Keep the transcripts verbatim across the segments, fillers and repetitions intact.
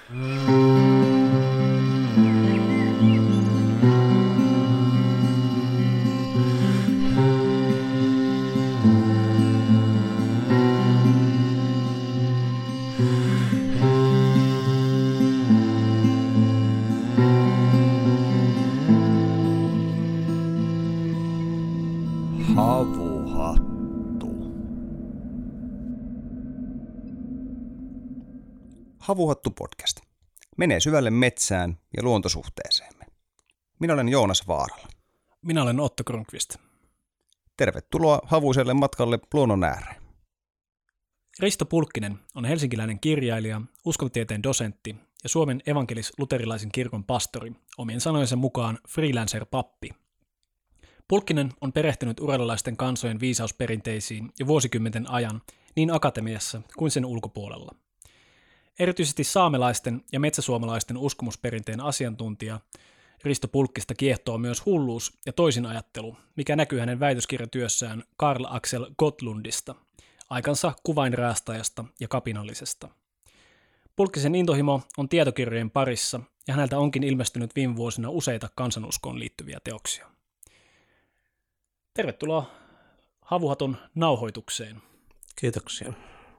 Havuhattu podcast. Menee syvälle metsään ja luontosuhteeseemme. Minä olen Joonas Vaarala. Minä olen Otto Kronqvist. Tervetuloa havuiselle matkalle luonnon ääreen. Risto Pulkkinen on helsinkiläinen kirjailija, uskontotieteen dosentti ja Suomen evankelis-luterilaisen kirkon pastori, omien sanojensa mukaan freelancer-pappi. Pulkkinen on perehtynyt uralilaisten kansojen viisausperinteisiin jo vuosikymmenten ajan niin akatemiassa kuin sen ulkopuolella. Erityisesti saamelaisten ja metsäsuomalaisten uskomusperinteen asiantuntija Risto Pulkkista kiehtoo myös hulluus ja toisinajattelu, mikä näkyy hänen väitöskirjatyössään Karl Axel Gottlundista, aikansa kuvainräästäjästä ja kapinallisesta. Pulkkisen intohimo on tietokirjojen parissa ja häneltä onkin ilmestynyt viime vuosina useita kansanuskoon liittyviä teoksia. Tervetuloa Havuhatun nauhoitukseen. Kiitoksia.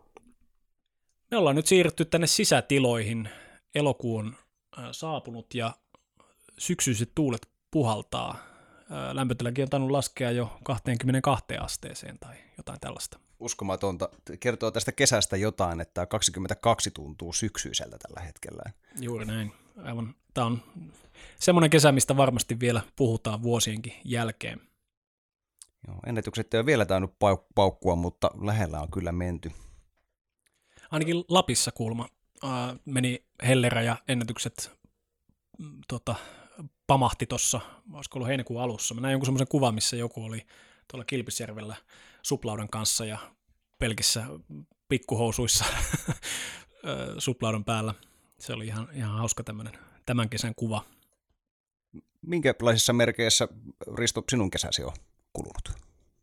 Me ollaan nyt siirrytty tänne sisätiloihin. Elokuu on saapunut ja syksyiset tuulet puhaltaa. Lämpötiläkin on tainnut laskea jo kaksikymmentäkaksi asteeseen tai jotain tällaista. Uskomatonta. Kertoo tästä kesästä jotain, että kaksikymmentäkaksi tuntuu syksyiseltä tällä hetkellä. Juuri näin. Aivan. Tämä on semmoinen kesä, mistä varmasti vielä puhutaan vuosienkin jälkeen. Joo, ennätykset ei ole vielä tainnut paukkua, mutta lähellä on kyllä menty. Ainakin Lapissa kuulma ää, meni hellerä ja ennätykset m, tota, pamahti tuossa, olisiko ollut heinäkuun alussa. Mä näin jonkun semmoisen kuvan, missä joku oli tuolla Kilpisjärvellä suplaudan kanssa ja pelkissä pikkuhousuissa suplaudan päällä. Se oli ihan, ihan hauska tämmöinen tämän kesän kuva. Minkälaisissa merkeissä, Risto, sinun kesäsi on kulunut?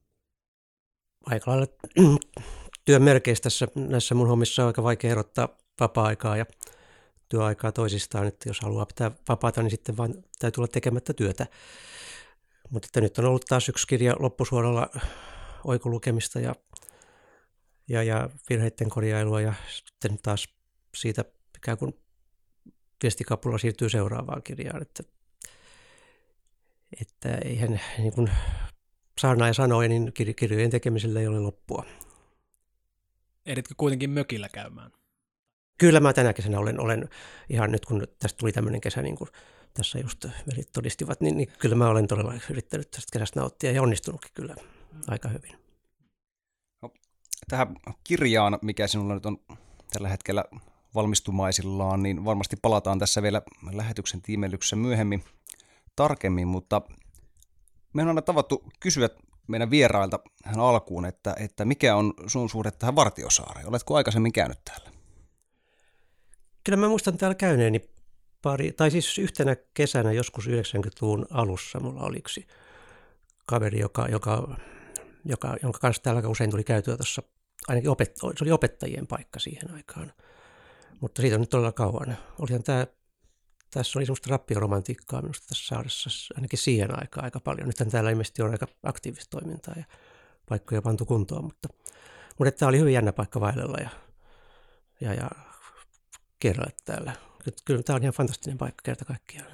Aika lailla työn merkeistä tässä, näissä mun hommissa on aika vaikea erottaa vapaa-aikaa ja työaikaa toisistaan, että jos haluaa pitää vapaata, niin sitten vaan täytyy olla tekemättä työtä. Mutta nyt on ollut taas yksi kirja loppusuoralla oikolukemista ja, ja, ja virheiden korjailua ja sitten taas siitä ikään kuin viestikapula siirtyy seuraavaan kirjaan, että, että eihän niin kuin saarnaaja sanoi, niin kirjojen tekemisellä ei ole loppua. Ehditkö kuitenkin mökillä käymään? Kyllä mä tänä kesänä olen, olen ihan nyt, kun tästä tuli tämmöinen kesä, niin kuin tässä just velit todistivat, niin, niin kyllä mä olen todella yrittänyt tästä kesästä nauttia ja onnistunutkin kyllä aika hyvin. No, tähän kirjaan, mikä sinulla nyt on tällä hetkellä valmistumaisillaan, niin varmasti palataan tässä vielä lähetyksen tiimelyksessä myöhemmin tarkemmin, mutta me on aina tavattu kysyä meidän vierailta hän alkuun, että, että mikä on sun suhde tähän Vartiosaareen? Oletko aikaisemmin käynyt täällä? Kyllä mä muistan täällä käyneeni pari, tai siis yhtenä kesänä joskus yhdeksänkymmentäluvun alussa mulla oli yksi kaveri, joka, joka, joka, jonka kanssa täällä aika usein tuli käytyä tuossa, ainakin opet, se oli opettajien paikka siihen aikaan, mutta siitä on nyt todella kauan. Olihan tämä, tässä oli semmoista rappioromantiikkaa minusta tässä saaressa, ainakin siihen aikaan aika paljon. Nythän täällä ilmeisesti on aika aktiivista toimintaa ja paikkoja pantu kuntoon, mutta, mutta tämä oli hyvin jännä paikka vaellella ja, ja, ja kerralla täällä. Kyllä tämä on ihan fantastinen paikka kerta kaikkiaan.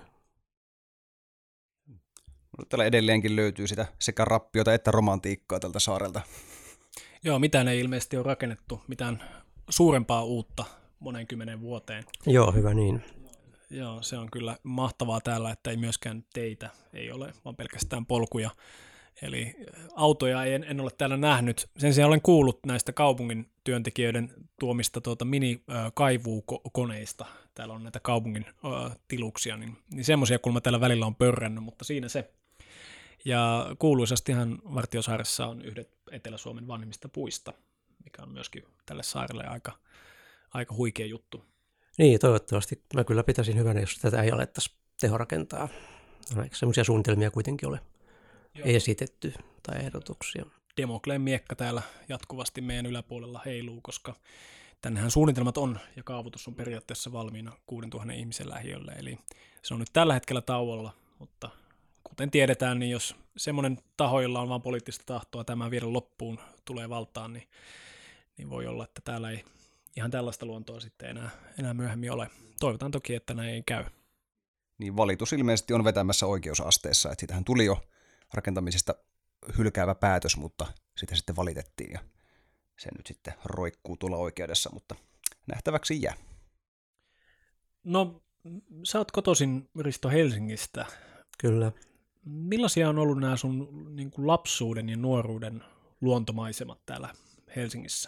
Täällä edelleenkin löytyy sitä sekä rappiota että romantiikkaa tältä saarelta. Joo, mitään ei ilmeisesti ole rakennettu, mitään suurempaa uutta monen kymmenen vuoteen. Joo, hyvä niin. Joo, se on kyllä mahtavaa täällä, että ei myöskään teitä ei ole, vaan pelkästään polkuja. Eli autoja en, en ole täällä nähnyt. Sen sijaan olen kuullut näistä kaupungin työntekijöiden tuomista tuota mini-kaivuukoneista. Täällä on näitä kaupungin äh, tiluksia, niin, niin semmoisia kulma täällä välillä on pörrännyt, mutta siinä se. Ja kuuluisastihan Vartiosaaressa on yhdet Etelä-Suomen vanhimmista puista, mikä on myöskin tälle saarelle aika, aika huikea juttu. Niin, toivottavasti. Mä kyllä pitäisin hyvänä, jos tätä ei alettaisi tehorakentaa. Eikö semmoisia suunnitelmia kuitenkin ole Joo. esitetty tai ehdotuksia? Demokleen miekka täällä jatkuvasti meidän yläpuolella heiluu, koska tännehän suunnitelmat on ja kaavoitus on periaatteessa valmiina kuusituhatta ihmisen lähiölle, eli se on nyt tällä hetkellä tauolla, mutta kuten tiedetään, niin jos semmoinen taho, jolla on vain poliittista tahtoa tämän viedä loppuun, tulee valtaan, niin, niin voi olla, että täällä ei ihan tällaista luontoa sitten enää, enää myöhemmin ole. Toivotaan toki, että näin ei käy. Niin valitus ilmeisesti on vetämässä oikeusasteessa, että siitähän tuli jo rakentamisesta hylkäävä päätös, mutta sitä sitten valitettiin ja se nyt sitten roikkuu tuolla oikeudessa, mutta nähtäväksi jää. No, sä oot kotoisin, Risto, Helsingistä. Kyllä. Millaisia on ollut nämä sun niin kuin lapsuuden ja nuoruuden luontomaisemat täällä Helsingissä?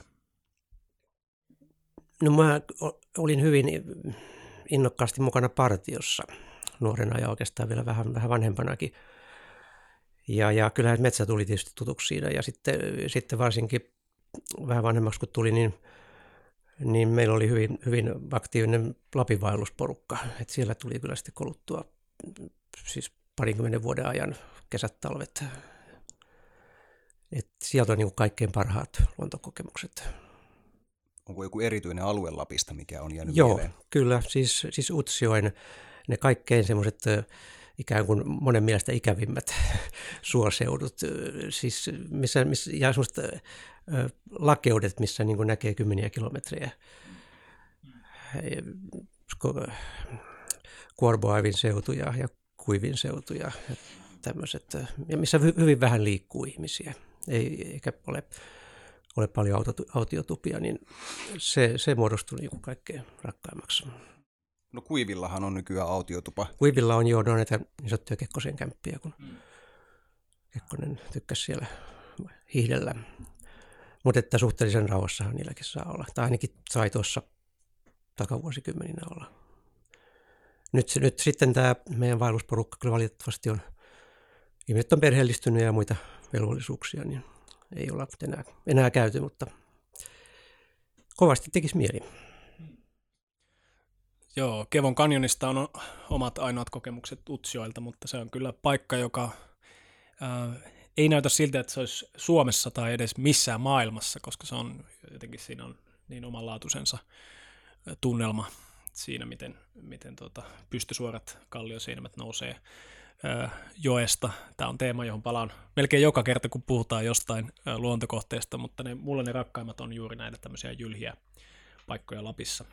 No mä olin hyvin innokkaasti mukana partiossa nuorena ja oikeastaan vielä vähän, vähän vanhempanakin. Ja, ja kyllähän metsä tuli tietysti tutuksi siinä ja sitten, sitten varsinkin vähän vanhemmaksi kun tuli, niin, niin meillä oli hyvin, hyvin aktiivinen Lapinvaellusporukka. Et siellä tuli kyllä sitten koluttua siis parinkymmenen vuoden ajan kesät, talvet. Et sieltä on niin kuin kaikkein parhaat luontokokemukset. Onko joku erityinen alue Lapista, mikä on jäänyt Joo, mieleen? kyllä. Siis, siis Utsjoen, ne kaikkein semmoiset ikään kuin monen mielestä ikävimmät suoseudut, siis missä, missä, ja semmoiset ö, lakeudet, missä niin kuin näkee kymmeniä kilometrejä. Kuorboavin seutuja ja Kuivin seutuja ja tämmöiset, ja missä hyvin vähän liikkuu ihmisiä, ei, eikä ole, ole paljon autiotupia, niin se, se muodostui niin kuin kaikkein rakkaimmaksi. No Kuivillahan on nykyään autiotupa. Kuivilla on jo no, näitä niin sanottuja Kekkosen kämppiä, kun mm. Kekkonen tykkäsi siellä hiihdellä. Mutta että suhteellisen rauhassahan niilläkin saa olla. Tai ainakin sai tuossa takavuosikymmeninä olla. Nyt, nyt sitten tämä meidän vaellusporukka kyllä valitettavasti on, ihmiset on perheellistynyt ja muita velvollisuuksia, niin ei olla enää, enää käyty, mutta kovasti tekisi mieli. Joo, Kevon kanjonista on omat ainoat kokemukset Utsjoelta, mutta se on kyllä paikka, joka ää, ei näytä siltä, että se olisi Suomessa tai edes missään maailmassa, koska se on jotenkin siinä on niin omanlaatuisensa tunnelma siinä, miten, miten tuota, pystysuorat kallioseinämät nousee ää, joesta. Tämä on teema, johon palaan melkein joka kerta, kun puhutaan jostain ää, luontokohteesta, mutta ne, mulle ne rakkaimmat on juuri näitä tämmöisiä jylhiä paikkoja Lapissa.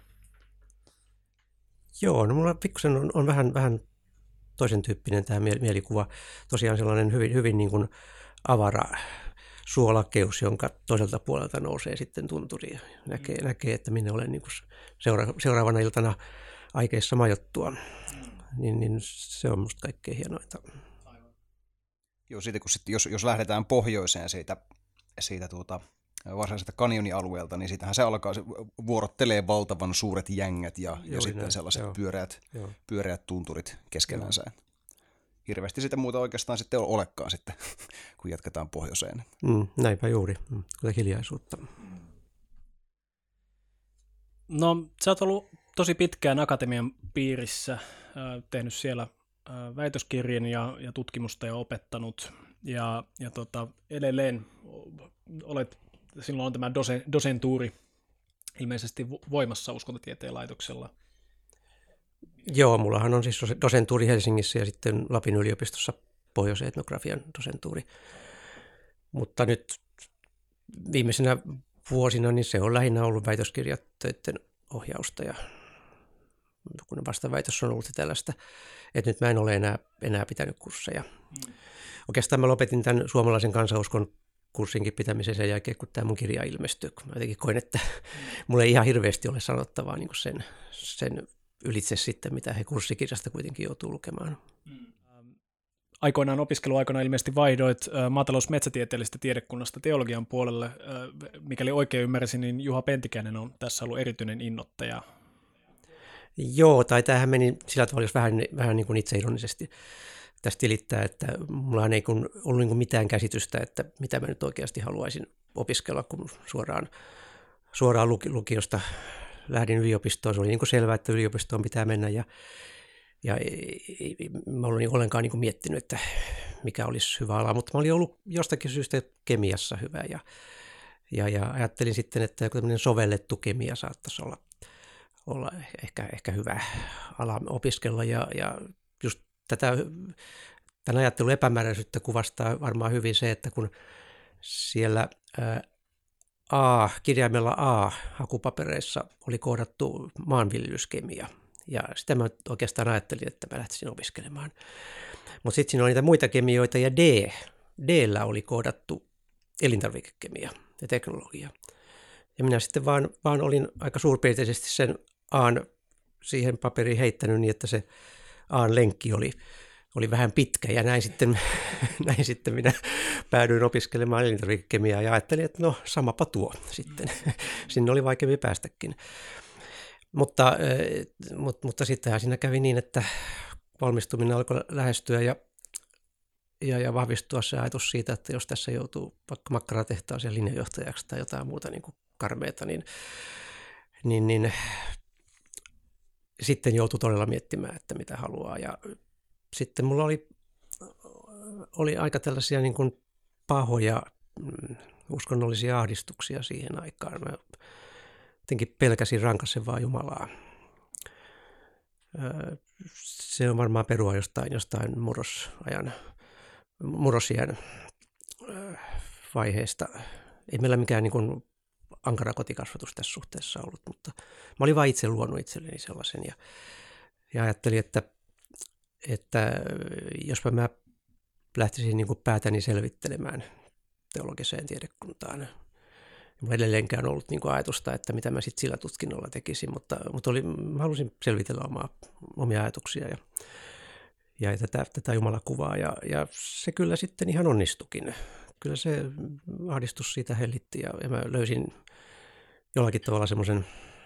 Joo, no mulla pikkusen on, on vähän, vähän toisen tyyppinen tämä mielikuva. Tosiaan sellainen hyvin, hyvin niin kuin avara suolakeus, jonka toiselta puolelta nousee sitten tunturi ja näkee, mm. näkee että minne olen niin kuin seura- seuraavana iltana aikeissa majoittua. Mm. Niin, niin se on musta kaikkein hienointa. Joo, siitä kun sit, jos, jos lähdetään pohjoiseen siitä, siitä tuota, varsinaisesta kanjonialueelta, niin siitähän se alkaa, se vuorottelee valtavan suuret jängät ja, ja sitten näin, sellaiset joo. pyöreät, joo. pyöreät tunturit keskenänsä. Joo. Hirveästi sitä muuta oikeastaan sitten olekaan sitten, kun jatketaan pohjoiseen. Mm, näinpä juuri, mm, kuten hiljaisuutta. No, sä oot ollut tosi pitkään akatemian piirissä, äh, tehnyt siellä äh, väitöskirjan ja, ja tutkimusta ja opettanut, ja, ja tota, edelleen olet, silloin on tämä dose, dosentuuri ilmeisesti voimassa uskontotieteen laitoksella. Joo, mullahan on siis dosentuuri Helsingissä ja sitten Lapin yliopistossa pohjoisen etnografian dosentuuri. Mutta nyt viimeisenä vuosina niin se on lähinnä ollut väitöskirjatöiden ohjausta ja kun vastaväitös on ollut tällaista, että nyt mä en ole enää, enää pitänyt kursseja. Mm. Oikeastaan mä lopetin tämän suomalaisen kansauskon kurssinkin pitämisen sen jälkeen, kun tämä mun kirja ilmestyi. Mä jotenkin koin, että mulla ei ihan hirveästi ole sanottavaa niin kuin sen, sen ylitse sitten, mitä he kurssikirjasta kuitenkin joutuu lukemaan. Mm. Aikoinaan opiskeluaikana ilmeisesti vaihdoit maatalous-metsätieteellisestä tiedekunnasta teologian puolelle. Mikäli oikein ymmärsin, niin Juha Pentikäinen on tässä ollut erityinen innoittaja. Joo, tai tämähän meni sillä tavalla, jos vähän, vähän niin kuin itseironisesti tästä tilittää, että mulla ei ollut niin kuin mitään käsitystä, että mitä mä nyt oikeasti haluaisin opiskella, kun suoraan, suoraan lukiosta lähdin yliopistoon. Se oli niin kuin selvää, että yliopistoon pitää mennä ja, ja ei, ei, mä olin niin ollenkaan niin kuin miettinyt, että mikä olisi hyvä ala, mutta mä olin ollut jostakin syystä kemiassa hyvä ja, Ja, ja ajattelin sitten, että joku tämmöinen sovellettu kemia saattaisi olla, olla ehkä, ehkä hyvä ala opiskella. Ja, ja just tätä, tämän ajattelun epämääräisyyttä kuvastaa varmaan hyvin se, että kun siellä ää, A, kirjaimella A hakupapereissa oli koodattu maanviljelyskemia. Ja sitä mä oikeastaan ajattelin, että mä lähtisin opiskelemaan. Mutta sitten siinä oli niitä muita kemioita ja D. D:llä oli koodattu elintarvikekemia ja teknologia. Ja minä sitten vaan, vaan olin aika suurpiirteisesti sen A:n siihen paperiin heittänyt niin, että se A:n lenkki oli, oli vähän pitkä. Ja näin sitten, näin sitten minä päädyin opiskelemaan elintarvikekemiaa ja ajattelin, että no samapa tuo sitten. Sinne oli vaikeampi päästäkin. Mutta, mutta, mutta sittenhän siinä kävi niin, että valmistuminen alkoi lähestyä ja, ja, ja vahvistua se ajatus siitä, että jos tässä joutuu vaikka makkaratehtaaseen linjanjohtajaksi tai jotain muuta niin kuin karmeita, niin, niin, niin sitten joutui todella miettimään, että mitä haluaa. Ja sitten mulla oli, oli aika tällaisia niin kuin pahoja uskonnollisia ahdistuksia siihen aikaan. Mä jotenkin pelkäsin rankasevaa Jumalaa. Se on varmaan perua jostain, jostain murrosajan, murrosiän vaiheesta. Ei meillä mikään niin kuin ankara kotikasvatus tässä suhteessa ollut, mutta mä olin vain itse luonut itselleni sellaisen ja, ja ajattelin, että, että jospa mä lähtisin niin kuin päätäni selvittelemään teologiseen tiedekuntaan. Mulla ei edelleenkään ollut niin kuin ajatusta, että mitä mä sitten sillä tutkinnolla tekisin, mutta, mutta oli, mä halusin selvitellä omaa, omia ajatuksia ja, ja tätä, tätä Jumalakuvaa. Ja, ja se kyllä sitten ihan onnistukin. Kyllä se ahdistus siitä hellitti ja, ja mä löysin jollakin tavalla semmoisen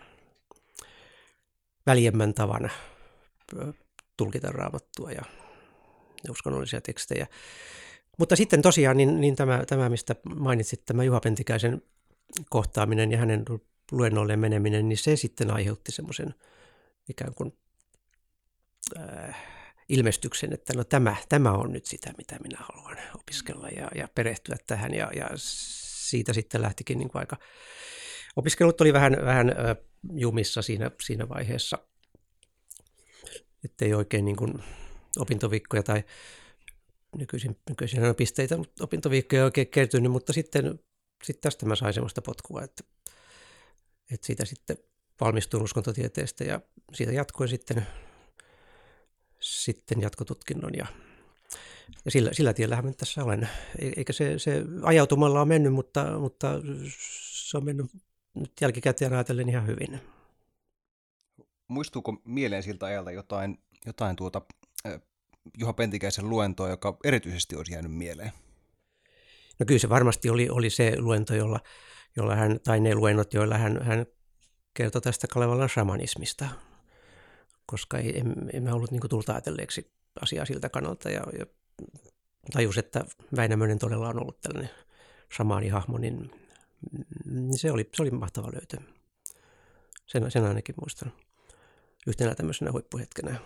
väljemmän tavan tulkita Raamattua ja, ja uskonnollisia tekstejä. Mutta sitten tosiaan niin, niin tämä, tämä, mistä mainitsit, tämä Juha Pentikäisen kohtaaminen ja hänen luennoilleen meneminen, niin se sitten aiheutti semmoisen ikään kuin äh, ilmestyksen, että no tämä, tämä on nyt sitä, mitä minä haluan opiskella ja, ja perehtyä tähän. Ja, ja siitä sitten lähtikin niin kuin aika, opiskelut oli vähän, vähän äh, jumissa siinä, siinä vaiheessa, ettei oikein niin kuin opintoviikkoja tai nykyisin, nykyisin on pisteitä, mutta opintoviikkoja ei oikein kertynyt, mutta sitten Sitten tästä mä sain semmoista potkua, että, että siitä sitten valmistuin uskontotieteestä ja siitä jatkoin sitten, sitten jatkotutkinnon ja, ja sillä, sillä tiellähän mä tässä olen. Eikä se, se ajautumalla on mennyt, mutta, mutta se on mennyt nyt jälkikäteen ajatellen ihan hyvin. Muistuuko mieleen siltä ajalta jotain, jotain tuota äh, Juha Pentikäisen luentoa, joka erityisesti olisi jäänyt mieleen? No kyllä se varmasti oli, oli se luento, jolla, jolla hän, tai ne luennot, joilla hän, hän kertoi tästä Kalevalan shamanismista, koska ei, en, emme ollut niin kuin tullut ajatelleeksi asiaa siltä kannalta. Ja, ja tajus, että Väinämöinen todella on ollut tällainen shamaanihahmo, niin, niin se, oli, se oli mahtava löytö. Sen, sen ainakin muistan yhtenä tämmöisenä huippuhetkenä.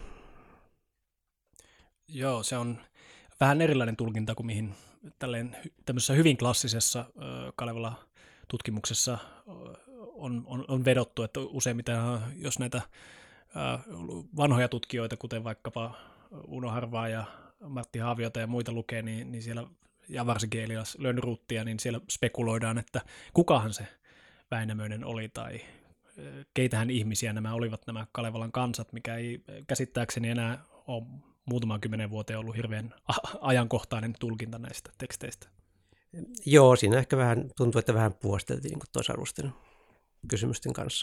Joo, se on vähän erilainen tulkinta kuin mihin tälleen tämmöisessä hyvin klassisessa Kalevala-tutkimuksessa on, on, on vedottu, että useimmiten jos näitä vanhoja tutkijoita, kuten vaikkapa Uno Harvaa ja Matti Haaviota ja muita lukee, niin, niin siellä, ja varsinkin Elias Lönnruuttia, niin siellä spekuloidaan, että kukahan se Väinämöinen oli tai keitähän ihmisiä nämä olivat nämä Kalevalan kansat, mikä ei käsittääkseni enää ole muutaman kymmenen vuoteen ollut hirveän ajankohtainen tulkinta näistä teksteistä. Joo, siinä ehkä vähän tuntuu, että vähän puosteltiin niin toisarvoisten kysymysten kanssa.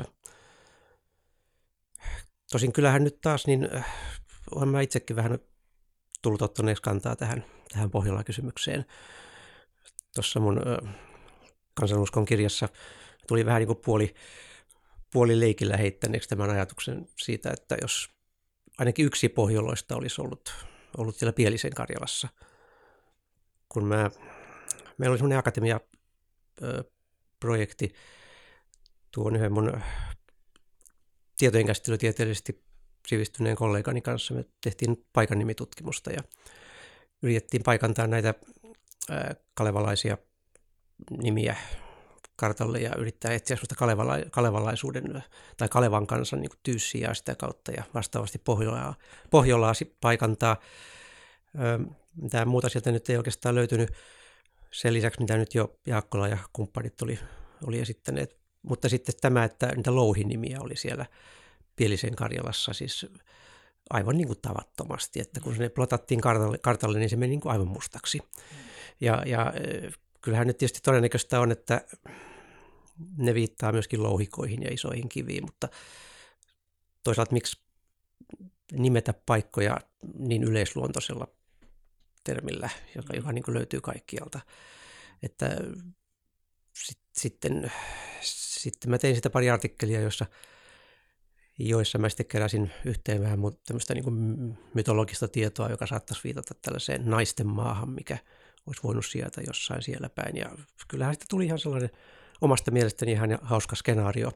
Tosin kyllähän nyt taas, niin olen mä itsekin vähän tullut ottaneeksi kantaa tähän, tähän Pohjola-kysymykseen. Tuossa mun kansanuskon kirjassa tuli vähän niin kuin puoli, puoli leikillä heittäneeksi tämän ajatuksen siitä, että jos ainakin yksi pohjoloista olisi ollut, ollut siellä Pielisen Karjalassa. Kun mä, meillä oli semmoinen akatemia-projekti tuon yhden mun tietojenkäsittelytieteellisesti sivistyneen kollegani kanssa. Me tehtiin paikannimitutkimusta ja yritettiin paikantaa näitä kalevalaisia nimiä kartalle ja yrittää etsiä sellaista kalevala, kalevalaisuuden tai Kalevan kansan niin kuin tyyssiä sitä kautta ja vastaavasti Pohjolaa, Pohjolaa paikantaa. Mitään muuta sieltä nyt ei oikeastaan löytynyt sen lisäksi, mitä nyt jo Jaakkola ja kumppanit oli, oli esittäneet. Mutta sitten tämä, että niitä louhinimiä oli siellä Pielisen Karjalassa siis aivan niin kuin tavattomasti, että kun se plotattiin kartalle, kartalle niin se meni niin kuin aivan mustaksi. Ja, ja kyllähän nyt tietysti todennäköistä on, että ne viittaa myöskin louhikoihin ja isoihin kiviin, mutta toisaalta miksi nimetä paikkoja niin yleisluontoisella termillä, joka, joka niin kuin löytyy kaikkialta. Että sit, sitten, sitten mä tein sitä pari artikkelia, joissa, joissa mä sitten keräsin yhteen vähän tämmöistä niin kuin mytologista tietoa, joka saattaisi viitata tällaiseen naisten maahan, mikä olisi voinut sieltä jossain siellä päin. Ja kyllähän sitten tuli ihan sellainen omasta mielestäni ihan hauska skenaario,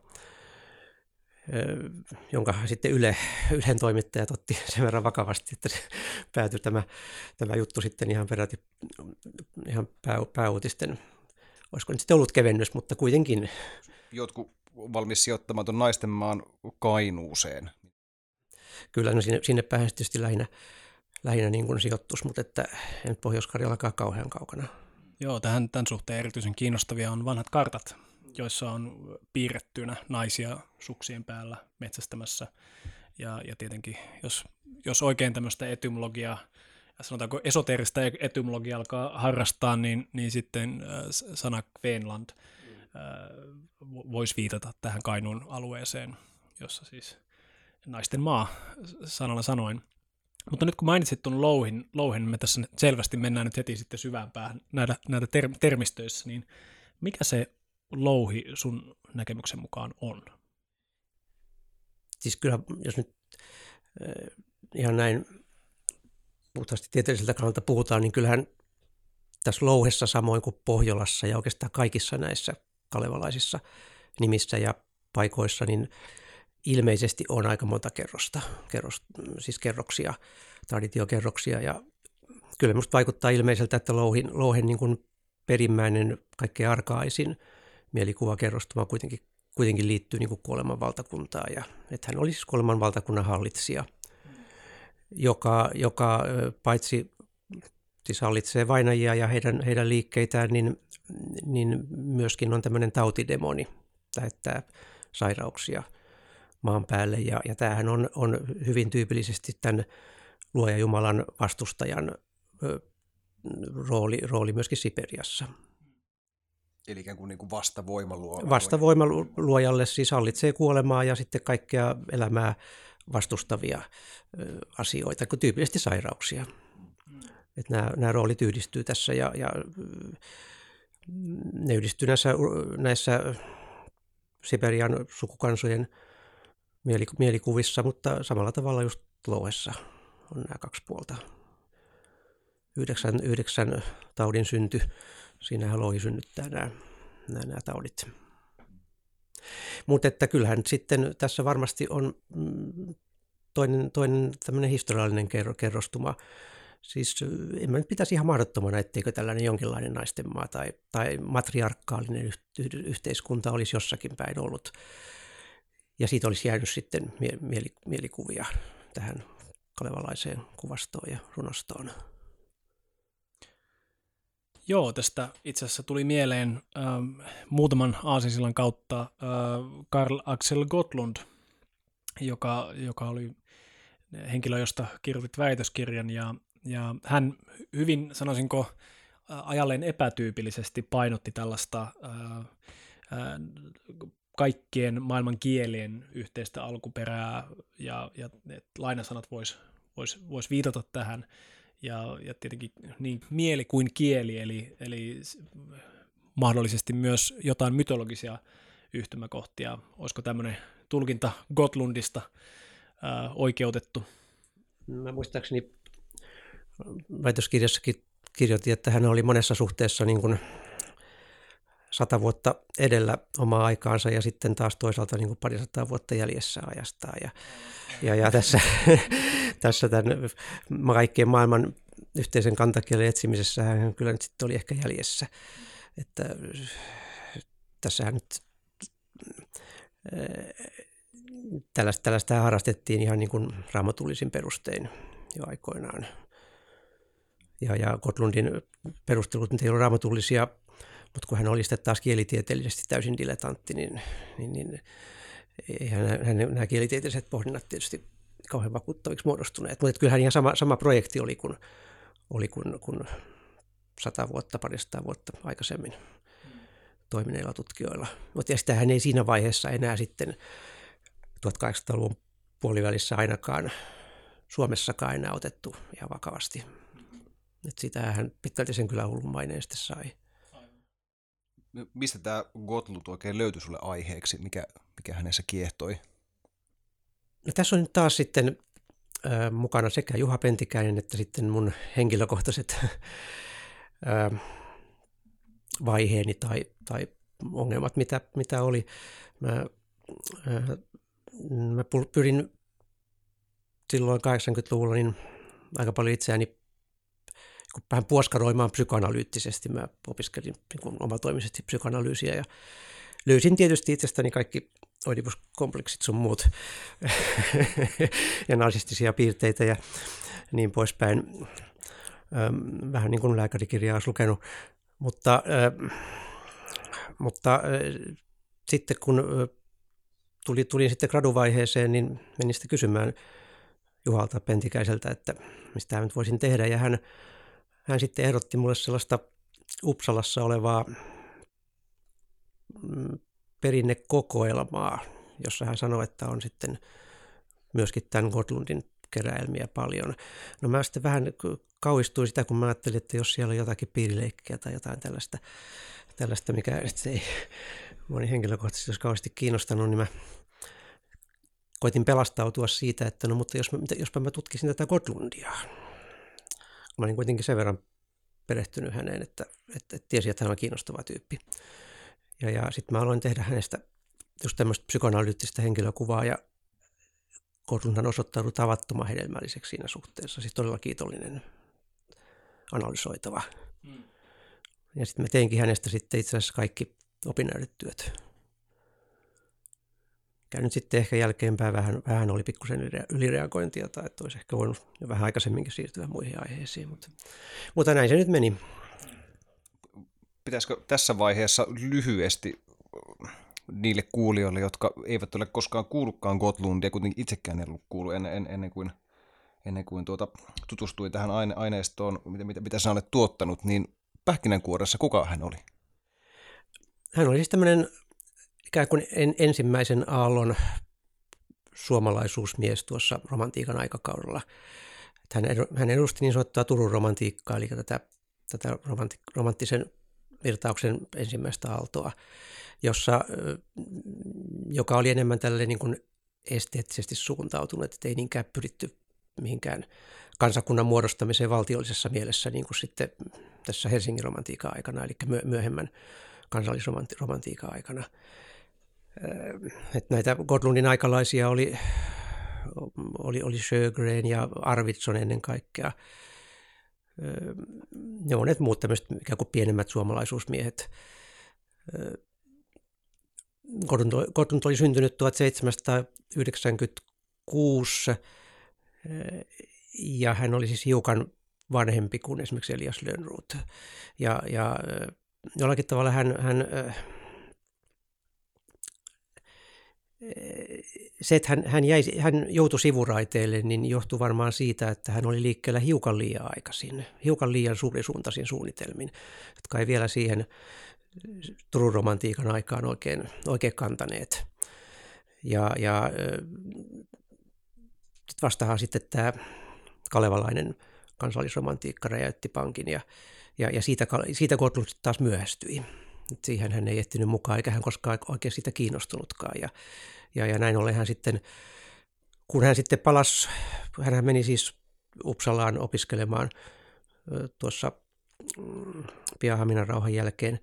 jonka sitten Yle, Ylen toimittajat otti sen verran vakavasti, että se päätyi tämä, tämä juttu sitten ihan peräti ihan pää, pääuutisten, olisiko nyt sitten ollut kevennys, mutta kuitenkin. Jotkut valmis sijoittamaan tuon naisten maan Kainuuseen. Kyllä, no sinne, sinne päähän tietysti lähinnä, lähinnä niin kuin sijoittus, mutta että en Pohjois-Karjalakaan kauhean kaukana. Joo, tähän, tämän suhteen erityisen kiinnostavia on vanhat kartat, joissa on piirrettynä naisia suksien päällä metsästämässä. Ja, ja tietenkin, jos, jos oikein tämmöistä etymologiaa, sanotaanko esoteerista etymologiaa alkaa harrastaa, niin, niin sitten äh, sana Kvenland äh, voisi viitata tähän Kainuun alueeseen, jossa siis naisten maa sanalla sanoen. Mutta nyt kun mainitsit tuon louhin, louhin, me tässä selvästi mennään nyt heti sitten syvään päähän näitä, näitä ter- termistöissä, niin mikä se louhi sun näkemyksen mukaan on? Siis kyllä, jos nyt äh, ihan näin puhtaasti tieteelliseltä kannalta puhutaan, niin kyllähän tässä louhessa samoin kuin Pohjolassa ja oikeastaan kaikissa näissä kalevalaisissa nimissä ja paikoissa, niin ilmeisesti on aika monta kerrosta, kerros, siis kerroksia, traditiokerroksia. Ja kyllä minusta vaikuttaa ilmeiseltä, että louhin, louhen niin kuin perimmäinen kaikkein arkaisin mielikuvakerrostuma kuitenkin, kuitenkin liittyy niin kuin kuoleman valtakuntaan. Ja, että hän oli siis kuoleman valtakunnan hallitsija, joka, joka paitsi siis hallitsee vainajia ja heidän, heidän liikkeitään, niin, niin myöskin on tämmöinen tautidemoni, lähettää sairauksia maan päälle. Ja, ja tämähän on, on hyvin tyypillisesti tämän luoja Jumalan vastustajan ö, rooli, rooli myöskin Siperiassa. Eli ikään kuin, niin kuin vastavoima luo. Vastavoima luojalle siis hallitsee kuolemaa ja sitten kaikkea elämää vastustavia ö, asioita, kuin tyypillisesti sairauksia. Että nämä, nämä roolit yhdistyy tässä ja, ja ne yhdistyy näissä, näissä Siperian sukukansojen mielikuvissa, mutta samalla tavalla just louhessa on nämä kaksi puolta. Yhdeksän, yhdeksän taudin synty, siinähän louhi synnyttää nämä, nämä, nämä taudit. Mutta että kyllähän sitten tässä varmasti on toinen, toinen tämmöinen historiallinen kerrostuma. Siis en mä nyt pitäisi ihan mahdottomana, etteikö tällainen jonkinlainen naisten maa tai, tai matriarkaalinen yhteiskunta olisi jossakin päin ollut. Ja siitä olisi jäänyt sitten mieli, mielikuvia tähän kalevalaiseen kuvastoon ja runostoon. Joo, tästä itse asiassa tuli mieleen äh, muutaman aasinsillan kautta äh, Karl Axel Gottlund, joka, joka oli henkilö, josta kirjoitit väitöskirjan, ja, ja hän hyvin, sanoisinko, ajalleen epätyypillisesti painotti tällaista äh, äh, kaikkien maailman kielien yhteistä alkuperää, ja, ja lainasanat vois, vois, vois viitata tähän, ja, ja tietenkin niin mieli kuin kieli, eli, eli mahdollisesti myös jotain mytologisia yhtymäkohtia. Olisiko tämmöinen tulkinta Gottlundista ää, oikeutettu? Mä muistaakseni väitöskirjassakin kirjoitin, että hän oli monessa suhteessa niin kuin sata vuotta edellä omaa aikaansa ja sitten taas toisaalta niin kuin parisataa vuotta jäljessä ajastaan. Ja, ja, ja tässä, tässä tämän kaikkien maailman yhteisen kantakielen etsimisessä hän kyllä nyt sitten oli ehkä jäljessä. Että tässähän nyt tällaista, tällaista harrastettiin ihan niin kuin raamatullisin perustein jo aikoinaan. Ja, ja Gottlundin perustelut nyt ei ole raamatullisia, mutta kun hän oli sitten taas kielitieteellisesti täysin dilettantti, niin, niin, niin eihän hän, nämä kielitieteelliset pohdinnat tietysti kauhean vakuuttaviksi muodostuneet. Mutta kyllähän ihan sama, sama projekti oli kuin, oli kuin, kuin sata vuotta, parista vuotta aikaisemmin toimineilla tutkijoilla. Mutta ja sitähän ei siinä vaiheessa enää sitten tuhatkahdeksansataaluvun puolivälissä ainakaan Suomessakaan enää otettu ihan vakavasti. Et sitähän pitkälti sen kyllä hullun maineen sitten sai. Mistä tämä Gottlund oikein löytyi sulle aiheeksi? Mikä, mikä hänessä kiehtoi? No, tässä on nyt taas sitten äh, mukana sekä Juha Pentikäinen että sitten mun henkilökohtaiset äh, vaiheeni tai, tai ongelmat, mitä, mitä oli. Mä, äh, mä pyrin silloin kahdeksankymmentäluvulla niin aika paljon itseäni vähän puoskaroimaan psykoanalyyttisesti. Mä opiskelin niin omatoimisesti psykoanalyysiä ja löysin tietysti itsestäni kaikki Oidipuskompleksit sun muut ja narsistisia piirteitä ja niin poispäin. Vähän niin kuin lääkärikirjaa olisi lukenut. Mutta, mutta sitten kun tuli, tulin sitten graduvaiheeseen, niin menin sitten kysymään Juhalta Pentikäiseltä, että mistä hän nyt voisin tehdä. Ja hän, hän sitten ehdotti mulle sellaista Uppsalassa olevaa perinnekokoelmaa, jossa hän sanoi, että on sitten myöskin tämän Gottlundin keräelmiä paljon. No mä sitten vähän kauhistuin sitä, kun mä ajattelin, että jos siellä on jotakin piirileikkiä tai jotain tällaista, tällaista mikä se ei moni henkilökohtaisesti jos kauheasti kiinnostanut, niin mä koitin pelastautua siitä, että no mutta jos mä, jospa mä tutkisin tätä Gottlundia. Mä olin kuitenkin sen verran perehtynyt häneen, että, että, että tiesin, että hän on kiinnostava tyyppi. Ja, ja sitten mä aloin tehdä hänestä just tämmöistä psykoanalyyttistä henkilökuvaa ja Gottlund osoittautui tavattoman hedelmälliseksi siinä suhteessa. Siis todella kiitollinen, analysoitava. Mm. Ja sitten mä teinkin hänestä sitten itse asiassa kaikki opinnäytetyöt. Käy nyt sitten ehkä jälkeenpäin vähän, vähän oli pikkusen ylireagointia tai että olisi ehkä voinut jo vähän aikaisemminkin siirtyä muihin aiheisiin. Mutta, mutta näin se nyt meni. Pitäisikö tässä vaiheessa lyhyesti niille kuulijoille, jotka eivät ole koskaan kuullutkaan Gottlundia, kuitenkin itsekään en ollut kuullut ennen, ennen, ennen kuin, ennen kuin tuota, tutustuin tähän aine- aineistoon, mitä, mitä, mitä sinä olet tuottanut, niin pähkinänkuoressa kuka hän oli? Hän oli siis tämmöinen ikään kuin en, ensimmäisen aallon suomalaisuusmies tuossa romantiikan aikakaudella. Hän, hän edusti niin sanottua Turun romantiikkaa, eli tätä, tätä romanti, romanttisen virtauksen ensimmäistä aaltoa, jossa, joka oli enemmän tällainen niin kuin esteettisesti suuntautunut, että ei niinkään pyritty mihinkään kansakunnan muodostamiseen valtiollisessa mielessä, niin kuin sitten tässä Helsingin romantiikan aikana, eli myöhemmän kansallisromantiikan aikana. Että näitä Gottlundin aikalaisia oli, oli, oli Sjögren ja Arvidsson ennen kaikkea. Ja monet muut tämmöiset ikään kuin pienemmät suomalaisuusmiehet. Gottlund oli syntynyt tuhatseitsemänsataayhdeksänkymmentäkuusi ja hän oli siis hiukan vanhempi kuin esimerkiksi Elias Lönnrot. Ja, ja jollakin tavalla hän, hän se, että hän, hän, jäi, hän joutui sivuraiteille, niin johtui varmaan siitä, että hän oli liikkeellä hiukan liian aikaisin, hiukan liian suurisuuntaisin suunnitelmin, jotka ei vielä siihen Turun romantiikan aikaan oikein, oikein kantaneet. Ja, ja vastahan sitten tämä kalevalainen kansallisromantiikka räjäytti pankin ja, ja, ja siitä, siitä Gottlund taas myöhästyi. Siihen hän ei ehtinyt mukaan, eikä hän koskaan oikein siitä kiinnostunutkaan. Ja, ja, ja näin ollen hän sitten, kun hän sitten palasi, hän meni siis Uppsalaan opiskelemaan tuossa pian Haminan rauhan jälkeen.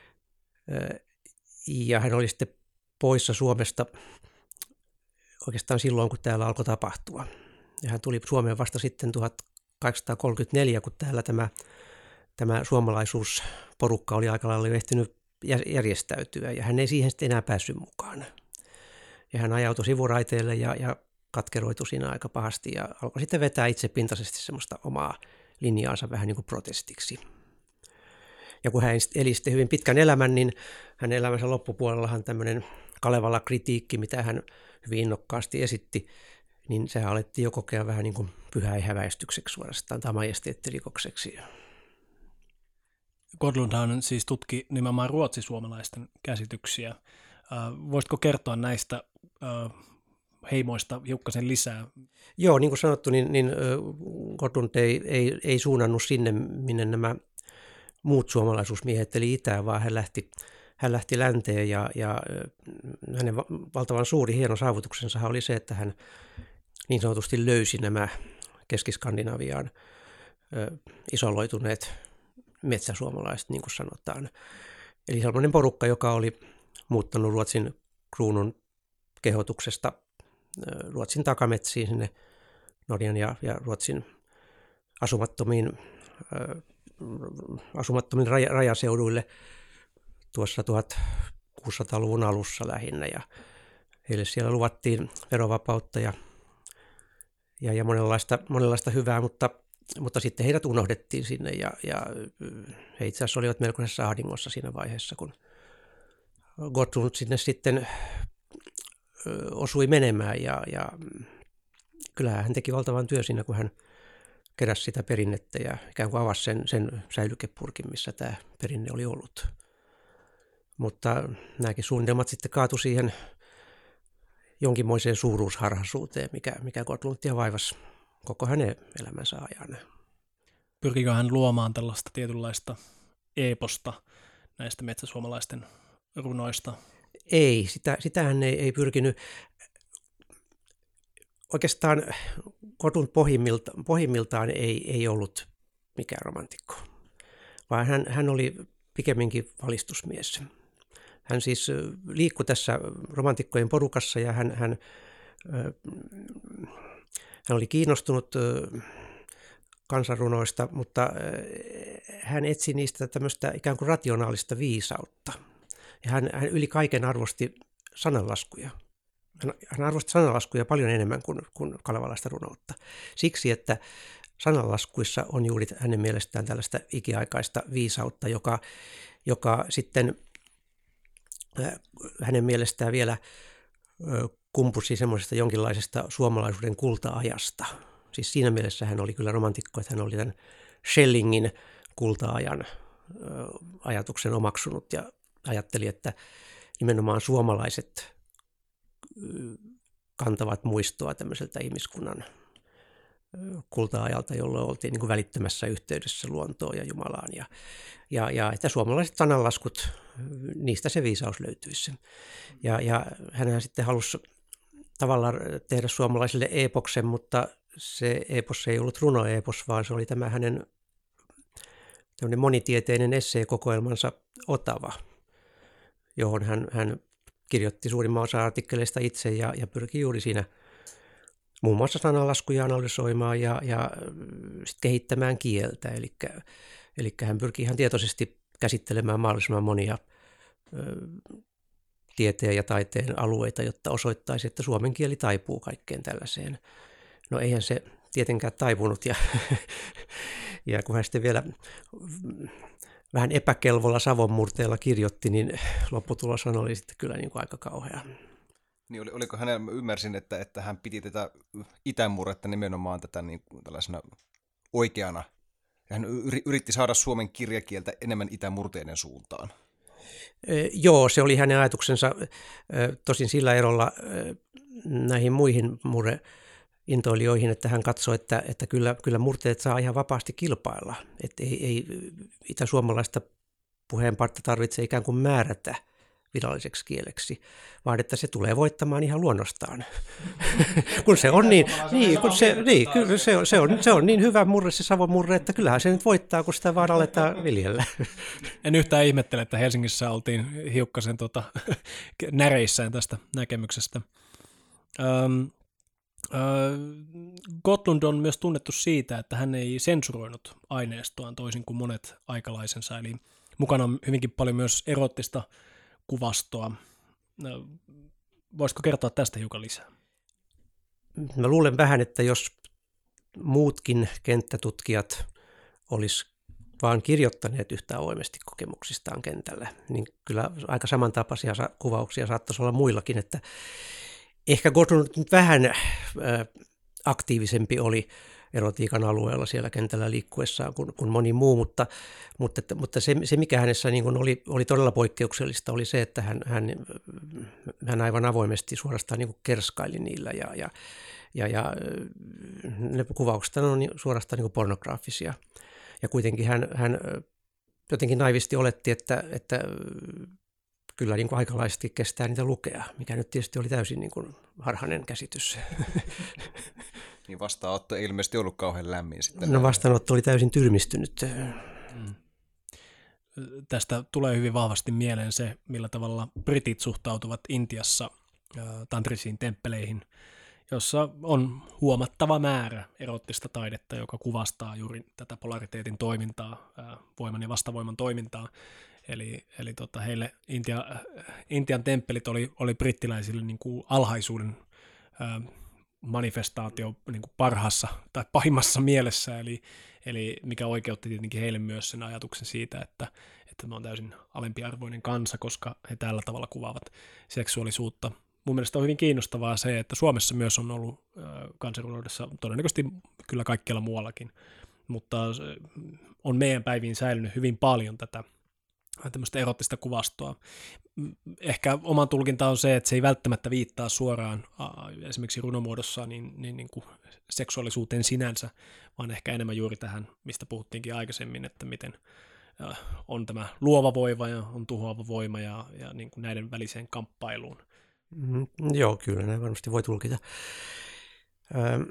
Ja hän oli sitten poissa Suomesta oikeastaan silloin, kun täällä alkoi tapahtua. Ja hän tuli Suomeen vasta sitten tuhatkahdeksansataakolmekymmentäneljä, kun täällä tämä, tämä suomalaisuusporukka oli aika lailla ehtinyt järjestäytyä, ja hän ei siihen sitten enää päässyt mukaan. Ja hän ajautui sivuraiteille ja, ja katkeroitui siinä aika pahasti ja alkoi sitten vetää itsepintaisesti semmoista omaa linjaansa vähän niin kuin protestiksi. Ja kun hän eli sitten hyvin pitkän elämän, niin hänen elämänsä loppupuolellahan tämmöinen Kalevala-kritiikki, mitä hän hyvin innokkaasti esitti, niin sehän alettiin jo kokea vähän niin kuin pyhäihäväistykseksi suorastaan tai majesteettirikokseksi. Gottlundhan siis tutki nimenomaan ruotsisuomalaisten käsityksiä. Voisitko kertoa näistä heimoista hiukkasen lisää? Joo, niin kuin sanottu, niin, niin Gottlund ei, ei, ei suunnannut sinne, minne nämä muut suomalaisuusmiehet eli itään, vaan hän lähti, hän lähti länteen ja, ja hänen valtavan suuri hieno saavutuksensa oli se, että hän niin sanotusti löysi nämä Keski-Skandinaviaan isoloituneet metsäsuomalaiset, niin kuin sanotaan. Eli sellainen porukka, joka oli muuttanut Ruotsin kruunun kehotuksesta Ruotsin takametsiin sinne Norjan ja, ja Ruotsin asumattomiin, äh, asumattomiin raja, rajaseuduille tuossa tuhatkuusisataaluvun alussa lähinnä. Ja heille siellä luvattiin verovapautta ja, ja, ja monenlaista, monenlaista hyvää, mutta, mutta sitten heidät unohdettiin sinne ja, ja he itse asiassa olivat melkoisessa ahdingossa siinä vaiheessa, kun Gottlund sinne sitten osui menemään ja, ja kyllähän hän teki valtavan työ siinä, kun hän keräsi sitä perinnettä ja ikään kuin avasi sen, sen säilykepurkin, missä tämä perinne oli ollut. Mutta nämäkin suunnitelmat sitten kaatui siihen jonkinmoiseen suuruusharhaisuuteen, mikä, mikä Gottlundia vaivasi koko hänen elämänsä ajan. Pyrkikö hän luomaan tällaista tietynlaista eeposta näistä metsäsuomalaisten runoista? Ei, sitä, sitä hän ei, ei pyrkinyt. Oikeastaan Gottlund pohjimmilta, pohjimmiltaan ei, ei ollut mikään romantikko, vaan hän, hän oli pikemminkin valistusmies. Hän siis liikkui tässä romantikkojen porukassa ja hän, hän, hän oli kiinnostunut kansanrunoista, mutta hän etsi niistä tämmöistä ikään kuin rationaalista viisautta. Ja hän, hän yli kaiken arvosti sananlaskuja. Hän, hän arvosti sananlaskuja paljon enemmän kuin, kuin kalevalaista runoutta. Siksi, että sananlaskuissa on juuri hänen mielestään tällaista ikiaikaista viisautta, joka, joka sitten äh, hänen mielestään vielä äh, kumpusi semmoisesta jonkinlaisesta suomalaisuuden kulta-ajasta. Siis siinä mielessä hän oli kyllä romantikko, että hän oli tämän Schellingin kulta-ajan äh, ajatuksen omaksunut ja ajatteli, että nimenomaan suomalaiset kantavat muistoa tämmöiseltä ihmiskunnan kulta-ajalta, jolloin oltiin niin kuin välittömässä yhteydessä luontoon ja Jumalaan. Ja, ja, ja että suomalaiset sananlaskut, niistä se viisaus löytyisi. Ja, ja hänhän sitten halusi tavallaan tehdä suomalaisille epoksen, mutta se epos ei ollut runoepos, vaan se oli tämä hänen monitieteinen esseekokoelmansa Otava, johon hän, hän kirjoitti suurimman osa artikkeleista itse ja, ja pyrki juuri siinä muun muassa sananlaskuja analysoimaan ja, ja sit kehittämään kieltä. Eli, eli hän pyrki ihan tietoisesti käsittelemään mahdollisimman monia ö, tieteen ja taiteen alueita, jotta osoittaisi, että suomen kieli taipuu kaikkeen tällaiseen. No eihän se tietenkään taipunut ja, ja kun hän sitten vielä vähän epäkelvolla savonmurteella kirjoitti, niin lopputulos oli sitten kyllä niin kuin aika kauhea. Niin oli, oliko hänen, ymmärsin, että, että hän piti tätä itämurretta nimenomaan tätä niin kuin tällaisena oikeana. Ja hän yritti saada suomen kirjakieltä enemmän itämurteiden suuntaan. E, joo, se oli hänen ajatuksensa, tosin sillä erolla näihin muihin murre intoilijoihin, että hän katsoi, että, että kyllä, kyllä murteet saa ihan vapaasti kilpailla. Että ei, ei itäsuomalaista puheenpartta tarvitse ikään kuin määrätä viralliseksi kieleksi, vaan että se tulee voittamaan ihan luonnostaan. kun se on niin, niin, kun se, niin kyllä se, on, se, on, se on niin hyvä murre, se Savon murre, että kyllähän se nyt voittaa, kun sitä vaan aletaan viljellä. En yhtään ihmettele, että Helsingissä oltiin hiukkasen tota, näreissään tästä näkemyksestä. Öm, Gottlund on myös tunnettu siitä, että hän ei sensuroinut aineistoaan toisin kuin monet aikalaisensa, eli Mukana on hyvinkin paljon myös eroottista kuvastoa. Voisitko kertoa tästä hiukan lisää? Mä luulen vähän, että jos muutkin kenttätutkijat olisi vaan kirjoittaneet yhtä avoimesti kokemuksistaan kentällä, niin kyllä aika samantapaisia kuvauksia saattaisi olla muillakin, että ehkä Gottlund nyt vähän äh, aktiivisempi oli erotiikan alueella siellä kentällä liikkuessaan kuin, kuin moni muu, mutta, mutta, mutta se, se, mikä hänessä niin kuin oli, oli todella poikkeuksellista, oli se, että hän, hän, hän aivan avoimesti suorastaan niin kuin kerskaili niillä ja, ja, ja, ja ne kuvaukset on suorastaan niin kuin pornograafisia. Ja kuitenkin hän, hän jotenkin naivisti oletti, että, että kyllä niin kuin aikalaisesti kestää niitä lukea, mikä nyt tietysti oli täysin niin kuin harhainen käsitys. Niin vastaanotto ei ilmeisesti ollut kauhean lämmin sitten. No vastaanotto oli täysin tyrmistynyt. Mm. Tästä tulee hyvin vahvasti mieleen se, millä tavalla britit suhtautuvat Intiassa äh, tantrisiin temppeleihin, jossa on huomattava määrä eroottista taidetta, joka kuvastaa juuri tätä polariteetin toimintaa, äh, voiman ja vastavoiman toimintaa. Eli, eli tota, heille Intia, äh, Intian temppelit oli, oli brittiläisille niin kuin alhaisuuden äh, manifestaatio niin kuin parhaassa tai pahimmassa mielessä, eli, eli mikä oikeutti tietenkin heille myös sen ajatuksen siitä, että, että me on täysin alempiarvoinen kansa, koska he tällä tavalla kuvaavat seksuaalisuutta. Mun mielestä on hyvin kiinnostavaa se, että Suomessa myös on ollut kansanrunoudessa, todennäköisesti kyllä kaikkialla muuallakin, mutta on meidän päiviin säilynyt hyvin paljon tätä tämmöistä erottista kuvastoa. Ehkä oman tulkinta on se, että se ei välttämättä viittaa suoraan esimerkiksi runomuodossa niin, niin, niin kuin seksuaalisuuteen sinänsä, vaan ehkä enemmän juuri tähän, mistä puhuttiinkin aikaisemmin, että miten on tämä luova voima ja on tuhoava voima ja, ja niin kuin näiden väliseen kamppailuun. Mm, joo, kyllä näin varmasti voi tulkita. Ähm,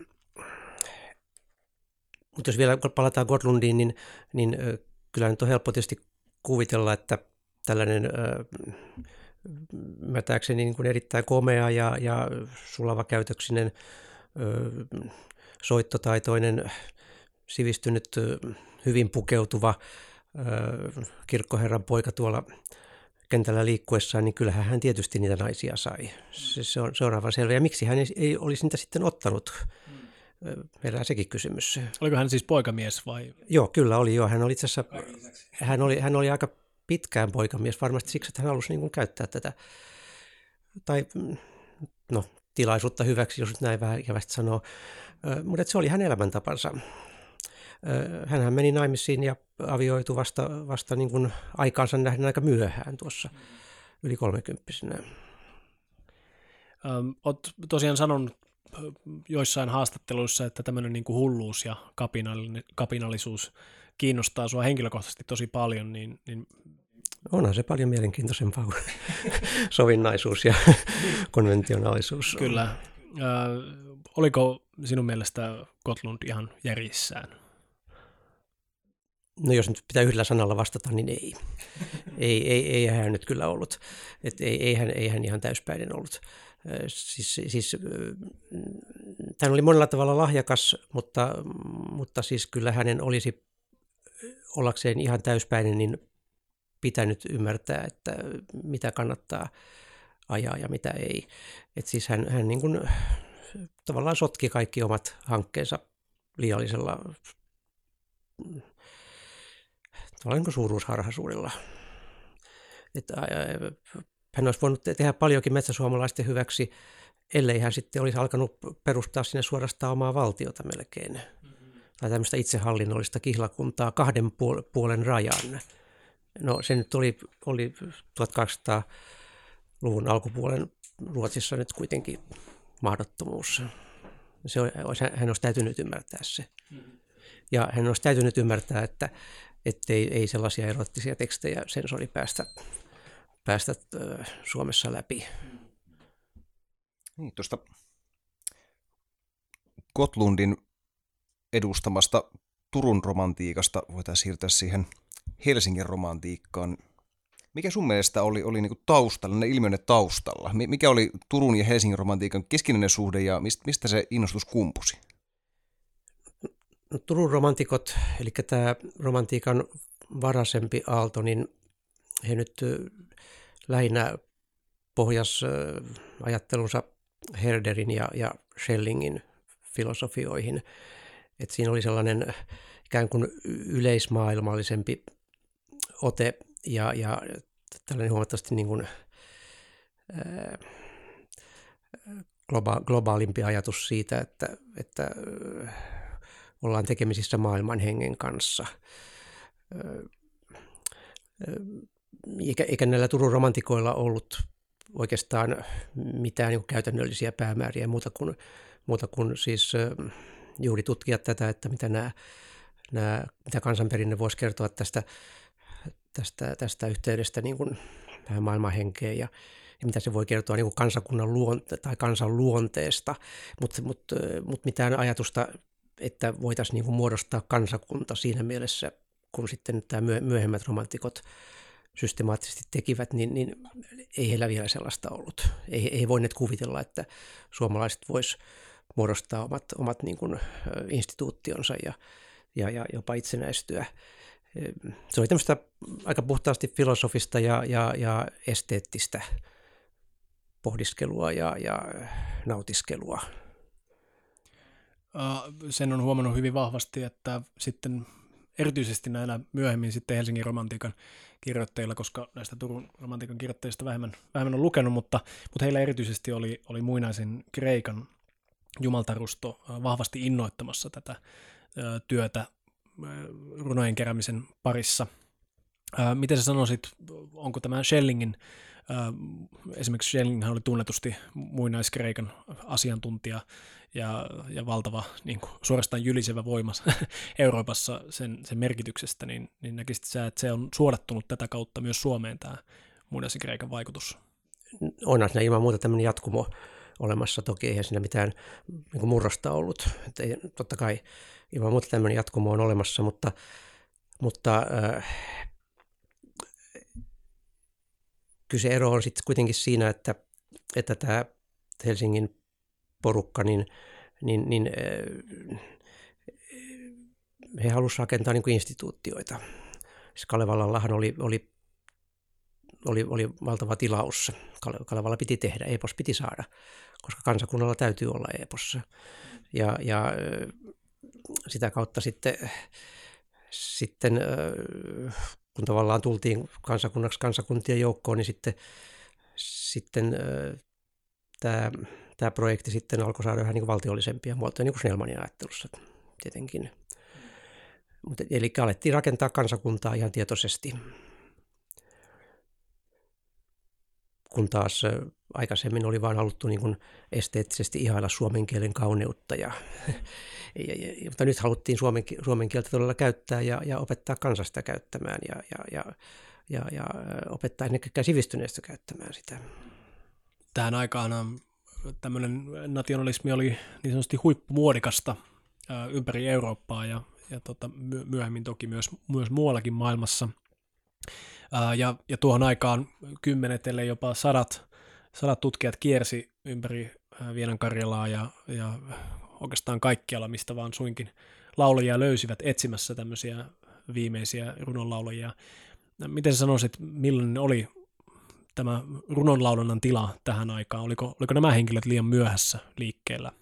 mutta jos vielä palataan Gottlundiin, niin, niin äh, kyllä nyt on helppo tietysti kuvitella, että tällainen äh, mätääkseni niin kuin erittäin komea ja, ja sulavakäytöksinen, äh, soittotaitoinen, sivistynyt, äh, hyvin pukeutuva äh, kirkkoherran poika tuolla kentällä liikkuessaan, niin kyllähän hän tietysti niitä naisia sai. Se, se, on, se on aivan selvä. Ja miksi hän ei, ei olisi niitä sitten ottanut? Herää sekin kysymys. Oliko hän siis poikamies vai? Joo, kyllä oli. Joo. Hän oli itse asiassa, hän oli, hän oli aika pitkään poikamies, varmasti siksi, että hän halusi niin kuin käyttää tätä, tai no, tilaisuutta hyväksi, jos nyt näin vähän ikävästi sanoo. Mutta se oli hänen elämäntapansa. Hänhän meni naimisiin ja avioitui vasta, vasta niin kuin aikaansa nähden aika myöhään tuossa, yli kolmekymppisenä. Ähm, olet tosiaan sanonut joissain haastatteluissa, että tämmöinen niin kuin hulluus ja kapinallisuus kiinnostaa sinua henkilökohtaisesti tosi paljon, niin, niin onhan se paljon mielenkiintoisempaa kuin sovinnaisuus ja konventionaalisuus. Kyllä. Äh, oliko sinun mielestä Gottlund ihan järjissään? No jos nyt pitää yhdellä sanalla vastata, niin ei. ei, ei, ei hän nyt kyllä ollut. Et ei, ei, hän, ei hän ihan täyspäinen ollut. Siis, siis, hän oli monella tavalla lahjakas, mutta, mutta siis kyllä hänen olisi ollakseen ihan täyspäinen niin pitänyt ymmärtää, että mitä kannattaa ajaa ja mitä ei. Et siis hän, hän niin kuin tavallaan sotki kaikki omat hankkeensa liiallisella tavallaan niin suuruusharhaisuudella. Että hän olisi voinut tehdä paljonkin metsäsuomalaisten hyväksi, ellei hän sitten olisi alkanut perustaa sinne suorastaan omaa valtiota melkein. Mm-hmm. Tai tämmöistä itsehallinnollista kihlakuntaa kahden puolen rajan. No se nyt oli, oli tuhatkahdeksansataaluvun alkupuolen Ruotsissa nyt kuitenkin mahdottomuus. Se olisi, hän olisi täytynyt ymmärtää se. Mm-hmm. Ja hän olisi täytynyt ymmärtää, että ettei ei sellaisia erottisia tekstejä sensori päästä, päästä äh, Suomessa läpi. Niin, tuosta Gottlundin edustamasta Turun romantiikasta voitaisiin siirtää siihen Helsingin romantiikkaan. Mikä sun mielestä oli, oli niin kuin taustalla, ne ilmiönne taustalla? Mikä oli Turun ja Helsingin romantiikan keskinäinen suhde ja mistä se innostus kumpusi? No, Turun romantikot, eli tämä romantiikan varaisempi aalto, niin he nyt lähinnä pohjas ajattelunsa Herderin ja, ja Schellingin filosofioihin. Et siinä oli sellainen ikään kuin yleismaailmallisempi ote ja, ja tällainen huomattavasti niin kuin, ää, globa, globaalimpi ajatus siitä, että, että ollaan tekemisissä maailman hengen kanssa. Eikä, eikä näillä Turun romantikoilla ollut oikeastaan mitään niin kuin käytännöllisiä päämääriä muuta kuin, muuta kuin siis juuri tutkia tätä, että mitä, nämä, nämä, mitä kansanperinne voisi kertoa tästä, tästä, tästä yhteydestä niin kuin tähän maailmanhenkeen ja, ja mitä se voi kertoa niin kuin kansakunnan luonte, tai kansan luonteesta, mutta mut, mut mitään ajatusta, että voitaisiin niin kuin muodostaa kansakunta siinä mielessä, kun sitten tämä myöhemmät romantikot systemaattisesti tekivät, niin, niin ei heillä vielä sellaista ollut. Ei, ei voineet kuvitella, että suomalaiset vois muodostaa omat, omat niin kuin instituutionsa ja, ja, ja jopa itsenäistyä. Se oli tämmöistä aika puhtaasti filosofista ja, ja, ja esteettistä pohdiskelua ja, ja nautiskelua. Sen on huomannut hyvin vahvasti, että sitten erityisesti näillä myöhemmin sitten Helsingin romantiikan kirjoittajilla, koska näistä Turun romantiikan kirjoittajista vähemmän, vähemmän on lukenut, mutta, mutta heillä erityisesti oli, oli muinaisen Kreikan jumaltarusto vahvasti innoittamassa tätä ö, työtä ö, runojen keräämisen parissa. Ö, miten sä sanoisit, onko tämä Schellingin, ö, esimerkiksi Schellinghän oli tunnetusti muinaiskreikan asiantuntija ja, ja valtava niin kuin suorastaan jylisevä voima Euroopassa sen, sen merkityksestä, niin, niin näkisit sä, että se on suodattunut tätä kautta myös Suomeen tämä muinaisen Kreikan vaikutus? Onhan siinä ilman muuta tämmöinen jatkumo olemassa, toki eihän siinä mitään niin kuin murrosta ollut. Että ei, totta kai ilman muuta tämmöinen jatkumo on olemassa, mutta, mutta äh, kyllä se ero on sitten kuitenkin siinä, että, että tämä Helsingin porukka, niin, niin, niin äh, he halusivat rakentaa niin kuin instituutioita. Siis Kalevalallahan oli, oli, oli, oli valtava tilaus. Kalevalla piti tehdä, epos piti saada, koska kansakunnalla täytyy olla epossa. Ja, ja sitä kautta sitten, sitten, kun tavallaan tultiin kansakunnaksi kansakuntien joukkoon, niin sitten, sitten tämä, tämä projekti sitten alkoi saada vähän niin kuin valtiollisempia muotoja, niin kuin Snellmanin ajattelussa tietenkin. Mutta, eli alettiin rakentaa kansakuntaa ihan tietoisesti, kun taas aikaisemmin oli vain haluttu niin kuin esteettisesti ihailla suomen kielen kauneutta. Ja, ja, ja, mutta nyt haluttiin suomen, suomen kieltä todella käyttää ja, ja opettaa kansasta käyttämään ja, ja, ja, ja, ja opettaa ennen kaikkea sivistyneestä käyttämään sitä. Tähän aikaan tämmöinen nationalismi oli niin sanotusti huippumuodikasta ympäri Eurooppaa ja, ja tota, myöhemmin toki myös, myös muuallakin maailmassa. Ja, ja tuohon aikaan kymmenet, ellei jopa sadat, sadat tutkijat kiersi ympäri Vienankarjalaa ja, ja oikeastaan kaikkialla, mistä vaan suinkin laulajia löysivät etsimässä tämmöisiä viimeisiä runonlaulajia. Miten sä sanoisit, millainen oli tämä runonlaulunnan tila tähän aikaan? Oliko, oliko nämä henkilöt liian myöhässä liikkeellä?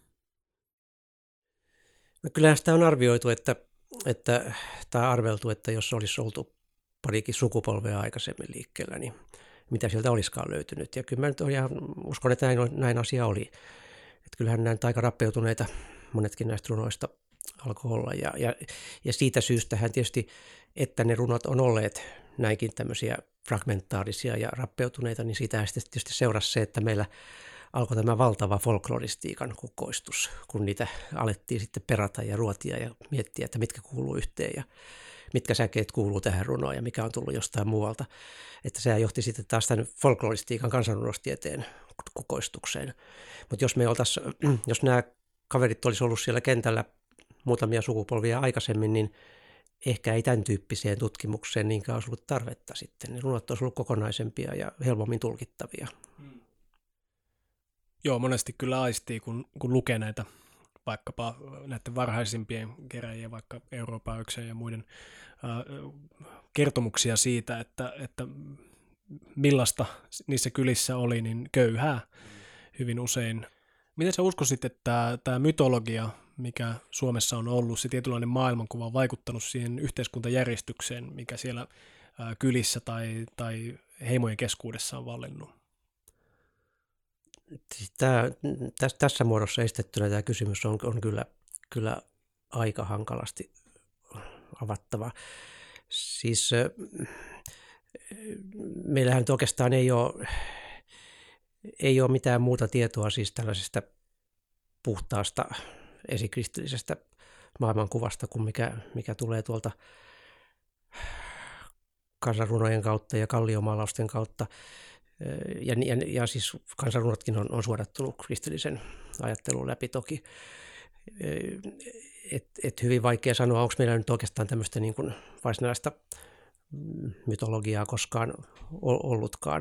No kyllähän sitä on arvioitu, että, että, tai arveltu, että jos olisi oltu parikin sukupolvea aikaisemmin liikkeellä, niin mitä sieltä olisikaan löytynyt. Ja kyllä mä nyt ihan uskon, että näin, näin asia oli. Että kyllähän näin aika rappeutuneita monetkin näistä runoista alkoi olla. Ja, ja, ja siitä syystähän tietysti, että ne runot on olleet näinkin tämmöisiä fragmentaarisia ja rappeutuneita, niin siitä sitten tietysti seurasi se, että meillä alkoi tämä valtava folkloristiikan kukoistus, kun niitä alettiin sitten perata ja ruotia ja miettiä, että mitkä kuuluu yhteen ja mitkä säkeet kuuluu tähän runoon ja mikä on tullut jostain muualta. Että se johti sitten taas tämän folkloristiikan kansanrunostieteen kukoistukseen. Mutta jos me oltaisiin, jos nämä kaverit olisi ollut siellä kentällä muutamia sukupolvia aikaisemmin, niin ehkä ei tämän tyyppiseen tutkimukseen niinkään olisi ollut tarvetta sitten. Ne runot olisi ollut kokonaisempia ja helpommin tulkittavia. Hmm. Joo, monesti kyllä aistii, kun, kun lukee näitä vaikkapa näiden varhaisimpien keräjien, vaikka Euroopan ja muiden kertomuksia siitä, että, että millaista niissä kylissä oli, niin köyhää hyvin usein. Miten sä uskoisit, että tämä mytologia, mikä Suomessa on ollut, se tietynlainen maailmankuva on vaikuttanut siihen yhteiskuntajärjestykseen, mikä siellä kylissä tai, tai heimojen keskuudessa on vallinnut? Tämä, tässä muodossa estettynä tämä kysymys on, on kyllä, kyllä aika hankalasti avattava. Siis meillähän oikeastaan ei ole, ei ole mitään muuta tietoa siis tällaisesta puhtaasta esikristillisestä maailmankuvasta kuin mikä, mikä tulee tuolta kansanrunojen kautta ja kalliomaalausten kautta. Ja, ja, ja siis kansanrunotkin on, on suodattunut kristillisen ajattelun läpi toki. Et, et hyvin vaikea sanoa, onko meillä nyt oikeastaan tämmöistä niin kuin varsinaista mytologiaa koskaan ollutkaan.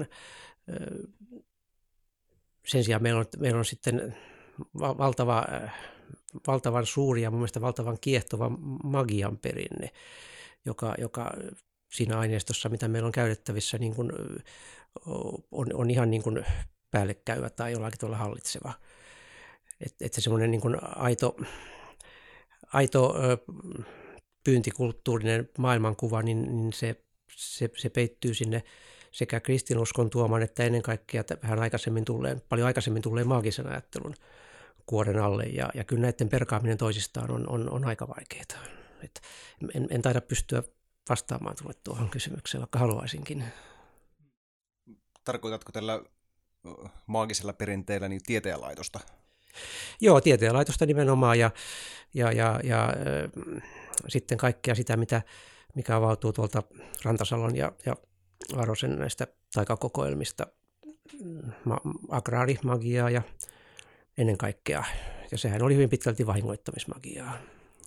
Sen sijaan meillä on, meillä on sitten valtava, valtavan suuri ja mun mielestä valtavan kiehtova magian perinne, joka, joka siinä aineistossa, mitä meillä on käytettävissä, niin kuin on, on ihan niin kuin päällekäyvä tai jollakin tavalla hallitseva. Että et se semmoinen niin kuin aito, aito ö, pyyntikulttuurinen maailmankuva, niin, niin se, se, se peittyy sinne sekä kristinuskon tuoman että ennen kaikkea vähän aikaisemmin tulleen, paljon aikaisemmin tulleen maagisen ajattelun kuoren alle. Ja, ja kyllä näiden perkaaminen toisistaan on, on, on aika vaikeaa. Et en, en taida pystyä vastaamaan tulle tuohon kysymykseen, vaikka haluaisinkin. Tarkoitatko tällä maagisella perinteellä niin tieteenlaitosta? Joo, tieteenlaitosta nimenomaan ja, ja, ja, ja äh, sitten kaikkea sitä, mitä, mikä avautuu tuolta Rantasalon ja, ja Arosen näistä taikakokoelmista, ma- agraarimagiaa ja ennen kaikkea. Ja sehän oli hyvin pitkälti vahingoittamismagiaa,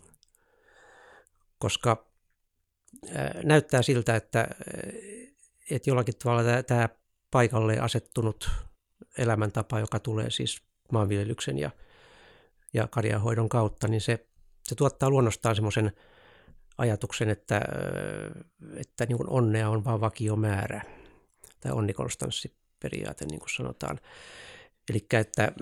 koska äh, näyttää siltä, että, että jollakin tavalla tämä paikalle asettunut elämäntapa, joka tulee siis maanviljelyksen ja, ja karjanhoidon kautta, niin se, se tuottaa luonnostaan semmoisen ajatuksen, että, että niin kuin onnea on vain vakiomäärä, tai onnikonstanssiperiaate, niin kuin sanotaan. Eli että,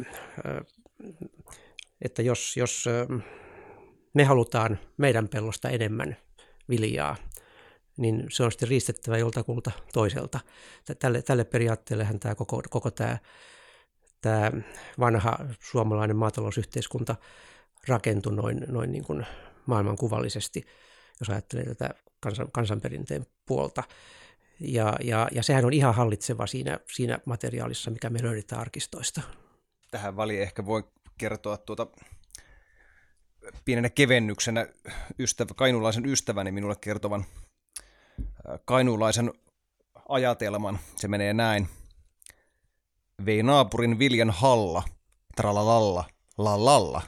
että jos, jos me halutaan meidän pellosta enemmän viljaa, niin se on sitten riistettävä joltakulta toiselta. Tälle, tälle periaatteellehan tämä koko, koko tämä, tämä vanha suomalainen maatalousyhteiskunta rakentui noin, noin niin kuin maailmankuvallisesti, jos ajattelee tätä kansan, kansanperinteen puolta. Ja, ja, ja sehän on ihan hallitseva siinä, siinä materiaalissa, mikä me löydetään arkistoista. Tähän väliin ehkä voi kertoa tuota pienenä kevennyksenä ystävä, kainuulaisen ystäväni minulle kertovan kainuulaisen ajatelman. Se menee näin. Vei naapurin viljan halla, tralalalla, lallalla.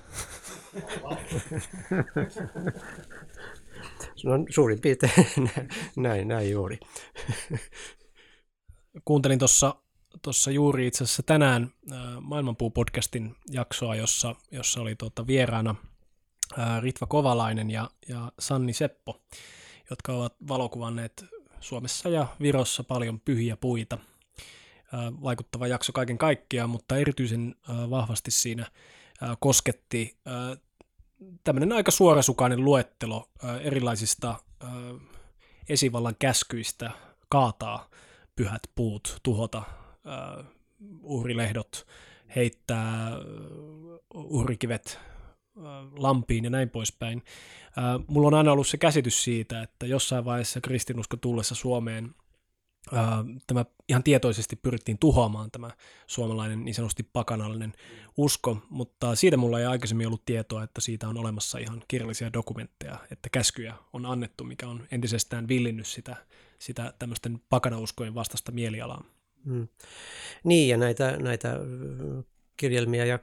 No suurin piirtein näin, näin juuri. Kuuntelin tuossa tuossa juuri itse asiassa tänään Maailmanpuu-podcastin jaksoa, jossa, jossa oli tuota vieraana Ritva Kovalainen ja, ja Sanni Seppo, jotka ovat valokuvanneet Suomessa ja Virossa paljon pyhiä puita. Vaikuttava jakso kaiken kaikkiaan, mutta erityisen vahvasti siinä kosketti tämmöinen aika suorasukainen luettelo erilaisista esivallan käskyistä kaataa pyhät puut, tuhota uhrilehdot, heittää uhrikivet lampiin ja näin poispäin. Mulla on aina ollut se käsitys siitä, että jossain vaiheessa kristinusko tullessa Suomeen tämä ihan tietoisesti pyrittiin tuhoamaan tämä suomalainen niin sanotusti pakanallinen usko, mutta siitä mulla ei aikaisemmin ollut tietoa, että siitä on olemassa ihan kirjallisia dokumentteja, että käskyjä on annettu, mikä on entisestään villinnyt sitä, sitä tämmöisten pakanauskojen vastaista mielialaa. Hmm. Niin, ja näitä, näitä kirjelmiä ja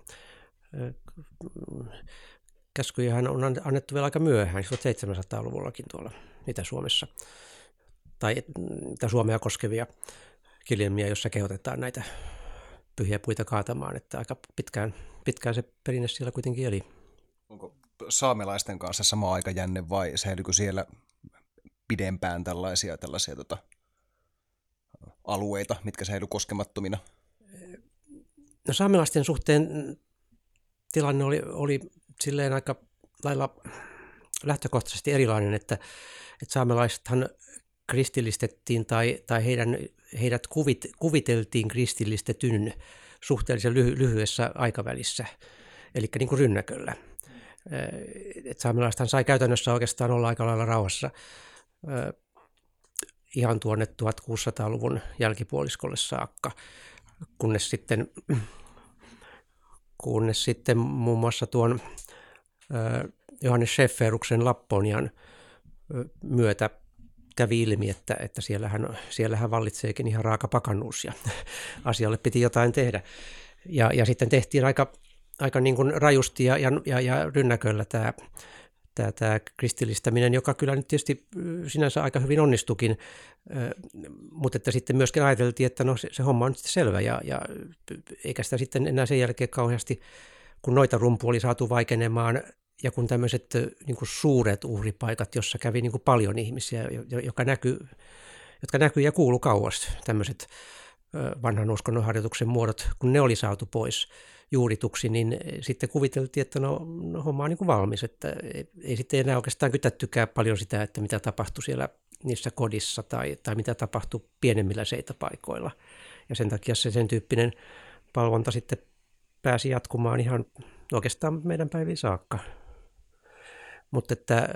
käskyjähän on annettu vielä aika myöhään, seitsemäntoistasataa-luvullakin tuolla Itä-Suomessa. Tai, tai Suomea koskevia kirjelmiä, jossa kehotetaan näitä pyhiä puita kaatamaan, että aika pitkään, pitkään se perinne siellä kuitenkin eli. Onko saamelaisten kanssa sama aikajänne vai säilykö siellä pidempään tällaisia, tällaisia tota, alueita, mitkä säily koskemattomina? No saamelaisten suhteen tilanne oli, oli silleen aika lailla lähtökohtaisesti erilainen, että, että saamelaisethan kristillistettiin tai, tai heidän, heidät kuvit, kuviteltiin kristillistetyn suhteellisen lyhy, lyhyessä aikavälissä, eli niin kuin rynnäköllä. Et saamelaisethan sai käytännössä oikeastaan olla aika lailla rauhassa ihan tuonne tuhatkuusisataaluvun jälkipuoliskolle saakka, kunnes sitten, kunnes sitten muun muassa tuon Johannes Schäferuksen Lapponian myötä kävi ilmi, että, että siellähän, siellähän vallitseekin ihan raaka pakannuus ja asialle piti jotain tehdä. Ja, ja sitten tehtiin aika, aika niin kuin rajusti ja, ja, ja rynnäköllä tämä, tämä, tämä kristillistäminen, joka kyllä nyt tietysti sinänsä aika hyvin onnistukin, mutta että sitten myöskin ajateltiin, että no se, se homma on nyt selvä ja, ja eikä sitä sitten enää sen jälkeen kauheasti, kun noita rumpu oli saatu vaikenemaan ja kun tämmöiset niin kuin suuret uhripaikat, jossa kävi niin kuin paljon ihmisiä, joka näkyy, jotka näkyy ja kuuluu kauas, tämmöiset vanhan uskonnonharjoituksen muodot, kun ne oli saatu pois juurituksi, niin sitten kuviteltiin, että no, no homma on niin kuin valmis, että ei, ei sitten enää oikeastaan kytättykään paljon sitä, että mitä tapahtui siellä niissä kodissa tai, tai mitä tapahtui pienemmillä seitapaikoilla. Ja sen takia se sen tyyppinen palvonta sitten pääsi jatkumaan ihan oikeastaan meidän päiviin saakka. Mutta että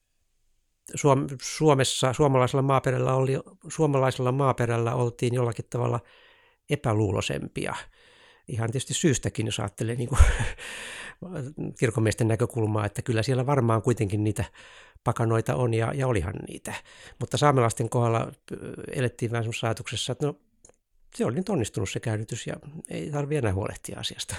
Suomessa, suomalaisella maaperällä, oli, suomalaisella maaperällä oltiin jollakin tavalla epäluulosempia. Ihan tietysti syystäkin, jos ajattelee niin kuin kirkonmiesten näkökulmaa, että kyllä siellä varmaan kuitenkin niitä pakanoita on ja, ja olihan niitä. Mutta saamelaisten kohdalla elettiin vähän semmoisessa ajatuksessa, että no se oli nyt onnistunut se käännytys ja ei tarvitse enää huolehtia asiasta.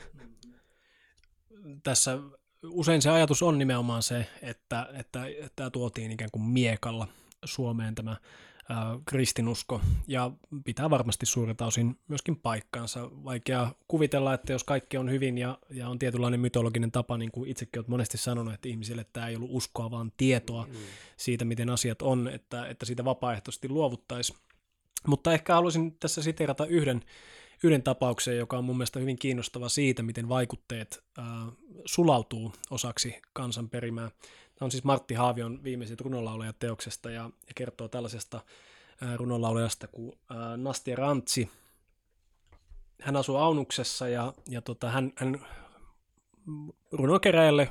Tässä usein se ajatus on nimenomaan se, että, että, että tämä tuotiin ikään kuin miekalla Suomeen tämä ää, kristinusko, ja pitää varmasti suurelta osin myöskin paikkaansa. Vaikea kuvitella, että jos kaikki on hyvin ja, ja on tietynlainen mytologinen tapa, niin kuin itsekin olet monesti sanonut, että ihmisille tämä ei ollut uskoa, vaan tietoa mm. siitä, miten asiat on, että, että siitä vapaaehtoisesti luovuttaisiin. Mutta ehkä haluaisin tässä siteerata yhden Yhden tapauksen, joka on mun mielestä hyvin kiinnostava siitä, miten vaikutteet äh, sulautuu osaksi kansanperimää. Tämä on siis Martti Haavion viimeiset runolaulajateoksesta ja, ja kertoo tällaisesta äh, runolaulajasta kuin äh, Nastia Rantsi. Hän asuu Aunuksessa ja, ja tota, hän, hän runokeräjälle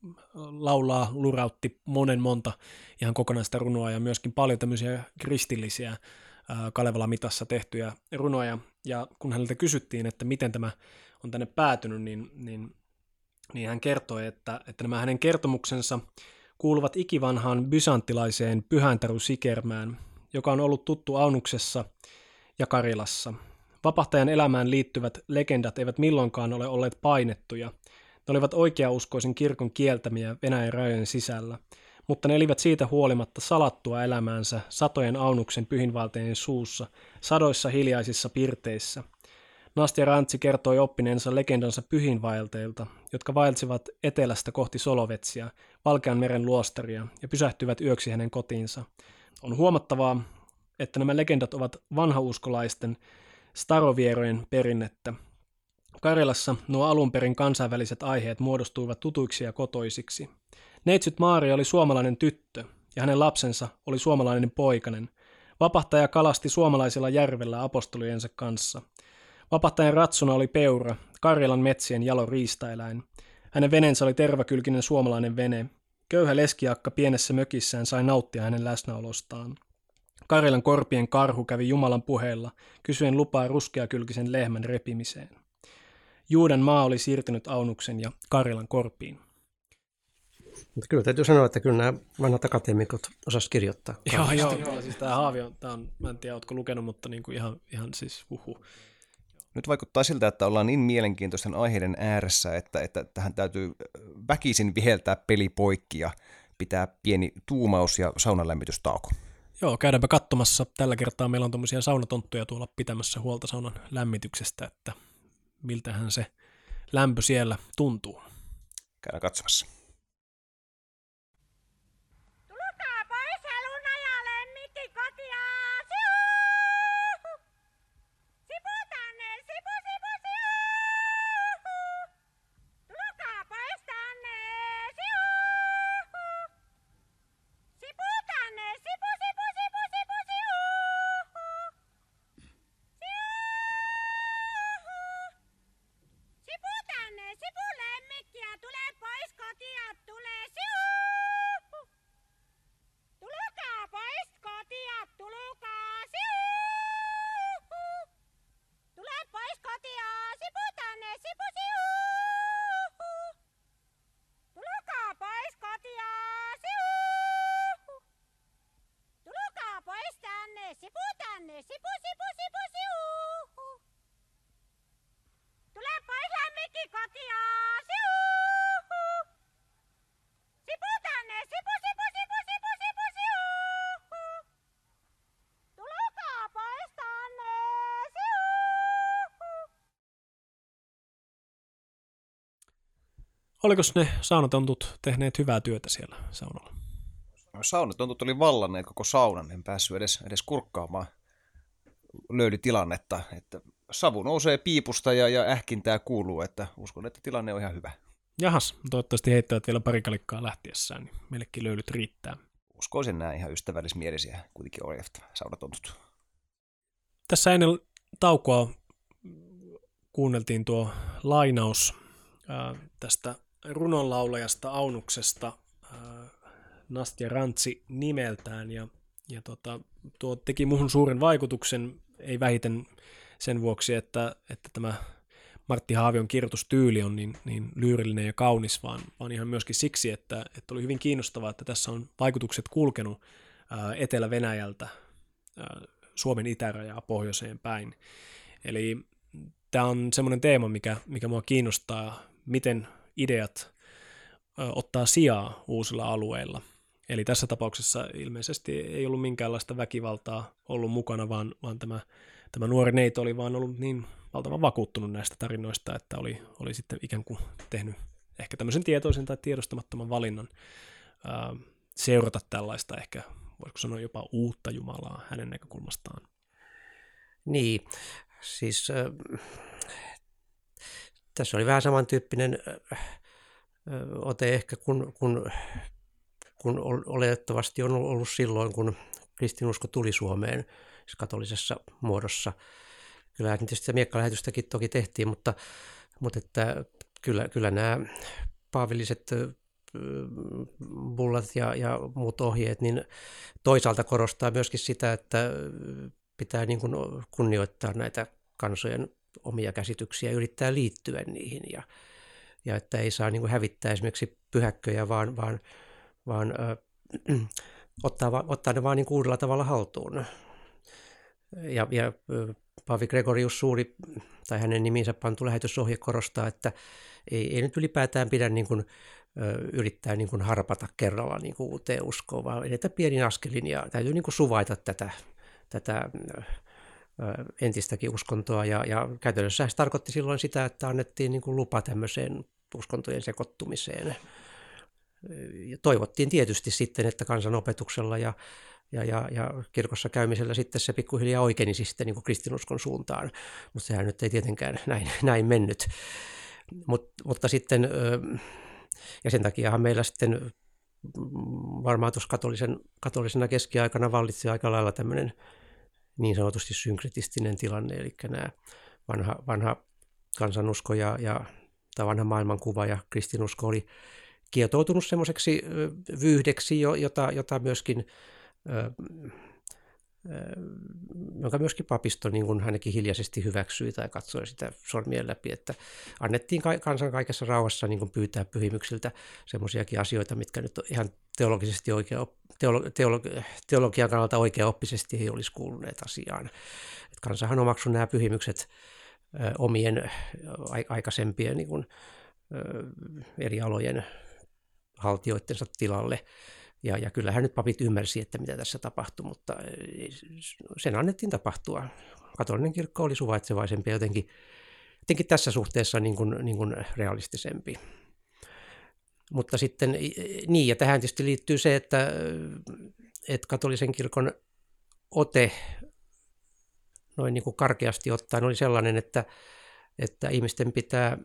laulaa, lurautti monen monta ihan kokonaista runoa ja myöskin paljon tämmöisiä kristillisiä Kalevala mitassa tehtyjä runoja, ja kun häneltä kysyttiin, että miten tämä on tänne päätynyt, niin, niin, niin hän kertoi, että, että nämä hänen kertomuksensa kuuluvat ikivanhaan bysanttilaiseen pyhäntäru Sikermään, joka on ollut tuttu Aunuksessa ja Karilassa. Vapahtajan elämään liittyvät legendat eivät milloinkaan ole olleet painettuja. Ne olivat oikeauskoisen kirkon kieltämiä Venäjän rajojen sisällä, mutta ne elivät siitä huolimatta salattua elämäänsä satojen Aunuksen pyhinvaltajien suussa, sadoissa hiljaisissa pirteissä. Nastia Rantsi kertoi oppineensa legendansa pyhinvaelteilta, jotka vaelsivat etelästä kohti Solovetsia, Valkeanmeren luostaria ja pysähtyivät yöksi hänen kotiinsa. On huomattavaa, että nämä legendat ovat vanhauskolaisten starovierojen perinnettä. Karjalassa nuo alunperin kansainväliset aiheet muodostuivat tutuiksi ja kotoisiksi. Neitsyt Maaria oli suomalainen tyttö, ja hänen lapsensa oli suomalainen poikanen. Vapahtaja kalasti suomalaisella järvellä apostoliensa kanssa. Vapahtajan ratsuna oli peura, Karjalan metsien jalo riistaeläin. Hänen veneensä oli terväkylkinen suomalainen vene. Köyhä leskiakka pienessä mökissään sai nauttia hänen läsnäolostaan. Karjalan korpien karhu kävi Jumalan puheella, kysyen lupaa ruskeakylkisen lehmän repimiseen. Juudan maa oli siirtynyt Aunuksen ja Karjalan korpiin. Mutta kyllä täytyy sanoa, että kyllä nämä vanhat akateemikot osasivat kirjoittaa. Joo, joo, joo, siis tämä Haavio, tämä on, mä en tiedä, oletko lukenut, mutta niin kuin ihan, ihan siis uhu. Nyt vaikuttaa siltä, että ollaan niin mielenkiintoisten aiheiden ääressä, että, että tähän täytyy väkisin viheltää peli poikki ja pitää pieni tuumaus- ja saunalämmitystauko. Joo, käydäänpä katsomassa. Tällä kertaa meillä on tuommoisia saunatonttuja tuolla pitämässä huolta saunan lämmityksestä, että miltähän se lämpö siellä tuntuu. Käydään katsomassa. Tulkaa pois, Oliko ne saunatontut tehneet hyvää työtä siellä saunalla? Saunatontut oli vallanneet koko saunan, en päässyt edes, edes kurkkaamaan löylytilannetta. Että savu nousee piipusta ja, ja ähkintää kuuluu, että uskon, että tilanne on ihan hyvä. Jahas, toivottavasti heittävät vielä pari kalikkaa lähtiessään, niin meillekin löylyt riittää. Uskoisin nämä ihan ystävällismielisiä kuitenkin olivat saunatontut. Tässä ennen taukoa kuunneltiin tuo lainaus ää, tästä runonlaulajasta Aunuksesta, ää, Nastja Rantsi nimeltään, ja, ja tota, tuo teki muhun suuren vaikutuksen, ei vähiten sen vuoksi, että, että tämä Martti Haavion kirjoitustyyli on niin, niin lyyrillinen ja kaunis, vaan, vaan ihan myöskin siksi, että, että oli hyvin kiinnostavaa, että tässä on vaikutukset kulkenut ää, Etelä-Venäjältä ää, Suomen itärajaa pohjoiseen päin. Eli tämä on semmoinen teema, mikä, mikä mua kiinnostaa, miten ideat ää, ottaa sijaa uusilla alueilla. Eli tässä tapauksessa ilmeisesti ei ollut minkäänlaista väkivaltaa ollut mukana, vaan, vaan tämä, tämä nuori neito oli vaan ollut niin valtavan vakuuttunut näistä tarinoista, että oli, oli sitten ikään kuin tehnyt ehkä tämmöisen tietoisen tai tiedostamattoman valinnan ää, seurata tällaista ehkä, voisiko sanoa jopa uutta Jumalaa hänen näkökulmastaan. Niin, siis äh, tässä oli vähän samantyyppinen äh, ote ehkä kun, kun, kun oletettavasti on ollut silloin, kun kristinusko tuli Suomeen siis katolisessa muodossa. Kyllä tietysti sitä miekkalähetystäkin toki tehtiin, mutta, mutta että kyllä, kyllä nämä paavilliset bullat ja, ja muut ohjeet, niin toisaalta korostaa myöskin sitä, että pitää niin kuin kunnioittaa näitä kansojen omia käsityksiä ja yrittää liittyä niihin. Ja, ja että ei saa niin kuin hävittää esimerkiksi pyhäkköjä, vaan, vaan, vaan äh, ottaa, ottaa ne vaan niin kuin uudella tavalla haltuun. Ja, ja Paavi Gregorius Suuri, tai hänen niminsä pantu lähetysohje korostaa, että ei, ei nyt ylipäätään pidä niin kuin, ö, yrittää niin kuin harpata kerralla niin kuin uuteen uskoon, vaan edetä pienin askelin ja täytyy niin kuin suvaita tätä, tätä ö, entistäkin uskontoa. Ja, ja käytännössä se tarkoitti silloin sitä, että annettiin niin kuin lupa tämmöiseen uskontojen sekoittumiseen. Ja toivottiin tietysti sitten, että kansanopetuksella ja Ja, ja, ja kirkossa käymisellä sitten se pikkuhiljaa oikenisi sitten niin kuin kristinuskon suuntaan, mutta sehän nyt ei tietenkään näin, näin mennyt. Mut, mutta sitten, ja sen takiahan meillä sitten varmaan tuossa katolisen, katolisena keskiaikana vallitsi aika lailla tämmöinen niin sanotusti synkretistinen tilanne, eli nämä vanha, vanha kansanusko ja, ja tai vanha maailmankuva ja kristinusko oli kietoutunut semmoiseksi vyyhdeksi, jota, jota myöskin jonka myöskin papisto niin kuin hänkin hiljaisesti hyväksyi tai katsoi sitä sormien läpi, että annettiin kansan kaikessa rauhassa niin kuin pyytää pyhimyksiltä semmoisiakin asioita, mitkä nyt ihan teologisesti oikea, teolo, teolo, teologian kannalta oikeaoppisesti ei olisi kuuluneet asiaan. Et kansahan omaksui nämä pyhimykset ö, omien aikaisempien niin kuin, ö, eri alojen haltijoittensa tilalle. Ja, ja kyllähän nyt papit ymmärsi, että mitä tässä tapahtui, mutta sen annettiin tapahtua. Katolinen kirkko oli suvaitsevaisempi ja jotenkin, jotenkin tässä suhteessa niin kuin, niin kuin realistisempi. Mutta sitten, niin ja tähän tietysti liittyy se, että, että katolisen kirkon ote noin niin kuin karkeasti ottaen oli sellainen, että, että ihmisten pitää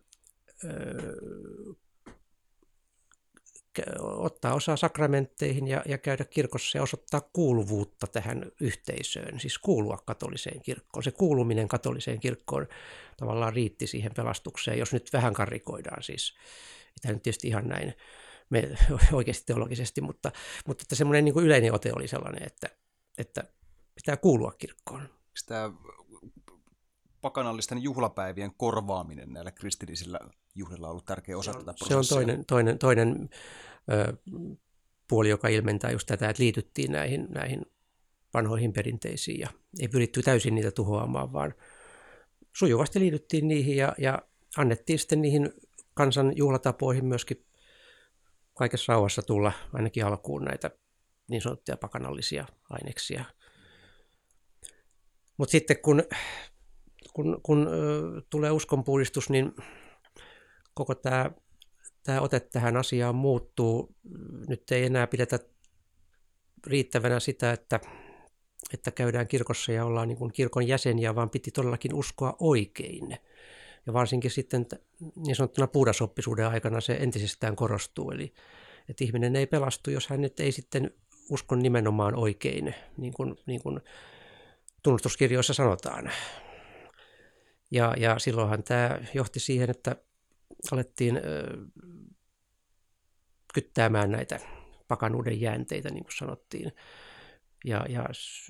ottaa osaa sakramentteihin ja, ja käydä kirkossa ja osoittaa kuuluvuutta tähän yhteisöön, siis kuulua katoliseen kirkkoon. Se kuuluminen katoliseen kirkkoon tavallaan riitti siihen pelastukseen, jos nyt vähän karrikoidaan siis. Tämä nyt tietysti ihan näin me, oikeasti teologisesti, mutta, mutta että semmoinen niin kuin yleinen ote oli sellainen, että, että pitää kuulua kirkkoon. Tämä pakanallisten juhlapäivien korvaaminen näillä kristillisillä juhlilla on ollut tärkeä osa tätä prosessia. Se on toinen, toinen, toinen ö, puoli, joka ilmentää just tätä, että liityttiin näihin, näihin vanhoihin perinteisiin ja ei pyritty täysin niitä tuhoamaan, vaan sujuvasti liityttiin niihin ja, ja annettiin sitten niihin kansan juhlatapoihin myöskin kaikessa rauhassa tulla ainakin alkuun näitä niin sanottuja pakanallisia aineksia. Mutta sitten kun Kun, kun ö, tulee uskonpuhdistus, niin koko tämä tämä ote tähän asiaan muuttuu. Nyt ei enää pidetä riittävänä sitä, että, että käydään kirkossa ja ollaan niin kuin kirkon jäseniä, vaan piti todellakin uskoa oikein. Ja varsinkin sitten niin sanottuna puhdasoppisuuden aikana se entisestään korostuu. Eli että ihminen ei pelastu, jos hän nyt ei sitten usko nimenomaan oikein, niin kuin, niin kuin tunnustuskirjoissa sanotaan. Ja, ja silloinhan tämä johti siihen, että alettiin ö, kyttäämään näitä pakanuuden jäänteitä, niin kuin sanottiin. Ja, ja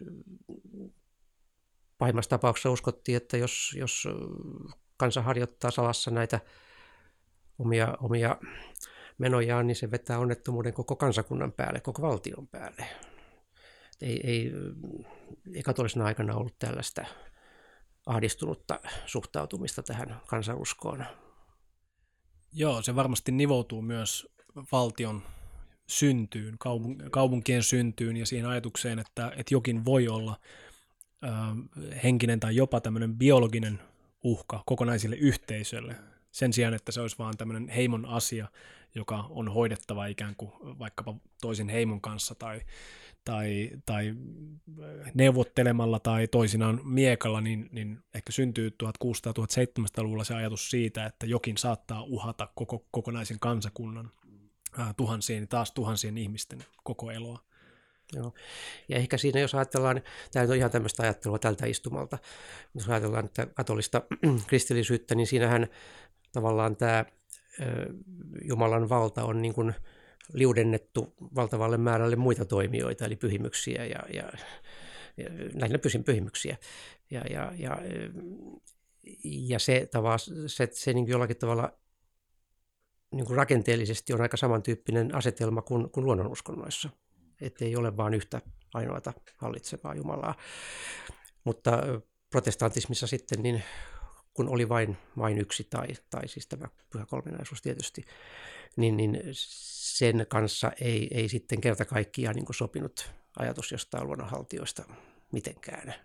pahimmassa tapauksessa uskottiin, että jos, jos kansa harjoittaa salassa näitä omia, omia menojaan, niin se vetää onnettomuuden koko kansakunnan päälle, koko valtion päälle. Ei, ei, ei katolisena aikana ollut tällaista ahdistunutta suhtautumista tähän kansanuskoon. Joo, se varmasti nivoutuu myös valtion syntyyn, kaupun- kaupunkien syntyyn ja siihen ajatukseen, että, että jokin voi olla ö, henkinen tai jopa tämmöinen biologinen uhka kokonaisille yhteisölle. Sen sijaan, että se olisi vaan tämmöinen heimon asia, joka on hoidettava ikään kuin vaikkapa toisen heimon kanssa tai, tai, tai neuvottelemalla tai toisinaan miekalla, niin, niin ehkä syntyy tuhatkuusisataa-tuhatseitsemänsataaluvulla se ajatus siitä, että jokin saattaa uhata koko, kokonaisen kansakunnan ää, tuhansien, taas tuhansien ihmisten koko eloa. Joo. Ja ehkä siinä, jos ajatellaan, tämä on ihan tämmöistä ajattelua tältä istumalta, jos ajatellaan että katolista kristillisyyttä, niin siinähän tavallaan tämä Jumalan valta on niin kuin liudennettu valtavalle määrälle muita toimijoita, eli pyhimyksiä ja, ja, ja lähinnä pysin pyhimyksiä. Ja, ja, ja, ja se, tava, se, se niin jollakin tavalla niin kuin rakenteellisesti on aika samantyyppinen asetelma kuin, kuin luonnonuskonnoissa. Että ei ole vain yhtä ainoata hallitsevaa Jumalaa. Mutta protestantismissa sitten, niin kun oli vain, vain yksi, tai, tai siis tämä pyhä kolminaisuus tietysti, niin, niin sen kanssa ei, ei sitten kerta kaikkiaan niin kuin sopinut ajatus jostain luonnonhaltijoista mitenkään.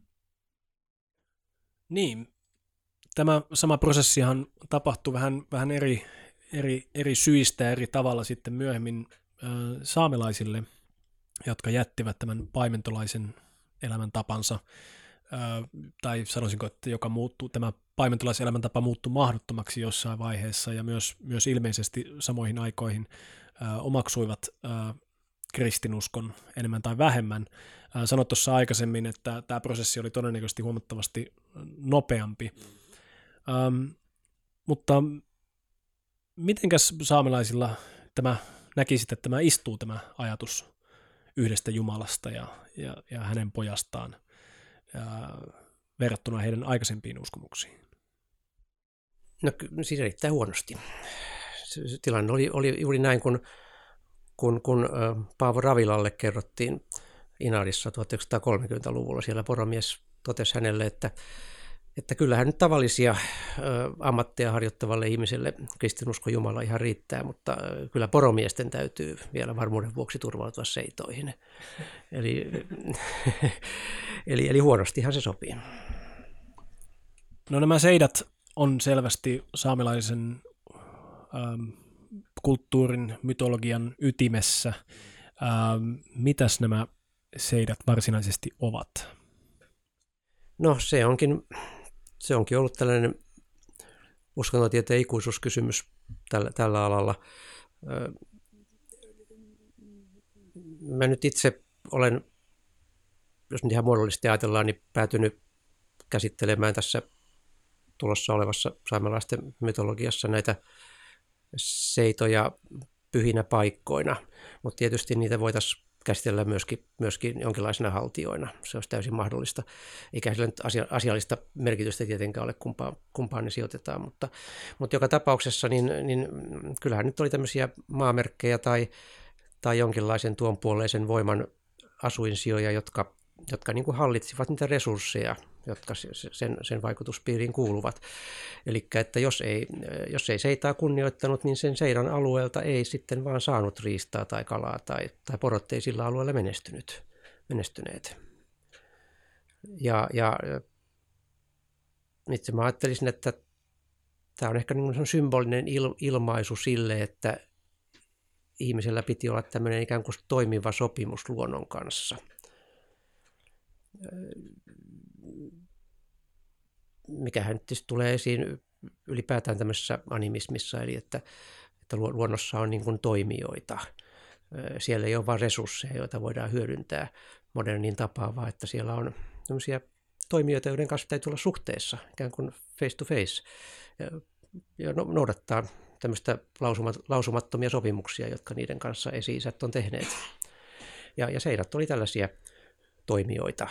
Niin, tämä sama prosessihan tapahtui vähän, vähän eri, eri, eri syistä ja eri tavalla sitten myöhemmin äh, saamelaisille, jotka jättivät tämän paimentolaisen elämäntapansa, tai sanoisinko, että joka muuttuu, tämä paimentolaisen elämäntapa muuttui mahdottomaksi jossain vaiheessa ja myös, myös ilmeisesti samoihin aikoihin ää, omaksuivat ää, kristinuskon enemmän tai vähemmän. Ää, sanoit tuossa aikaisemmin, että tämä prosessi oli todennäköisesti huomattavasti nopeampi. Ähm, mutta mitenkäs saamelaisilla tämä, näkisit, että tämä istuu tämä ajatus yhdestä Jumalasta ja, ja, ja hänen pojastaan verrattuna heidän aikaisempiin uskomuksiin? No siis erittäin huonosti. Se tilanne oli, oli juuri näin, kun, kun, kun Paavo Ravilalle kerrottiin Inarissa tuhatyhdeksänsataakolmekymmentäluvulla. Siellä poromies totesi hänelle, että, että kyllähän nyt tavallisia ammatteja harjoittavalle ihmiselle kristinusko Jumala ihan riittää, mutta kyllä poromiesten täytyy vielä varmuuden vuoksi turvautua seitoihin. Eli, eli, eli huonostihan se sopii. No nämä seidat on selvästi saamelaisen ähm, kulttuurin, mytologian ytimessä. Ähm, mitäs nämä seidat varsinaisesti ovat? No se onkin, se onkin ollut tällainen uskontotieteen ikuisuuskysymys tällä, tällä alalla. Mä nyt itse olen, jos nyt ihan muodollisesti ajatellaan, niin päätynyt käsittelemään tässä tulossa olevassa saamelaisten mytologiassa näitä seitoja pyhinä paikkoina, mutta tietysti niitä voitaisiin käsitellä myöskin, myöskin jonkinlaisena haltioina. Se olisi täysin mahdollista. Eikä sillä nyt asia, asiallista merkitystä tietenkään ole, kumpaan, kumpaan ne sijoitetaan, mutta, mutta joka tapauksessa niin, niin kyllähän nyt oli tämmöisiä maamerkkejä tai, tai jonkinlaisen tuonpuoleisen voiman asuinsijoja, jotka, jotka niin kuin hallitsivat niitä resursseja, jotka sen, sen vaikutuspiiriin kuuluvat. Eli että jos ei, jos ei seitaa kunnioittanut, niin sen seidan alueelta ei sitten vaan saanut riistaa tai kalaa tai, tai porot ei sillä alueella menestynyt, menestyneet. Ja, ja itse mä ajattelisin, että tämä on ehkä niin kuin symbolinen il, ilmaisu sille, että ihmisellä piti olla tämmöinen ikään kuin toimiva sopimus luonnon kanssa. Mikähän nyt tulee esiin ylipäätään tämmöisessä animismissa, eli että, että luonnossa on niin kuin toimijoita. Siellä ei ole vain resursseja, joita voidaan hyödyntää modernin tapaan, vaan että siellä on tämmöisiä toimijoita, joiden kanssa täytyy olla suhteessa, ikään kuin face to face, ja, ja noudattaa tämmöistä lausumat, lausumattomia sopimuksia, jotka niiden kanssa esi-isät on tehneet. Ja, ja seinät oli tällaisia toimijoita.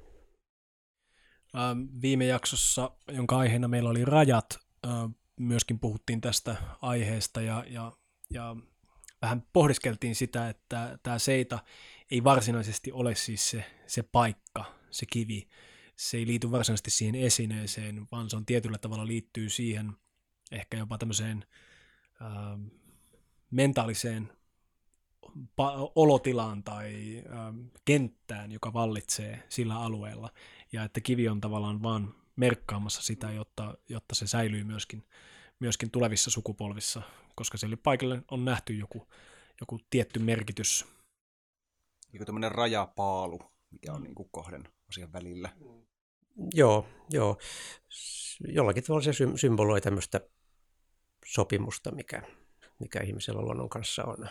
Viime jaksossa, jonka aiheena meillä oli rajat, myöskin puhuttiin tästä aiheesta ja, ja, ja vähän pohdiskeltiin sitä, että tämä seita ei varsinaisesti ole siis se, se paikka, se kivi. Se ei liity varsinaisesti siihen esineeseen, vaan se on tietyllä tavalla liittyy siihen ehkä jopa tämmöiseen ää, mentaaliseen pa- olotilaan tai ää, kenttään, joka vallitsee sillä alueella. Ja että kivi on tavallaan vaan merkkaamassa sitä, jotta, jotta se säilyy myöskin, myöskin tulevissa sukupolvissa, koska sille paikalle on nähty joku, joku tietty merkitys. Niin tämmöinen rajapaalu, mikä on niin kuin kahden asian välillä. Joo, joo. Jollakin tavalla se symboloi tämmöistä sopimusta, mikä, mikä ihmisellä luonnon kanssa on.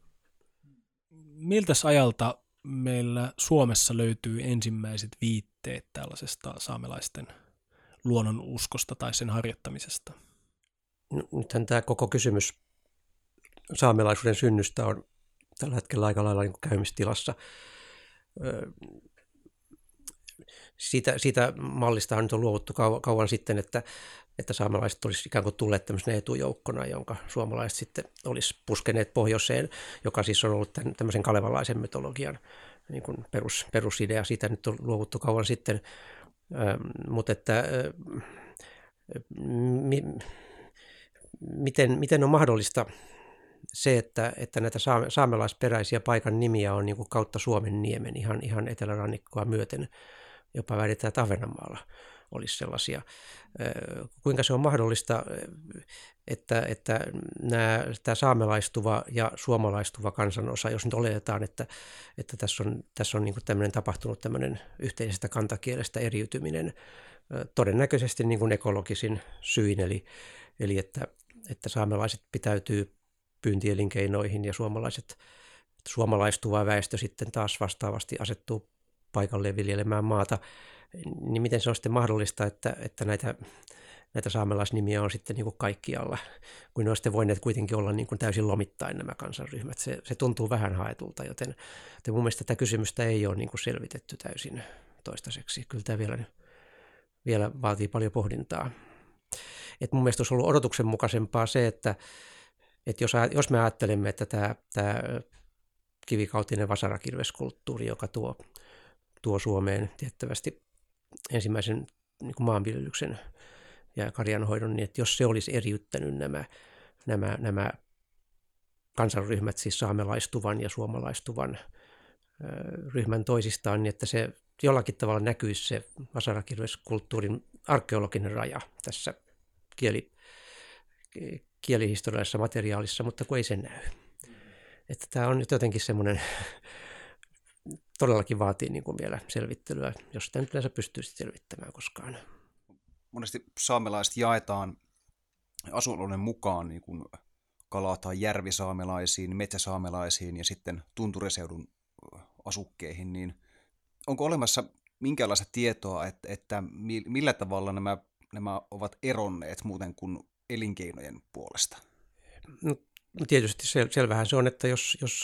Miltäs ajalta meillä Suomessa löytyy ensimmäiset viitteet tällaisesta saamelaisten luonnonuskosta tai sen harjoittamisesta? No, nythän tämä koko kysymys saamelaisuuden synnystä on tällä hetkellä aika lailla niin kuin käymistilassa. Siitä, siitä mallistahan nyt on luovuttu kauan, kauan sitten, että, että saamelaiset olisi ikään kuin tulleet tämmöisenä etujoukkona, jonka suomalaiset sitten olisi puskeneet pohjoiseen, joka siis on ollut tämän, tämmöisen kalevalaisen mytologian niin kuin perus, perusidea. Siitä nyt on luovuttu kauan sitten, ähm, mutta että äh, mi, miten, miten on mahdollista se, että, että näitä saamelaisperäisiä paikan nimiä on niin kuin kautta Suomen niemen ihan, ihan etelärannikkoa myöten, jopa väitetään, että Ahvenanmaalla olisi sellaisia. Kuinka se on mahdollista, että, että nämä, tämä saamelaistuva ja suomalaistuva kansanosa, jos nyt oletetaan, että, että tässä on, tässä on niin kuin tämmöinen tapahtunut tämmöinen yhteisestä kantakielestä eriytyminen, todennäköisesti niin kuin ekologisin syin, eli, eli että, että saamelaiset pitäytyy pyyntielinkeinoihin ja suomalaiset, suomalaistuva väestö sitten taas vastaavasti asettuu paikalleen viljelemään maata, niin miten se on sitten mahdollista, että, että näitä, näitä saamelaisnimiä on sitten niin kuin kaikkialla, kun ne on sitten voineet kuitenkin olla niin kuin täysin lomittain nämä kansanryhmät. Se, se tuntuu vähän haetulta, joten, joten mun mielestä tätä kysymystä ei ole niin kuin selvitetty täysin toistaiseksi. Kyllä tämä vielä, vielä vaatii paljon pohdintaa. Et mun mielestä olisi ollut odotuksenmukaisempaa se, että, että jos, jos me ajattelemme, että tämä, tämä kivikautinen vasarakirveskulttuuri, joka tuo tuo Suomeen tiettävästi ensimmäisen niin kuin maanviljelyksen ja karjanhoidon, niin että jos se olisi eriyttänyt nämä, nämä, nämä kansanryhmät, siis saamelaistuvan ja suomalaistuvan ryhmän toisistaan, niin että se jollakin tavalla näkyisi se vasarakirveskulttuurin arkeologinen raja tässä kieli, kielihistoriallisessa materiaalissa, mutta kun ei se näy. Että tämä on nyt jotenkin semmoinen todellakin vaatii niin kuin vielä selvittelyä, jos sitä nyt yleensä pystyisi selvittämään koskaan. Monesti saamelaiset jaetaan asuinalueen mukaan niin kuin kala- tai järvisaamelaisiin, metsäsaamelaisiin ja sitten tunturiseudun asukkeihin. Niin onko olemassa minkälaista tietoa, että, että millä tavalla nämä, nämä ovat eronneet muuten kuin elinkeinojen puolesta? No, tietysti sel- selvähän se on, että jos... jos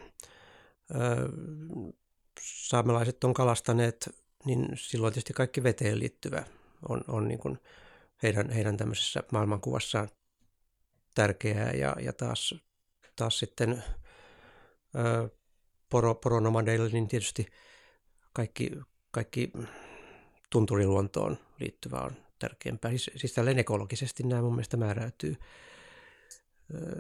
öö, saamelaiset on kalastaneet, niin silloin tietysti kaikki veteen liittyvä on, on niin kuin heidän, heidän tämmöisessä maailmankuvassaan tärkeää. Ja, ja taas, taas sitten ää, poro, poronomadeille niin tietysti kaikki, kaikki tunturiluontoon liittyvä on tärkeämpää. Siis, siis tälleen ekologisesti nämä mun mielestä määräytyy. Ää,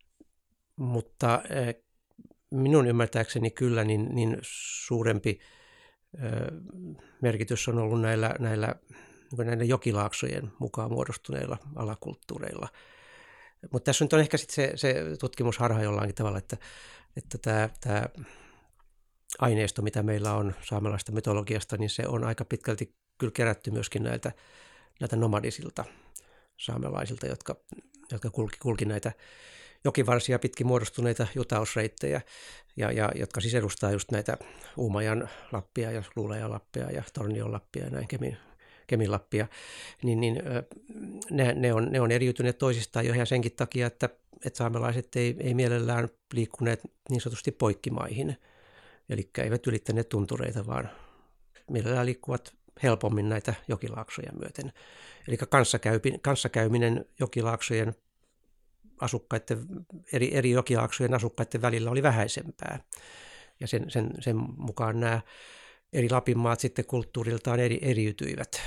mutta ää, minun ymmärtääkseni kyllä niin, niin suurempi ö, merkitys on ollut näillä, näillä niin näiden jokilaaksojen mukaan muodostuneilla alakulttuureilla. Mutta tässä nyt on ehkä sit se, se tutkimusharha jollain tavalla, että, että tämä, tämä aineisto, mitä meillä on saamelaista mytologiasta, niin se on aika pitkälti kyllä kerätty myöskin näiltä, näiltä nomadisilta saamelaisilta, jotka, jotka kulki, kulki näitä jokivarsia pitkin muodostuneita jutausreittejä, ja, ja, jotka siis edustaa just näitä Uumajan Lappia ja Luulajan Lappia ja Tornion Lappia ja näin Kemin, Kemin Lappia, niin, niin ne, ne, on, ne on eriytyneet toisistaan jo ihan senkin takia, että, että saamelaiset ei, ei mielellään liikkuneet niin sanotusti poikkimaihin, eli eivät ylittäneet tuntureita, vaan mielellään liikkuvat helpommin näitä jokilaaksoja myöten. Eli kanssakäyminen jokilaaksojen asukkaiden, eri, eri jokilaaksojen asukkaiden välillä oli vähäisempää. Ja sen, sen, sen mukaan nämä eri Lapinmaat sitten kulttuuriltaan eri, eriytyivät.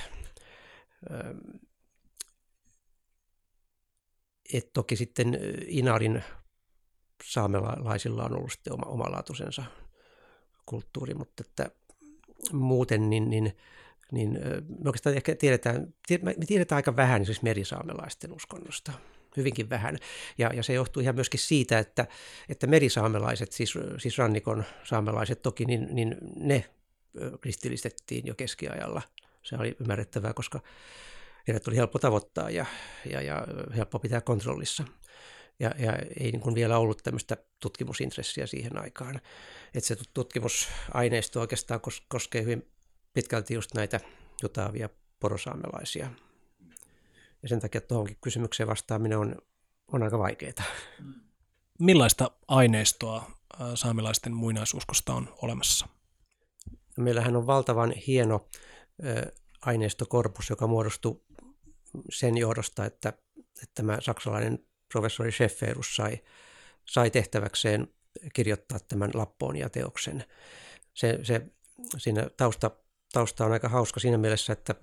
Et toki sitten Inarin saamelaisilla on ollut sitten oma, omalaatuisensa kulttuuri, mutta että muuten niin, niin, niin me oikeastaan ehkä tiedetään, me tiedetään aika vähän esimerkiksi merisaamelaisten uskonnosta. Hyvinkin vähän. Ja, ja se johtuu ihan myöskin siitä, että, että merisaamelaiset, siis, siis rannikon saamelaiset toki, niin, niin ne kristillistettiin jo keskiajalla. Se oli ymmärrettävää, koska heidät oli helppo tavoittaa ja, ja, ja helppo pitää kontrollissa. Ja, ja ei niin kuin vielä ollut tämmöistä tutkimusintressiä siihen aikaan. Että se tutkimusaineisto oikeastaan koskee hyvin pitkälti just näitä jutaavia porosaamelaisia. Ja sen takia tuohonkin kysymykseen vastaaminen on, on aika vaikeaa. Millaista aineistoa saamelaisten muinaisuskosta on olemassa? Meillähän on valtavan hieno aineistokorpus, joka muodostui sen johdosta, että, että tämä saksalainen professori Schefferus sai, sai tehtäväkseen kirjoittaa tämän Lapponia-teoksen. Se, se, siinä tausta, tausta on aika hauska siinä mielessä, että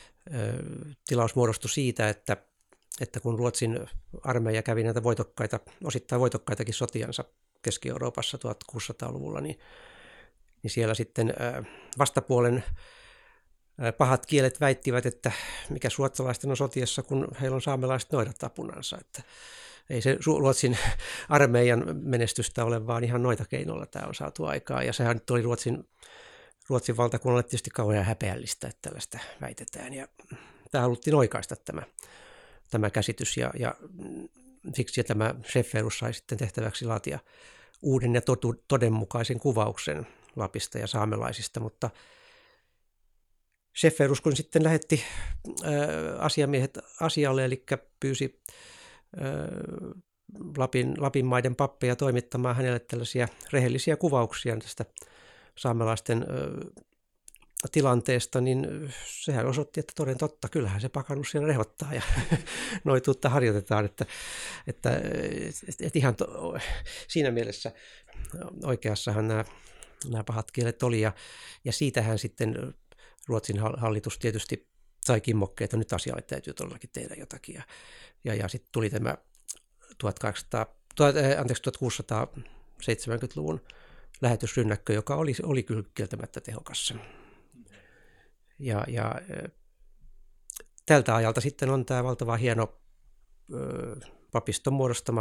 tilaus muodostui siitä, että, että kun Ruotsin armeija kävi näitä voitokkaita, osittain voitokkaitakin sotiansa Keski-Euroopassa tuhatkuusisataaluvulla, niin, niin siellä sitten vastapuolen pahat kielet väittivät, että mikä ruotsalaisten on sotiessa, kun heillä on saamelaiset noidat apunansa. Että ei se Ruotsin armeijan menestystä ole, vaan ihan noita keinoilla tämä on saatu aikaan. Ja sehän nyt oli Ruotsin Ruotsin valtakunnalle tietysti kauhean häpeällistä, että tällaista väitetään. Ja tämä haluttiin oikaista tämä, tämä käsitys, ja, ja siksi tämä Schefferus sai sitten tehtäväksi laatia uuden ja totu, todenmukaisen kuvauksen Lapista ja saamelaisista, mutta Schefferus kun sitten lähetti ää, asiamiehet asialle, eli pyysi ää, Lapin, Lapin maiden pappeja toimittamaan hänelle tällaisia rehellisiä kuvauksia tästä saamelaisten ö, tilanteesta, niin sehän osoitti, että toden totta, kyllähän se pakannus siellä rehottaa ja noituutta harjoitetaan, että, että, että ihan to, siinä mielessä oikeassahan nämä, nämä pahat kielet oli, ja, ja siitähän sitten Ruotsin hallitus tietysti sai kimmokkeita, nyt asialle täytyy todellakin tehdä jotakin, ja, ja, ja sitten tuli tämä tuhatkuusisataaseitsemänkymmentäluvun lähetysrynnäkkö, joka oli, oli kyllä kieltämättä tehokas. Ja, ja tältä ajalta sitten on tämä valtava hieno ö, papiston muodostama,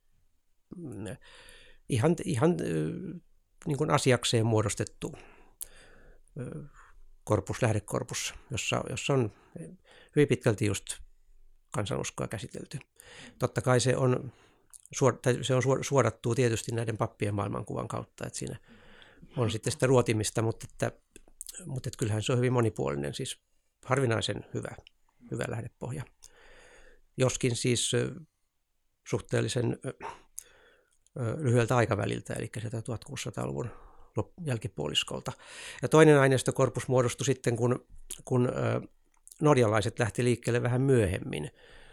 ihan, ihan ö, niin kuin asiakseen muodostettu ö, korpus, lähdekorpus, jossa, jossa on hyvin pitkälti just kansanuskoa käsitelty. Totta kai se on se on suodattuu tietysti näiden pappien maailmankuvan kautta, että siinä on sitten sitä ruotimista, mutta, että, mutta että kyllähän se on hyvin monipuolinen, siis harvinaisen hyvä, hyvä lähdepohja. Joskin siis suhteellisen lyhyeltä aikaväliltä, eli sieltä tuhatkuusisataaluvun jälkipuoliskolta. Ja toinen aineistokorpus muodostui sitten, kun, kun norjalaiset lähti liikkeelle vähän myöhemmin,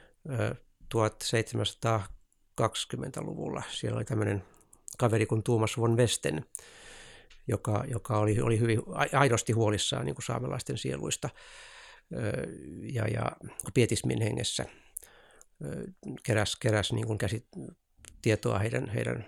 tuhatseitsemänsataakaksikymmentäluvulla. Siellä oli tämmöinen kaveri kuin Thomas von Westen, joka, joka oli, oli hyvin aidosti huolissaan niin kuin saamelaisten sieluista ja, ja pietismin hengessä keräsi, keräsi niin kuin käsit, tietoa heidän, heidän,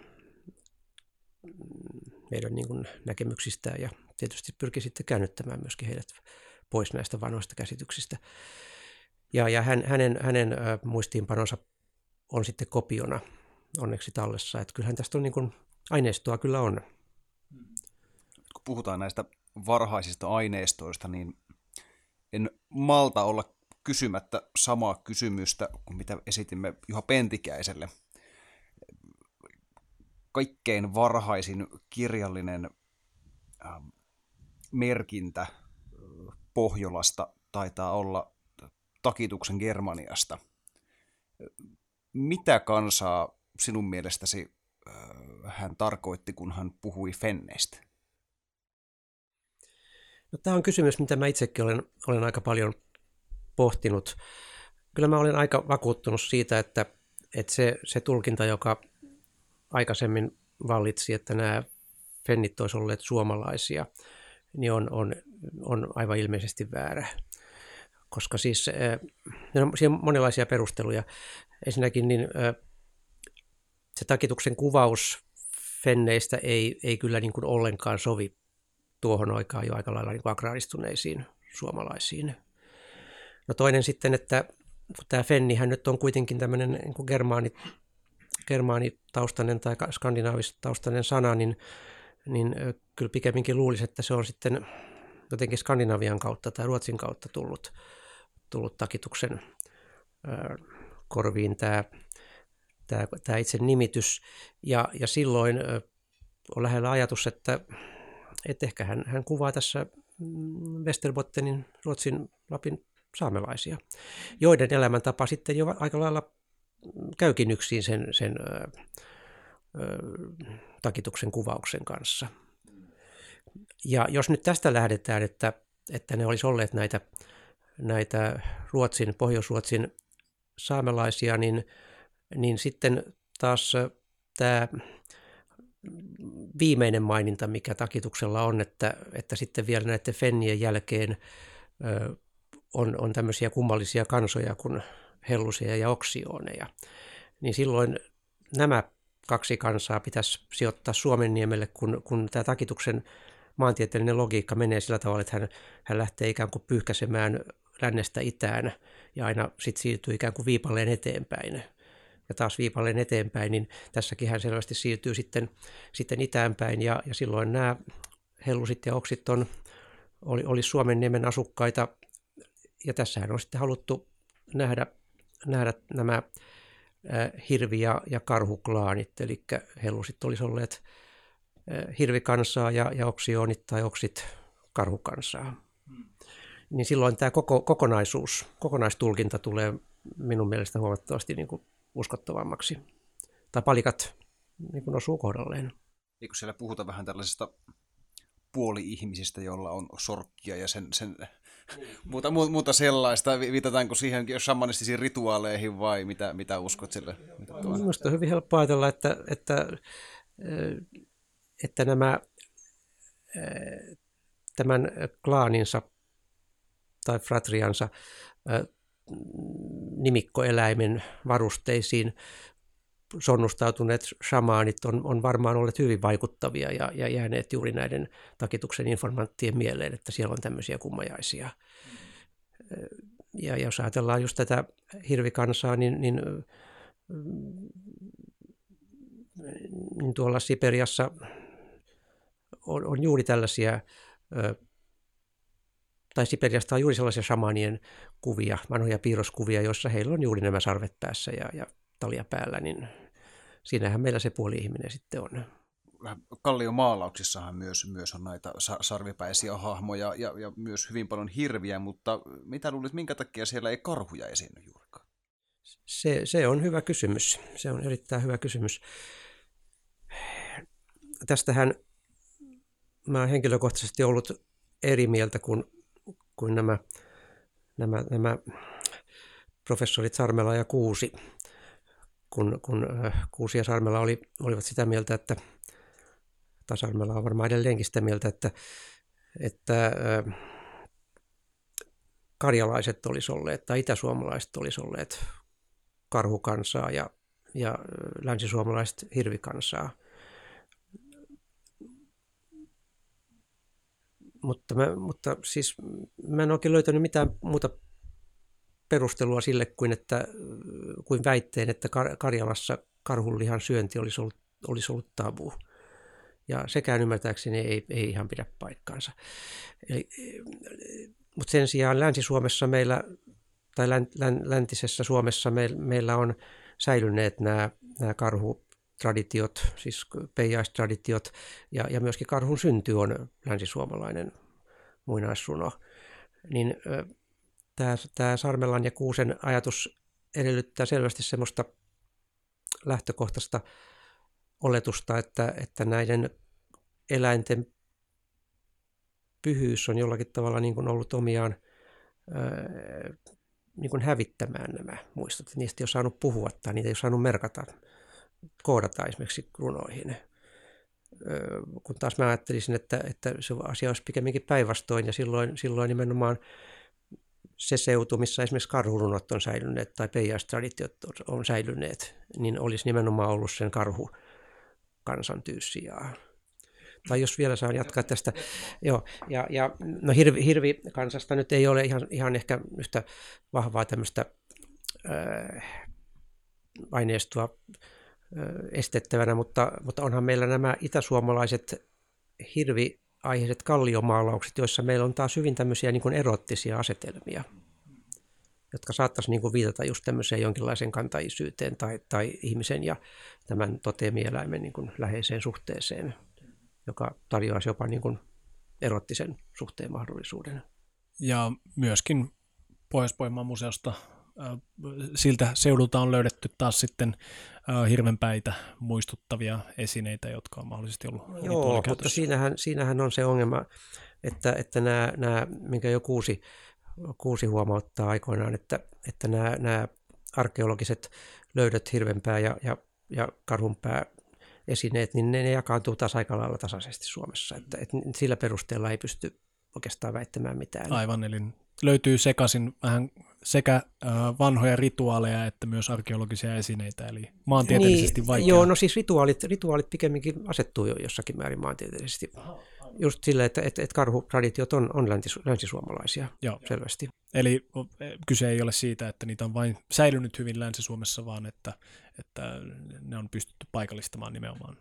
heidän niin kuin näkemyksistään ja tietysti pyrki sitten käännyttämään myöskin heidät pois näistä vanhoista käsityksistä. Ja, ja hän, hänen, hänen ä, muistiinpanonsa on sitten kopiona onneksi tallessa. Että kyllähän tästä on niin kuin, aineistoa kyllä on. Kun puhutaan näistä varhaisista aineistoista, niin en malta olla kysymättä samaa kysymystä kuin mitä esitimme Juha Pentikäiselle. Kaikkein varhaisin kirjallinen ähm, merkintä Pohjolasta taitaa olla takituksen Germaniasta. Mitä kansaa sinun mielestäsi äh, hän tarkoitti, kun hän puhui fenneistä? No, tämä on kysymys, mitä mä itsekin olen, olen aika paljon pohtinut. Kyllä mä olen aika vakuuttunut siitä, että, että se, se tulkinta, joka aikaisemmin vallitsi, että nämä fennit olisivat olleet suomalaisia, niin on, on, on aivan ilmeisesti väärä. Koska siis on siinä monenlaisia perusteluja. Ensinnäkin niin, se takituksen kuvaus fenneistä ei, ei kyllä niin kuin ollenkaan sovi tuohon aikaan jo aika lailla niin kuin agraaristuneisiin suomalaisiin. No toinen sitten, että tämä fennihän nyt on kuitenkin tämmöinen niin kuin germaani, germaanitaustainen tai skandinaavistaustainen sana, niin, niin kyllä pikemminkin luulisi, että se on sitten jotenkin Skandinavian kautta tai Ruotsin kautta tullut, tullut takituksen ää, korviin tämä, tämä, tämä itse nimitys. Ja, ja silloin ää, on lähellä ajatus, että, että ehkä hän, hän kuvaa tässä Västerbottenin, Ruotsin, Lapin saamelaisia, joiden elämäntapa sitten jo aika lailla käykin yksin sen, sen ää, ää, takituksen kuvauksen kanssa. Ja jos nyt tästä lähdetään, että, että ne olisi olleet näitä, näitä Ruotsin, Pohjois-Ruotsin saamelaisia, niin, niin sitten taas tämä viimeinen maininta, mikä takituksella on, että, että sitten vielä näiden fennien jälkeen ö, on, on tämmöisiä kummallisia kansoja kuin hellusia ja oksiooneja, niin silloin nämä kaksi kansaa pitäisi sijoittaa Suomenniemelle, kun, kun tämä takituksen maantieteellinen logiikka menee sillä tavalla, että hän, hän lähtee ikään kuin pyyhkäsemään lännestä itään ja aina sitten siirtyy ikään kuin viipalleen eteenpäin. Ja taas viipalleen eteenpäin, niin tässäkin hän selvästi siirtyy sitten, sitten itäänpäin ja, ja silloin nämä hellusit ja oksit on, oli, oli Suomenniemen asukkaita ja tässähän on sitten haluttu nähdä, nähdä nämä äh, hirvi- ja, ja karhuklaanit, eli hellusit olisi olleet hirvikansaa ja, ja oksioonit tai oksit karhukansaa. Hmm. Niin silloin tämä koko, kokonaisuus, kokonaistulkinta tulee minun mielestä huomattavasti niin kuin uskottavammaksi. Tai palikat niin kuin osuu kohdalleen. Eikö siellä puhuta vähän tällaisista puoli-ihmisistä, joilla on sorkkia ja sen, sen muuta, muuta sellaista? Viitataanko siihen shamanistisiin rituaaleihin vai mitä, mitä uskot sille? Minusta on hyvin helppo ajatella, että, että että nämä tämän klaaninsa tai fratriansa nimikkoeläimen varusteisiin sonnustautuneet shamaanit on, on varmaan olleet hyvin vaikuttavia ja, ja jääneet juuri näiden takituksen informanttien mieleen, että siellä on tämmöisiä kummajaisia. Ja jos ajatellaan just tätä hirvikansaa, niin, niin, niin tuolla Siperiassa on, on juuri tällaisia, tai Siperiasta on juuri sellaisia shamanien kuvia, vanhoja piirroskuvia, joissa heillä on juuri nämä sarvet päässä ja, ja talia päällä, niin siinähän meillä se puoli-ihminen sitten on. Kalliomaalauksissahan myös, myös on näitä sarvipäisiä hahmoja ja, ja myös hyvin paljon hirviä, mutta mitä luulit, minkä takia siellä ei karhuja esiinny juurikaan? Se, se on hyvä kysymys. Se on erittäin hyvä kysymys. Tästähän mä olen henkilökohtaisesti ollut eri mieltä kuin, kuin nämä, nämä, nämä professorit Sarmela ja Kuusi, kun, kun Kuusi ja Sarmela oli, olivat sitä mieltä, että, tai Sarmela on varmaan edelleenkin sitä mieltä, että, että karjalaiset olisi olleet tai itäsuomalaiset olisi olleet karhukansaa ja, ja länsisuomalaiset hirvikansaa. mutta, mä, mutta siis mä en oikein löytänyt mitään muuta perustelua sille kuin, että, kuin väitteen, että Kar- Karjalassa karhunlihan syönti olisi ollut, olisi ollut tabu. Ja sekään ymmärtääkseni ei, ei ihan pidä paikkaansa. Eli, mutta sen sijaan Länsi-Suomessa meillä, tai län, län, läntisessä Suomessa meillä, meillä on säilyneet nämä, nämä karhutraditiot, siis peijaistraditiot, ja, ja myöskin karhun synty on länsisuomalainen muinaisruno. Niin tämä, tämä Sarmelan ja Kuusen ajatus edellyttää selvästi semmoista lähtökohtaista oletusta, että, että näiden eläinten pyhyys on jollakin tavalla niin kuin ollut omiaan ää, niin kuin hävittämään nämä muistot. Niistä ei ole saanut puhua tai niitä ei ole saanut merkata, koodata esimerkiksi runoihin. Ää, kun taas mä ajattelisin, että, että se asia olisi pikemminkin päinvastoin ja silloin, silloin nimenomaan se seutu, missä esimerkiksi karhurunot on säilyneet tai peijaistraditiot on säilyneet, niin olisi nimenomaan ollut sen karhu kansantyys sijaan. Tai jos vielä saan jatkaa tästä. Joo, ja, ja no hirvi, hirvikansasta nyt ei ole ihan, ihan ehkä yhtä vahvaa tämmöistä äh, aineistoa äh, estettävänä, mutta, mutta onhan meillä nämä itäsuomalaiset hirviaiheiset kalliomaalaukset, joissa meillä on taas hyvin tämmöisiä niin kuin erottisia asetelmia, jotka saattaisi niin kuin viitata just tämmöiseen jonkinlaiseen kantaisyyteen tai, tai ihmisen ja tämän toteemieläimen niin kuin läheiseen suhteeseen, joka tarjoaisi jopa niin kuin erottisen suhteen mahdollisuuden. Ja myöskin Pohjois-Pohjanmaan museosta äh, siltä seudulta on löydetty taas sitten äh, hirvenpäitä muistuttavia esineitä, jotka on mahdollisesti ollut Joo, mutta siinähän, siinähän on se ongelma, että, että nämä, nämä, minkä jo kuusi Kuusi huomauttaa aikoinaan, että, että nämä, nämä arkeologiset löydöt, hirvenpää ja, ja, ja karhunpää esineet, niin ne, ne jakaantuu taas aika lailla tasaisesti Suomessa. Että, että sillä perusteella ei pysty oikeastaan väittämään mitään. Aivan, eli löytyy sekaisin vähän sekä vanhoja rituaaleja että myös arkeologisia esineitä, eli maantieteellisesti niin, vaikea. Joo, no siis rituaalit, rituaalit pikemminkin asettuu jo jossakin määrin maantieteellisesti. Just sillä, että, että, että karhutraditiot on, on läntis, länsisuomalaisia. Joo. Selvästi. Eli kyse ei ole siitä, että niitä on vain säilynyt hyvin Länsi-Suomessa, vaan että, että ne on pystytty paikallistamaan nimenomaan.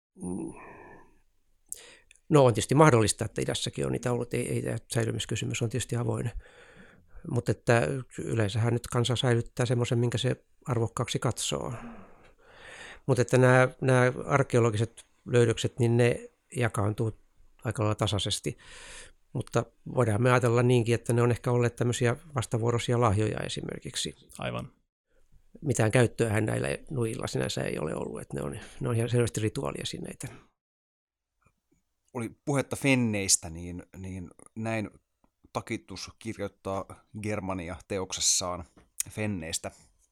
No on tietysti mahdollista, että idässäkin on niitä ollut. Ei, ei tämä säilymiskysymys on tietysti avoin. Mutta että yleensähän nyt kansa säilyttää semmoisen, minkä se arvokkaaksi katsoo. Mutta että nämä, nämä arkeologiset löydökset, niin ne jakaantuu aika lailla tasaisesti. Mutta voidaan me ajatella niinkin, että ne on ehkä olleet tämmöisiä vastavuoroisia lahjoja esimerkiksi. Aivan. Mitään käyttöähän näillä nuilla sinänsä ei ole ollut, että ne on, ne on ihan selvästi rituaaliesineitä. Oli puhetta fenneistä, niin, niin näin Tacitus kirjoittaa Germania-teoksessaan fenneistä.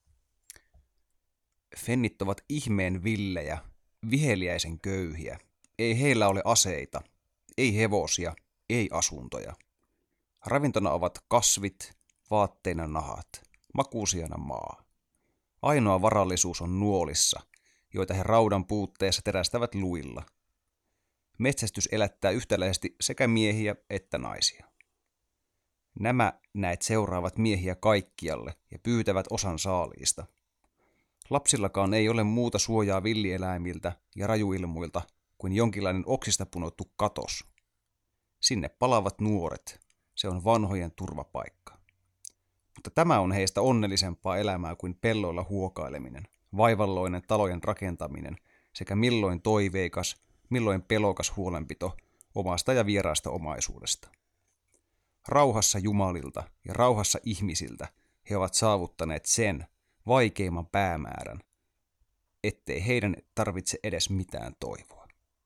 Fennit ovat ihmeen villejä, viheliäisen köyhiä. Ei heillä ole aseita, ei hevosia, ei asuntoja. Ravintona ovat kasvit, vaatteina nahat, makuusijana maa. Ainoa varallisuus on nuolissa, joita he raudan puutteessa terästävät luilla. Metsästys elättää yhtäläisesti sekä miehiä että naisia. Nämä näet seuraavat miehiä kaikkialle ja pyytävät osan saaliista. Lapsillakaan ei ole muuta suojaa villieläimiltä ja rajuilmuilta kuin jonkinlainen oksista punottu katos. Sinne palavat nuoret, se on vanhojen turvapaikka. Mutta tämä on heistä onnellisempaa elämää kuin pelloilla huokaileminen, vaivalloinen talojen rakentaminen sekä milloin toiveikas, milloin pelokas huolenpito omasta ja vieraasta omaisuudesta. Rauhassa jumalilta ja rauhassa ihmisiltä he ovat saavuttaneet sen vaikeimman päämäärän, ettei heidän tarvitse edes mitään toivoa.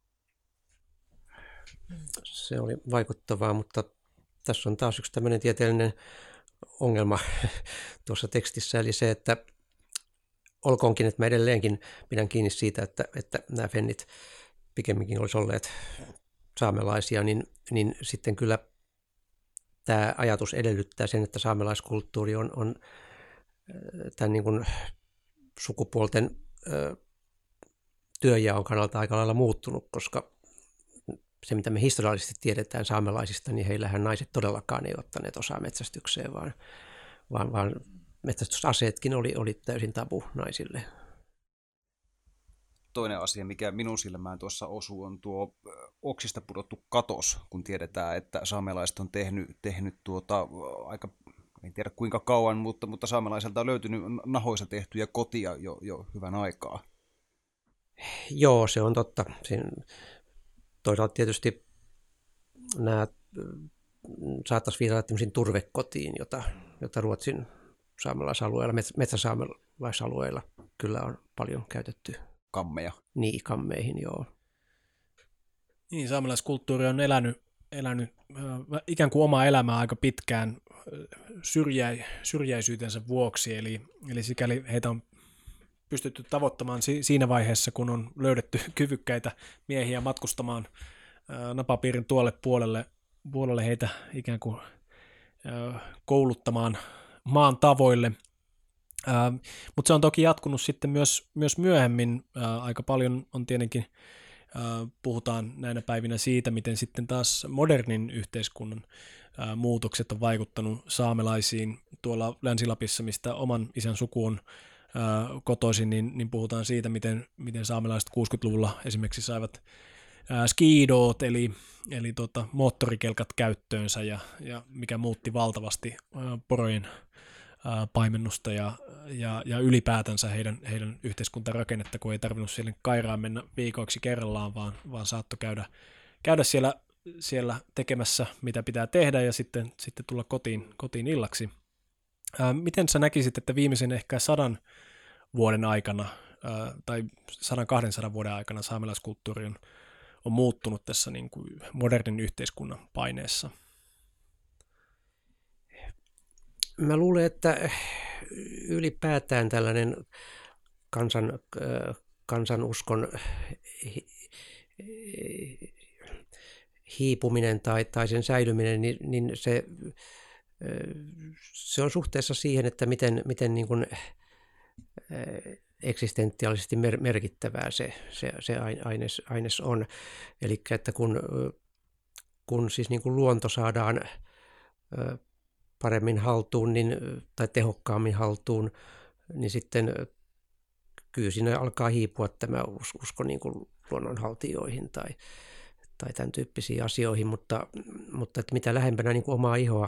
Se oli vaikuttavaa, mutta tässä on taas yksi tämmöinen tieteellinen ongelma tuossa tekstissä, eli se, että olkoonkin, että mä edelleenkin pidän kiinni siitä, että, että nämä fennit pikemminkin olisi olleet saamelaisia, niin, niin sitten kyllä tämä ajatus edellyttää sen, että saamelaiskulttuuri on, on tämän niin kuin sukupuolten ö, työnjaon kannalta aika lailla muuttunut, koska se, mitä me historiallisesti tiedetään saamelaisista, niin heillähän naiset todellakaan ei ottaneet osaa metsästykseen, vaan, vaan, vaan metsästysaseetkin oli, oli täysin tabu naisille. Toinen asia, mikä minun silmään tuossa osuu, on tuo oksista pudottu katos, kun tiedetään, että saamelaiset on tehnyt, tehnyt tuota aika, en tiedä kuinka kauan, mutta, mutta saamelaiselta on löytynyt nahoissa tehtyjä kotia jo, jo hyvän aikaa. Joo, se on totta. Siinä toisaalta tietysti nämä saattaisi viitata tämmöisiin turvekotiin, jota, jota Ruotsin saamelaisalueilla, metsäsaamelaisalueilla kyllä on paljon käytetty. Kammeja. Niin, kammeihin, joo. Niin, saamelaiskulttuuri on elänyt, elänyt äh, ikään kuin omaa elämää aika pitkään syrjä, syrjäisyytensä vuoksi, eli, eli sikäli heitä on pystytty tavoittamaan si- siinä vaiheessa, kun on löydetty kyvykkäitä miehiä matkustamaan äh, napapiirin tuolle puolelle, puolelle heitä ikään kuin äh, kouluttamaan maan tavoille. Uh, mutta se on toki jatkunut sitten myös, myös myöhemmin. Uh, aika paljon on tietenkin, uh, puhutaan näinä päivinä siitä, miten sitten taas modernin yhteiskunnan uh, muutokset on vaikuttanut saamelaisiin. Tuolla Länsi-Lapissa, mistä oman isän suku on uh, kotoisin, niin, niin puhutaan siitä, miten, miten saamelaiset kuusikymmentäluvulla esimerkiksi saivat uh, skidoot, eli, eli tota, moottorikelkat käyttöönsä, ja, ja mikä muutti valtavasti uh, porojen paimennusta ja, ja, ja ylipäätänsä heidän, heidän yhteiskuntarakennetta, kun ei tarvinnut siellä Kairaan mennä viikoiksi kerrallaan, vaan, vaan saattoi käydä, käydä siellä, siellä tekemässä, mitä pitää tehdä, ja sitten, sitten tulla kotiin, kotiin illaksi. Ää, miten sä näkisit, että viimeisen ehkä sadan vuoden aikana, ää, tai sadan kahdensadan vuoden aikana saamelaiskulttuuri on, on muuttunut tässä niin kuin modernin yhteiskunnan paineessa? Mä luulen, että ylipäätään tällainen kansan, kansanuskon hiipuminen tai, tai sen säilyminen, niin, niin se, se on suhteessa siihen, että miten, miten niin kuin eksistentiaalisesti merkittävää se, se, se aines, aines on. Eli että kun, kun siis niin kuin luonto saadaan paremmin haltuun niin, tai tehokkaammin haltuun, niin sitten kyllä siinä alkaa hiipua tämä usko niin kuin luonnonhaltijoihin tai, tai tämän tyyppisiin asioihin, mutta, mutta että mitä lähempänä niin kuin omaa ihoa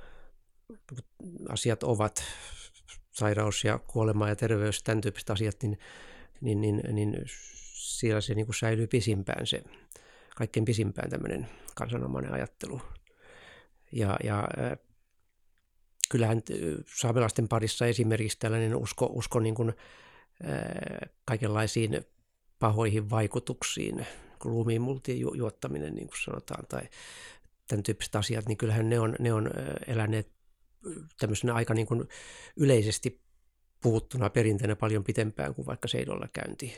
asiat ovat, sairaus ja kuolema ja terveys, tämän tyyppiset asiat, niin, niin, niin, niin siellä se niin kuin säilyy pisimpään, se kaikkein pisimpään tämmöinen kansanomainen ajattelu. Ja, ja kyllähän saamelaisten parissa esimerkiksi tällainen usko, usko niin kuin, ää, kaikenlaisiin pahoihin vaikutuksiin, ruumiin multijuottaminen, niin kuin sanotaan, tai tämän tyyppiset asiat, niin kyllähän ne on, ne on eläneet tämmöisenä aika niin kuin yleisesti puhuttuna perinteenä paljon pitempään kuin vaikka seidolla käynti,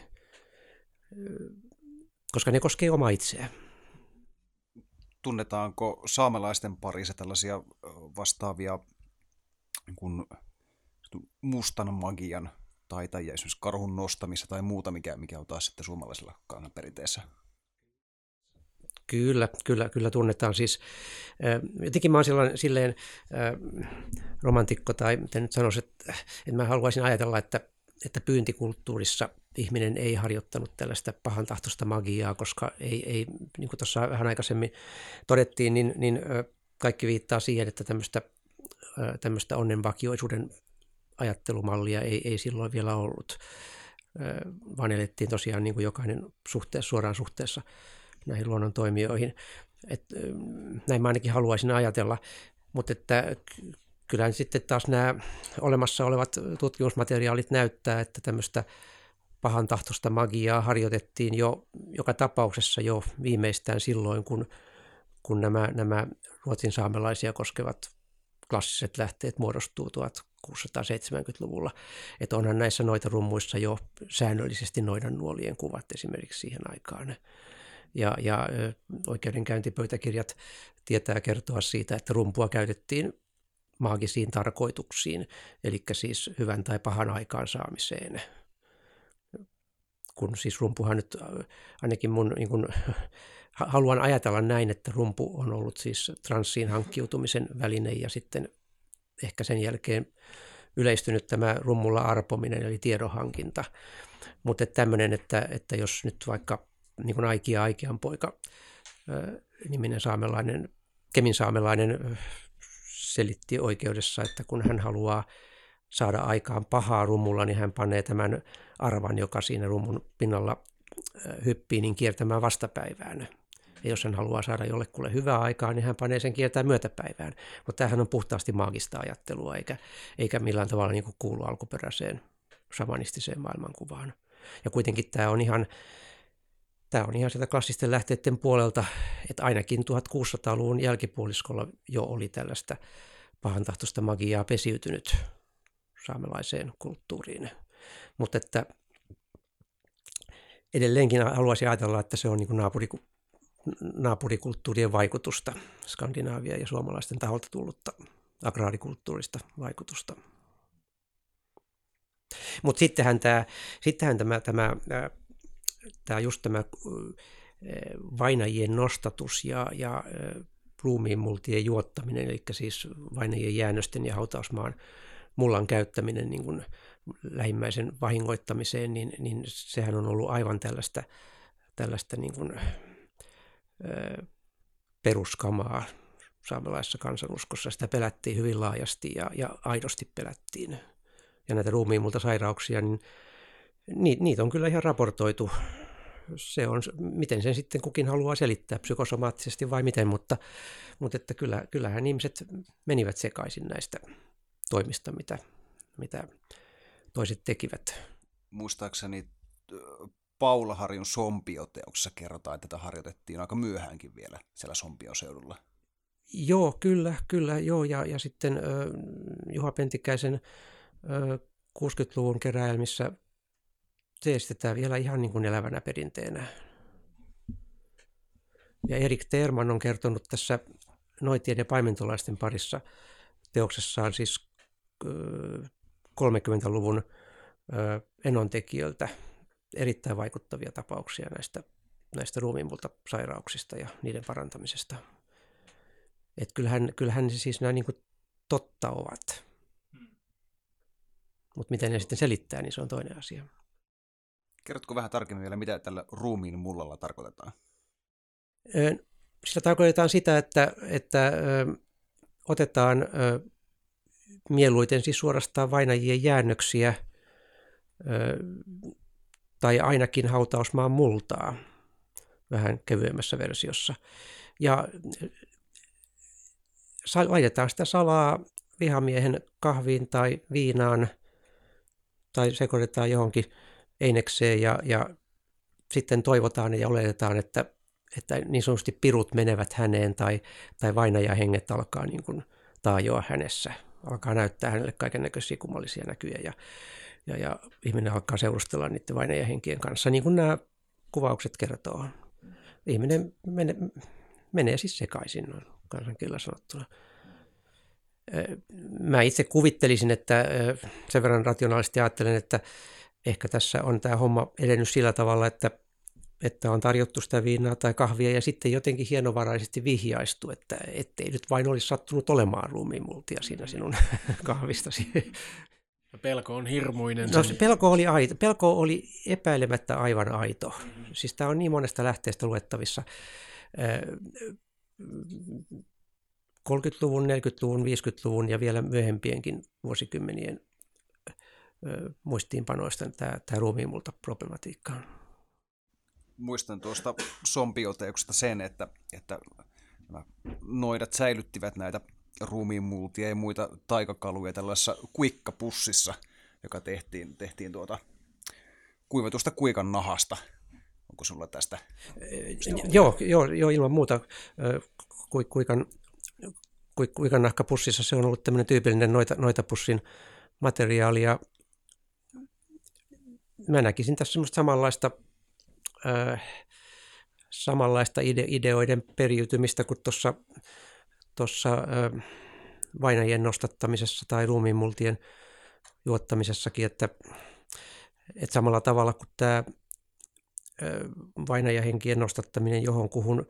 koska ne koskee omaa itseään. Tunnetaanko saamelaisten parissa tällaisia vastaavia niin kuin mustan magian taitajia, esimerkiksi karhun nostamissa tai muuta, mikä, mikä on taas sitten suomalaisella kansanperinteessä? Kyllä, kyllä, kyllä tunnetaan. Siis, jotenkin mä oon silleen, silleen äh, romantikko, tai miten nyt sanoisin, että, että mä haluaisin ajatella, että, että pyyntikulttuurissa ihminen ei harjoittanut tällaista pahantahtoista magiaa, koska ei, ei niin kuin tuossa vähän aikaisemmin todettiin, niin, niin kaikki viittaa siihen, että tämmöistä, tämmöistä onnenvakioisuuden ajattelumallia ei, ei silloin vielä ollut, vaan elettiin tosiaan niin kuin jokainen suhteessa, suoraan suhteessa näihin luonnon toimijoihin. Et, näin mä ainakin haluaisin ajatella, mutta että kyllähän sitten taas nämä olemassa olevat tutkimusmateriaalit näyttää, että tämmöistä pahantahtoista magiaa harjoitettiin jo joka tapauksessa jo viimeistään silloin, kun, kun nämä, nämä ruotsin saamelaisia koskevat klassiset lähteet muodostuu tuhatkuusisataaseitsemänkymmentäluvulla. Että onhan näissä noitarummuissa jo säännöllisesti noidan nuolien kuvat esimerkiksi siihen aikaan. Ja, ja oikeudenkäyntipöytäkirjat tietää kertoa siitä, että rumpua käytettiin maagisiin tarkoituksiin, eli siis hyvän tai pahan aikaansaamiseen. Kun siis rumpuhan nyt ainakin mun niin kun, haluan ajatella näin, että rumpu on ollut siis transsiin hankkiutumisen väline ja sitten ehkä sen jälkeen yleistynyt tämä rummulla arpominen eli tiedonhankinta. Mutta tämmöinen, että, että jos nyt vaikka niin kuin Aiki ja Aikean poika niminen saamelainen, Kemin saamelainen selitti oikeudessa, että kun hän haluaa saada aikaan pahaa rummulla, niin hän panee tämän arvan, joka siinä rummun pinnalla hyppii, niin kiertämään vastapäivään. Ja jos hän haluaa saada jollekulle hyvää aikaa, niin hän panee sen kiertää myötäpäivään. Mutta tämähän on puhtaasti maagista ajattelua, eikä, eikä millään tavalla niin kuin kuulu alkuperäiseen shamanistiseen maailmankuvaan. Ja kuitenkin tämä on ihan, tämä on ihan sieltä klassisten lähteiden puolelta, että ainakin tuhatkuusisataaluvun jälkipuoliskolla jo oli tällaista pahantahtoista magiaa pesiytynyt saamelaiseen kulttuuriin. Mutta että edelleenkin haluaisin ajatella, että se on niin kuin naapuri, naapurikulttuurien vaikutusta, Skandinaavia ja suomalaisten taholta tullutta agraarikulttuurista vaikutusta. Mutta sittenhän tämä, sittenhän tämä, tämä, tämä just tämä vainajien nostatus ja, ja ruumiinmultien juottaminen, eli siis vainajien jäännösten ja hautausmaan mullan käyttäminen niin kuin lähimmäisen vahingoittamiseen, niin, niin sehän on ollut aivan tällaista, tällaista niin kuin, ö, peruskamaa saamelaisessa kansanuskossa. Sitä pelättiin hyvin laajasti ja, ja aidosti pelättiin. Ja näitä ruumiinmulta sairauksia, niin niitä, niitä on kyllä ihan raportoitu. Se on, miten sen sitten kukin haluaa selittää, psykosomaattisesti vai miten, mutta, mutta että kyllä, kyllähän ihmiset menivät sekaisin näistä toimista, mitä, mitä toiset tekivät. Muistaakseni Paula Harjun Sompio-teoksessa kerrotaan, että tätä harjoitettiin aika myöhäänkin vielä siellä Sompioseudulla. Joo, kyllä, kyllä, joo, ja, ja sitten äh, Juha Pentikäisen äh, kuusikymmentäluvun keräelmissä teestetään vielä ihan niin kuin elävänä perinteenä. Ja Erik Terman on kertonut tässä noitien ja paimentolaisten parissa teoksessaan siis kolmekymmentäluvun enontekijöiltä erittäin vaikuttavia tapauksia näistä, näistä ruumiinmulta sairauksista ja niiden parantamisesta. Et kyllähän, kyllähän siis nämä niin kuin totta ovat. Mutta miten ne sitten selittää, niin se on toinen asia. Kerrotko vähän tarkemmin vielä, mitä tällä ruumiin mullalla tarkoitetaan? Sillä tarkoitetaan sitä, että, että otetaan mieluiten siis suorastaan vainajien jäännöksiä tai ainakin hautausmaan multaa vähän kevyemmässä versiossa. Ja laitetaan sitä salaa vihamiehen kahviin tai viinaan tai sekoitetaan johonkin einekseen ja, ja sitten toivotaan ja oletetaan, että, että niin sanotusti pirut menevät häneen tai, tai vainajahenget alkaa niin kuin taajoa hänessä. Alkaa näyttää hänelle kaikennäköisiä kummallisia näkyjä ja, ja, ja ihminen alkaa seurustella niiden vainajahenkien kanssa, niin kuin nämä kuvaukset kertoo. Ihminen menee, menee siis sekaisin, noin kansankielellä sanottuna. Mä itse kuvittelisin, että sen verran rationaalisesti ajattelen, että ehkä tässä on tämä homma edennyt sillä tavalla, että, että on tarjottu sitä viinaa tai kahvia ja sitten jotenkin hienovaraisesti vihjaistu, että ettei nyt vain olisi sattunut olemaan ruumiinmultia siinä sinun kahvistasi. Pelko on hirmuinen. No, se pelko oli aito. Pelko oli epäilemättä aivan aito. Mm-hmm. Siis tämä on niin monesta lähteestä luettavissa. kolmekymmentäluvun, neljäkymmentäluvun, viisikymmentäluvun ja vielä myöhempienkin vuosikymmenien muistiinpanoista tämä, tämä ruumiinmulta problematiikka. Muistan tuosta Sompioteoksesta sen, että, että noidat säilyttivät näitä ruumiinmultia ja muita taikakaluja tällaisessa kuikkapussissa, joka tehtiin, tehtiin tuota kuivatusta kuikan nahasta. Onko sulla tästä? Joo, joo, joo, ilman muuta. Kuikan, kuikan nahkapussissa se on ollut tämmöinen tyypillinen noita, noitapussin materiaali. Ja mä näkisin tässä semmoista samanlaista, äh, samanlaista ide, ideoiden periytymistä kuin tuossa tuossa äh, vainajien nostattamisessa tai ruumiinmultien juottamisessakin, että, että samalla tavalla kuin tämä vainajahenkien nostattaminen johonkuhun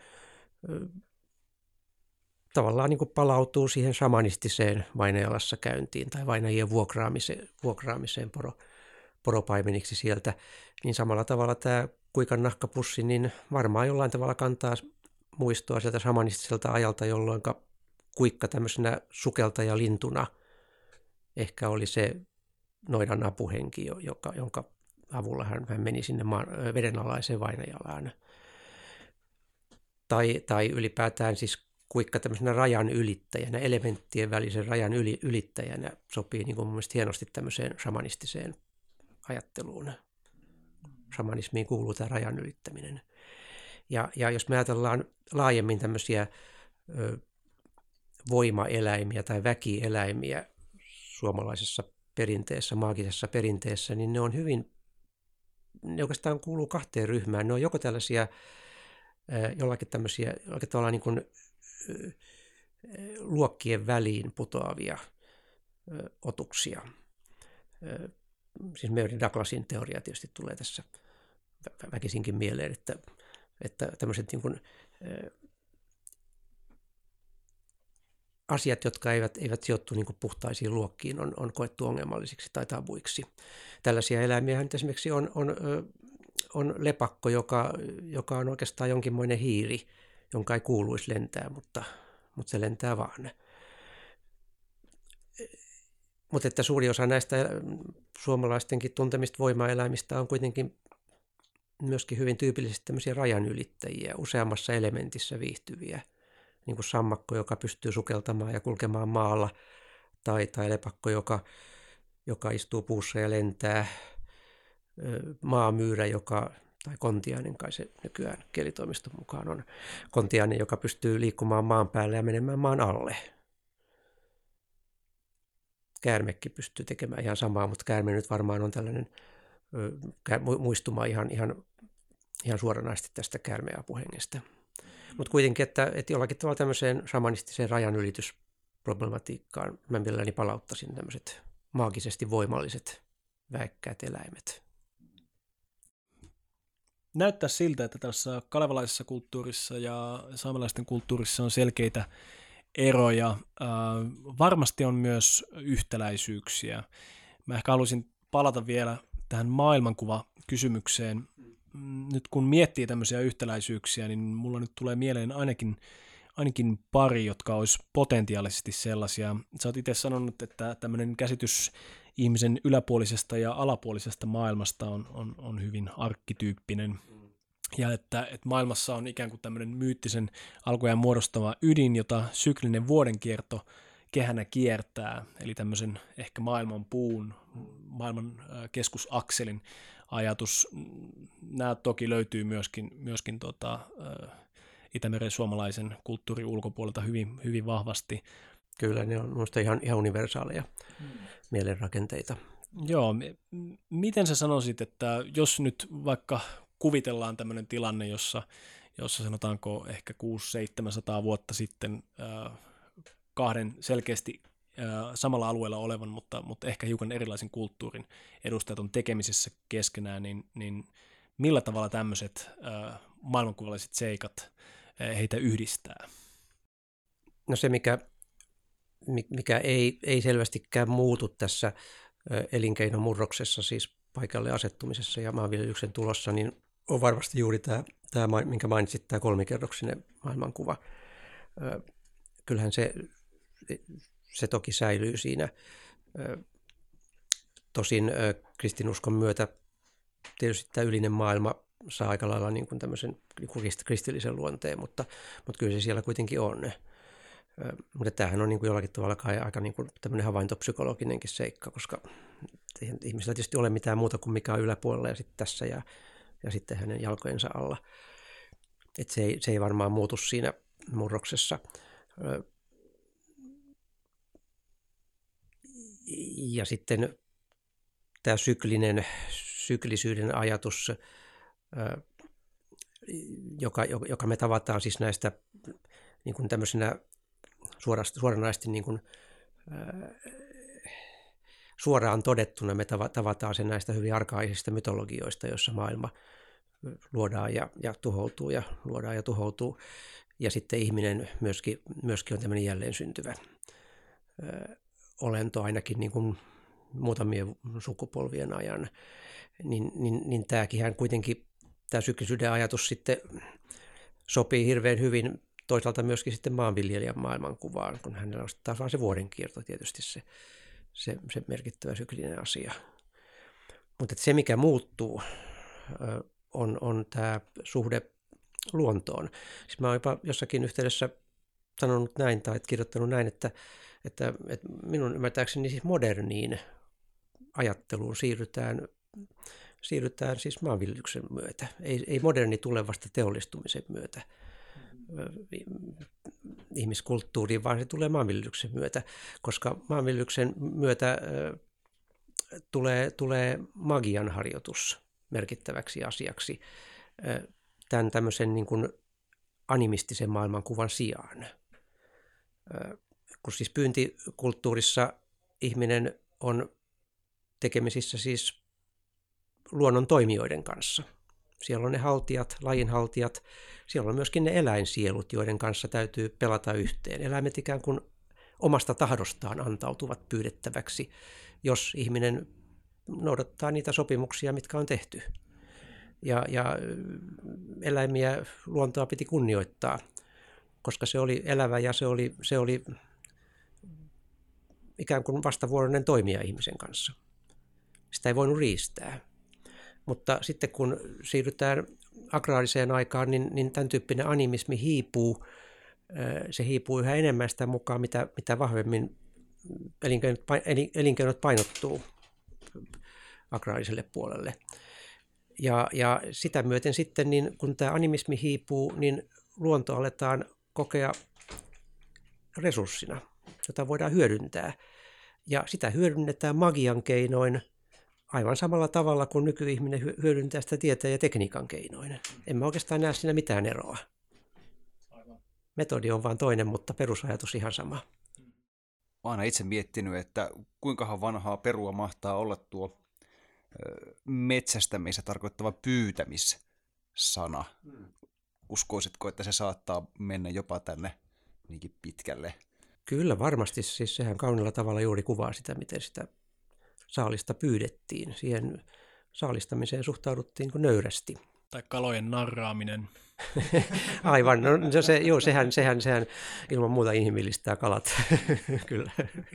tavallaan niin kuin palautuu siihen shamanistiseen vainajalassa käyntiin tai vainajien vuokraamiseen, vuokraamiseen poro, poropaimeniksi sieltä, niin samalla tavalla tämä Kuikan nahkapussi niin varmaan jollain tavalla kantaa muistoa sieltä shamanistiselta ajalta, jolloin kuikka tämmöisenä sukeltajalintuna ehkä oli se noidan apuhenki, joka, jonka avulla hän, hän meni sinne maan, vedenalaiseen vainajalaan. Tai, tai ylipäätään siis kuikka tämmöisenä rajan ylittäjänä, elementtien välisen rajan yli, ylittäjänä sopii niin kuin mun mielestä hienosti tämmöiseen shamanistiseen ajatteluun. Shamanismiin kuuluu tämä rajan ylittäminen. Ja, ja jos me ajatellaan laajemmin tämmöisiä ö, voimaeläimiä tai väkieläimiä suomalaisessa perinteessä, maagisessa perinteessä, niin ne on hyvin, ne oikeastaan kuuluu kahteen ryhmään. Ne on joko tällaisia jollakin tämmöisiä, jollakin tavalla niin kuin luokkien väliin putoavia otuksia. Siis Mary Douglasin teoria tietysti tulee tässä väkisinkin mieleen, että, että tämmöiset niin kuin asiat, jotka eivät, eivät sijoittu niin kuin puhtaisiin luokkiin, on, on koettu ongelmallisiksi tai tabuiksi. Tällaisia eläimiä nyt esimerkiksi on, on, on lepakko, joka, joka on oikeastaan jonkinmoinen hiiri, jonka ei kuuluisi lentää, mutta, mutta se lentää vaan. Mutta että suuri osa näistä suomalaistenkin tuntemista voimaeläimistä on kuitenkin myöskin hyvin tyypillisesti tämmöisiä rajanylittäjiä, useammassa elementissä viihtyviä. Niin kuin sammakko, joka pystyy sukeltamaan ja kulkemaan maalla, tai, tai lepakko, joka, joka istuu puussa ja lentää, maamyyrä, joka, tai kontiainen, kai se nykyään kielitoimiston mukaan on, kontiainen, joka pystyy liikkumaan maan päälle ja menemään maan alle. Käärmekin pystyy tekemään ihan samaa, mutta käärme nyt varmaan on tällainen muistuma ihan, ihan, ihan suoranaisesti tästä käärmeapuhengestä. Mutta kuitenkin, että, että jollakin tavalla tämmöiseen shamanistiseen rajanylitysproblematiikkaan mä mielelläni palauttaisin tämmöiset maagisesti voimalliset väekkäät eläimet. Näyttää siltä, että tässä kalevalaisessa kulttuurissa ja saamelaisten kulttuurissa on selkeitä eroja. Äh, varmasti on myös yhtäläisyyksiä. Mä ehkä haluaisin palata vielä tähän maailmankuvakysymykseen. Nyt kun miettii tämmöisiä yhtäläisyyksiä, niin mulla nyt tulee mieleen ainakin, ainakin pari, jotka olisi potentiaalisesti sellaisia. Sä oot itse sanonut, että tämmöinen käsitys ihmisen yläpuolisesta ja alapuolisesta maailmasta on, on, on hyvin arkkityyppinen. Ja että, että maailmassa on ikään kuin tämmöinen myyttisen alkuajan muodostava ydin, jota syklinen vuodenkierto kehänä kiertää, eli tämmöisen ehkä maailman puun, maailman keskusakselin ajatus. Nämä toki löytyy myöskin, myöskin tota, Itämeren suomalaisen kulttuurin ulkopuolelta hyvin, hyvin vahvasti. Kyllä, ne on minusta ihan, ihan universaaleja hmm. mielenrakenteita. Joo, m- miten sä sanoisit, että jos nyt vaikka kuvitellaan tämmöinen tilanne, jossa, jossa sanotaanko ehkä kuusi seitsemänsataa vuotta sitten äh, kahden selkeästi äh, samalla alueella olevan, mutta, mutta ehkä hiukan erilaisen kulttuurin edustajat on tekemisessä keskenään, niin, niin millä tavalla tämmöiset äh, maailmankuvalliset seikat äh, heitä yhdistää? No se, mikä, mikä ei, ei selvästikään muutu tässä elinkeinomurroksessa, siis paikalle asettumisessa ja maanviljelyksen tulossa, niin on varmasti juuri tämä, tämä minkä mainitsit, tämä kolmikerroksinen maailmankuva. Kyllähän se, se toki säilyy siinä. Tosin kristinuskon myötä tietysti tämä ylinen maailma saa aika lailla niin kuin tämmöisen niin kuin kristillisen luonteen, mutta, mutta kyllä se siellä kuitenkin on. Mutta tämähän on niin kuin jollakin tavalla kai aika niin kuin tämmöinen havaintopsykologinenkin seikka, koska ei ihmisellä tietysti ole mitään muuta kuin mikä on yläpuolella ja sitten tässä ja, ja sitten hänen jalkojensa alla. Et se, ei, se ei varmaan muutu siinä murroksessa. Ja sitten tämä syklinen, syklisyyden ajatus, joka, joka me tavataan siis näistä niin kuin tämmöisenä suoranaisesti niin kuin, suoraan todettuna me tavataan se näistä hyvin arkaisista mytologioista, joissa maailma luodaan ja, ja tuhoutuu ja luodaan ja tuhoutuu. Ja sitten ihminen myöskin, myöskin on tämmöinen jälleen syntyvä ö, olento ainakin niin kuin muutamien sukupolvien ajan. Niin, niin, niin tämäkin hän kuitenkin, tämä syklisyyden ajatus sitten sopii hirveän hyvin toisaalta myöskin sitten maanviljelijän maailmankuvaan, kun hänellä on taas vaan se vuodenkierto tietysti se, se, se merkittävä syklinen asia. Mutta se, mikä muuttuu, on, on tämä suhde luontoon. Siis mä oon jopa jossakin yhteydessä sanonut näin tai kirjoittanut näin, että, että, että minun ymmärtääkseni siis moderniin ajatteluun siirrytään, siirrytään siis maanviljelyksen myötä. Ei, ei moderni tule vasta teollistumisen myötä ihmiskulttuuriin, vaan se tulee maanviljelyksen myötä, koska maanviljelyksen myötä tulee, tulee magian harjoitus merkittäväksi asiaksi tämän tämmöisen niin kuin animistisen maailmankuvan sijaan. Kun siis pyyntikulttuurissa ihminen on tekemisissä siis luonnon toimijoiden kanssa. Siellä on ne haltijat, lajinhaltijat, siellä on myöskin ne eläinsielut, joiden kanssa täytyy pelata yhteen. Eläimet ikään kuin omasta tahdostaan antautuvat pyydettäväksi, jos ihminen noudattaa niitä sopimuksia, mitkä on tehty. Ja, ja eläimiä, luontoa piti kunnioittaa, koska se oli elävä ja se oli, se oli ikään kuin vastavuoroinen toimija ihmisen kanssa. Sitä ei voinut riistää. Mutta sitten kun siirrytään agraariseen aikaan, niin, niin tämän tyyppinen animismi hiipuu. Se hiipuu yhä enemmän sitä mukaan, mitä, mitä vahvemmin elinkeinot, elinkeinot painottuu agraariselle puolelle. Ja, ja sitä myöten sitten, niin kun tämä animismi hiipuu, niin luonto aletaan kokea resurssina, jota voidaan hyödyntää. Ja sitä hyödynnetään magian keinoin aivan samalla tavalla kuin nykyihminen hyödyntää sitä tieteen ja tekniikan keinoin. En mä oikeastaan näe siinä mitään eroa. Metodi on vain toinen, mutta perusajatus ihan sama. Mä oon aina itse miettinyt, että kuinkahan vanhaa perua mahtaa olla tuo metsästämistä tarkoittava pyytämissana. Hmm. Uskoisitko, että se saattaa mennä jopa tänne niinkin pitkälle? Kyllä varmasti. Siis sehän kaunilla tavalla juuri kuvaa sitä, miten sitä saalista pyydettiin. Siihen saalistamiseen suhtauduttiin kuin nöyrästi. Tai kalojen narraaminen. Aivan. No, se, joo, sehän, sehän, sehän ilman muuta inhimillistää kalat. Kyllä.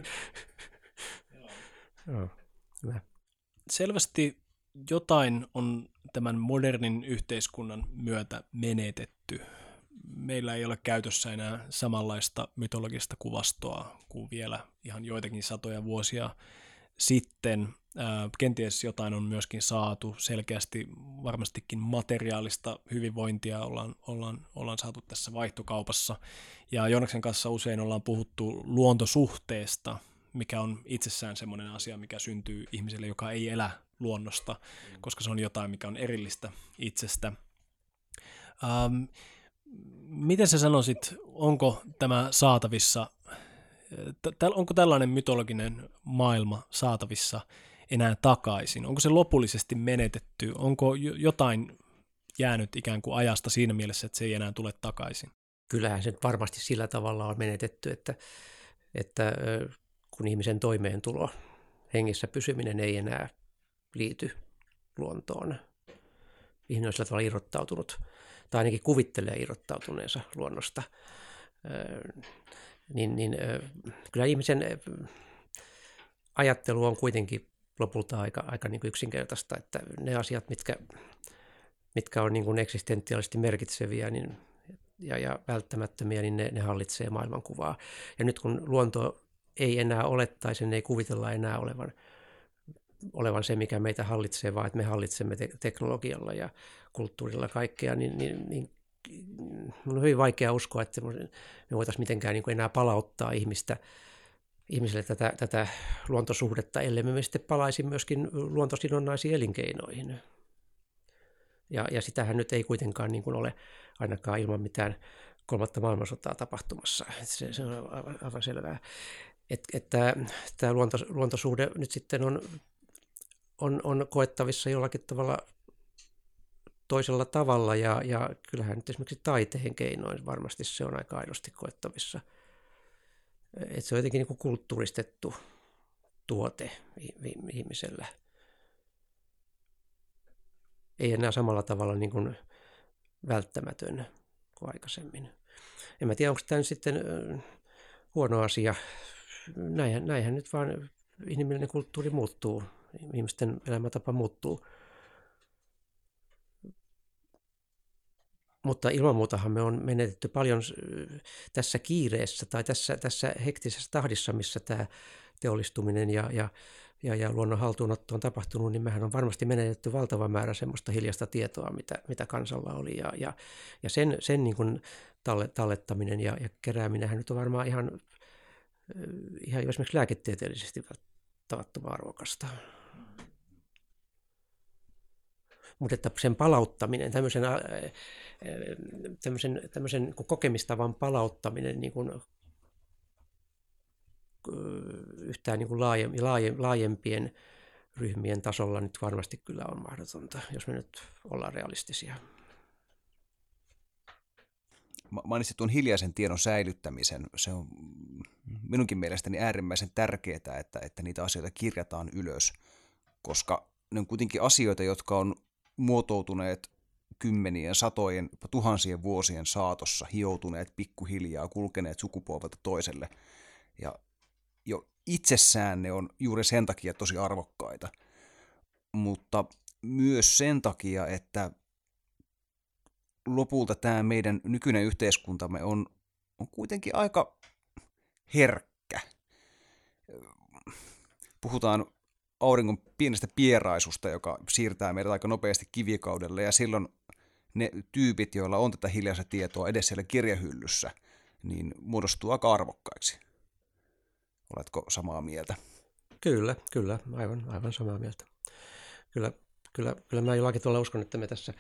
Joo. Hyvä. Selvästi jotain on tämän modernin yhteiskunnan myötä menetetty. Meillä ei ole käytössä enää samanlaista mytologista kuvastoa kuin vielä ihan joitakin satoja vuosia sitten. Kenties jotain on myöskin saatu selkeästi, varmastikin materiaalista hyvinvointia ollaan, ollaan, ollaan saatu tässä vaihtokaupassa. Ja Joonaksen kanssa usein ollaan puhuttu luontosuhteesta, mikä on itsessään semmoinen asia, mikä syntyy ihmiselle, joka ei elä luonnosta, koska se on jotain, mikä on erillistä itsestä. Ähm, miten sä sanoisit, onko tämä saatavissa, t- onko tällainen mytologinen maailma saatavissa enää takaisin? Onko se lopullisesti menetetty? Onko jotain jäänyt ikään kuin ajasta siinä mielessä, että se ei enää tule takaisin? Kyllähän se varmasti sillä tavalla on menetetty, että, että kun ihmisen toimeentulo, hengissä pysyminen ei enää liity luontoon. Ihminen on sillä tavalla irrottautunut, tai ainakin kuvittelee irrottautuneensa luonnosta. Niin, niin, kyllä ihmisen ajattelu on kuitenkin lopulta aika, aika niin kuin yksinkertaista, että ne asiat, mitkä, mitkä on niin kuin eksistentiaalisesti merkitseviä niin, ja, ja välttämättömiä, niin ne, ne hallitsee maailmankuvaa. Ja nyt kun luonto ei enää ole tai sen ei kuvitella enää olevan, olevan se, mikä meitä hallitsee, vaan että me hallitsemme te- teknologialla ja kulttuurilla kaikkea, niin, niin, niin on hyvin vaikea uskoa, että me voitaisiin mitenkään niin kuin enää palauttaa ihmistä, ihmiselle tätä, tätä luontosuhdetta, ellei me sitten palaisi myöskin luontosidonnaisiin elinkeinoihin. Ja, ja sitähän nyt ei kuitenkaan niin kuin ole ainakaan ilman mitään kolmatta maailmansotaa tapahtumassa. Se, se on aivan, aivan selvää. Et, että tämä luonto, luontosuhde nyt sitten on, on, on koettavissa jollakin tavalla toisella tavalla ja, ja kyllähän nyt esimerkiksi taiteen keinoin varmasti se on aika aidosti koettavissa. Että se on jotenkin niin kuin kulttuuristettu tuote ihmisellä. Ei enää samalla tavalla niin kuin välttämätön kuin aikaisemmin. En mä tiedä, onko tämä sitten huono asia. Näinhän, näinhän nyt vaan inhimillinen kulttuuri muuttuu. Ihmisten elämäntapa muuttuu. Mutta ilman muutahan me on menetetty paljon tässä kiireessä tai tässä, tässä hektisessä tahdissa, missä tämä teollistuminen ja, ja, ja, ja luonnon haltuunotto on tapahtunut, niin mehän on varmasti menetetty valtava määrä semmoista hiljaista tietoa, mitä, mitä kansalla oli. Ja, ja, ja sen, sen niin kuin tallettaminen ja, ja kerääminenhän nyt on varmaan ihan, ihan esimerkiksi lääketieteellisesti tavattoman arvokasta. Mutta että sen palauttaminen, tämmöisen, tämmöisen, tämmöisen kokemistavan palauttaminen niin kuin yhtään niin kuin laajem, laajem, laajempien ryhmien tasolla nyt varmasti kyllä on mahdotonta, jos me nyt ollaan realistisia. Mainitsit tuon hiljaisen tiedon säilyttämisen. Se on minunkin mielestäni äärimmäisen tärkeää, että, että niitä asioita kirjataan ylös, koska ne on kuitenkin asioita, jotka on muotoutuneet kymmenien, satojen, tuhansien vuosien saatossa, hioutuneet pikkuhiljaa, kulkeneet sukupolvelta toiselle. Ja jo itsessään ne on juuri sen takia tosi arvokkaita, mutta myös sen takia, että lopulta tämä meidän nykyinen yhteiskuntamme on, on kuitenkin aika herkkä. Puhutaan auringon pienestä pieraisusta, joka siirtää meidät aika nopeasti kivikaudelle, ja silloin ne tyypit, joilla on tätä hiljaista tietoa edes siellä kirjahyllyssä, niin muodostuu aika arvokkaiksi. Oletko samaa mieltä? Kyllä, kyllä, aivan, aivan samaa mieltä. Kyllä, kyllä, kyllä mä jollakin tuolla uskon, että me tässä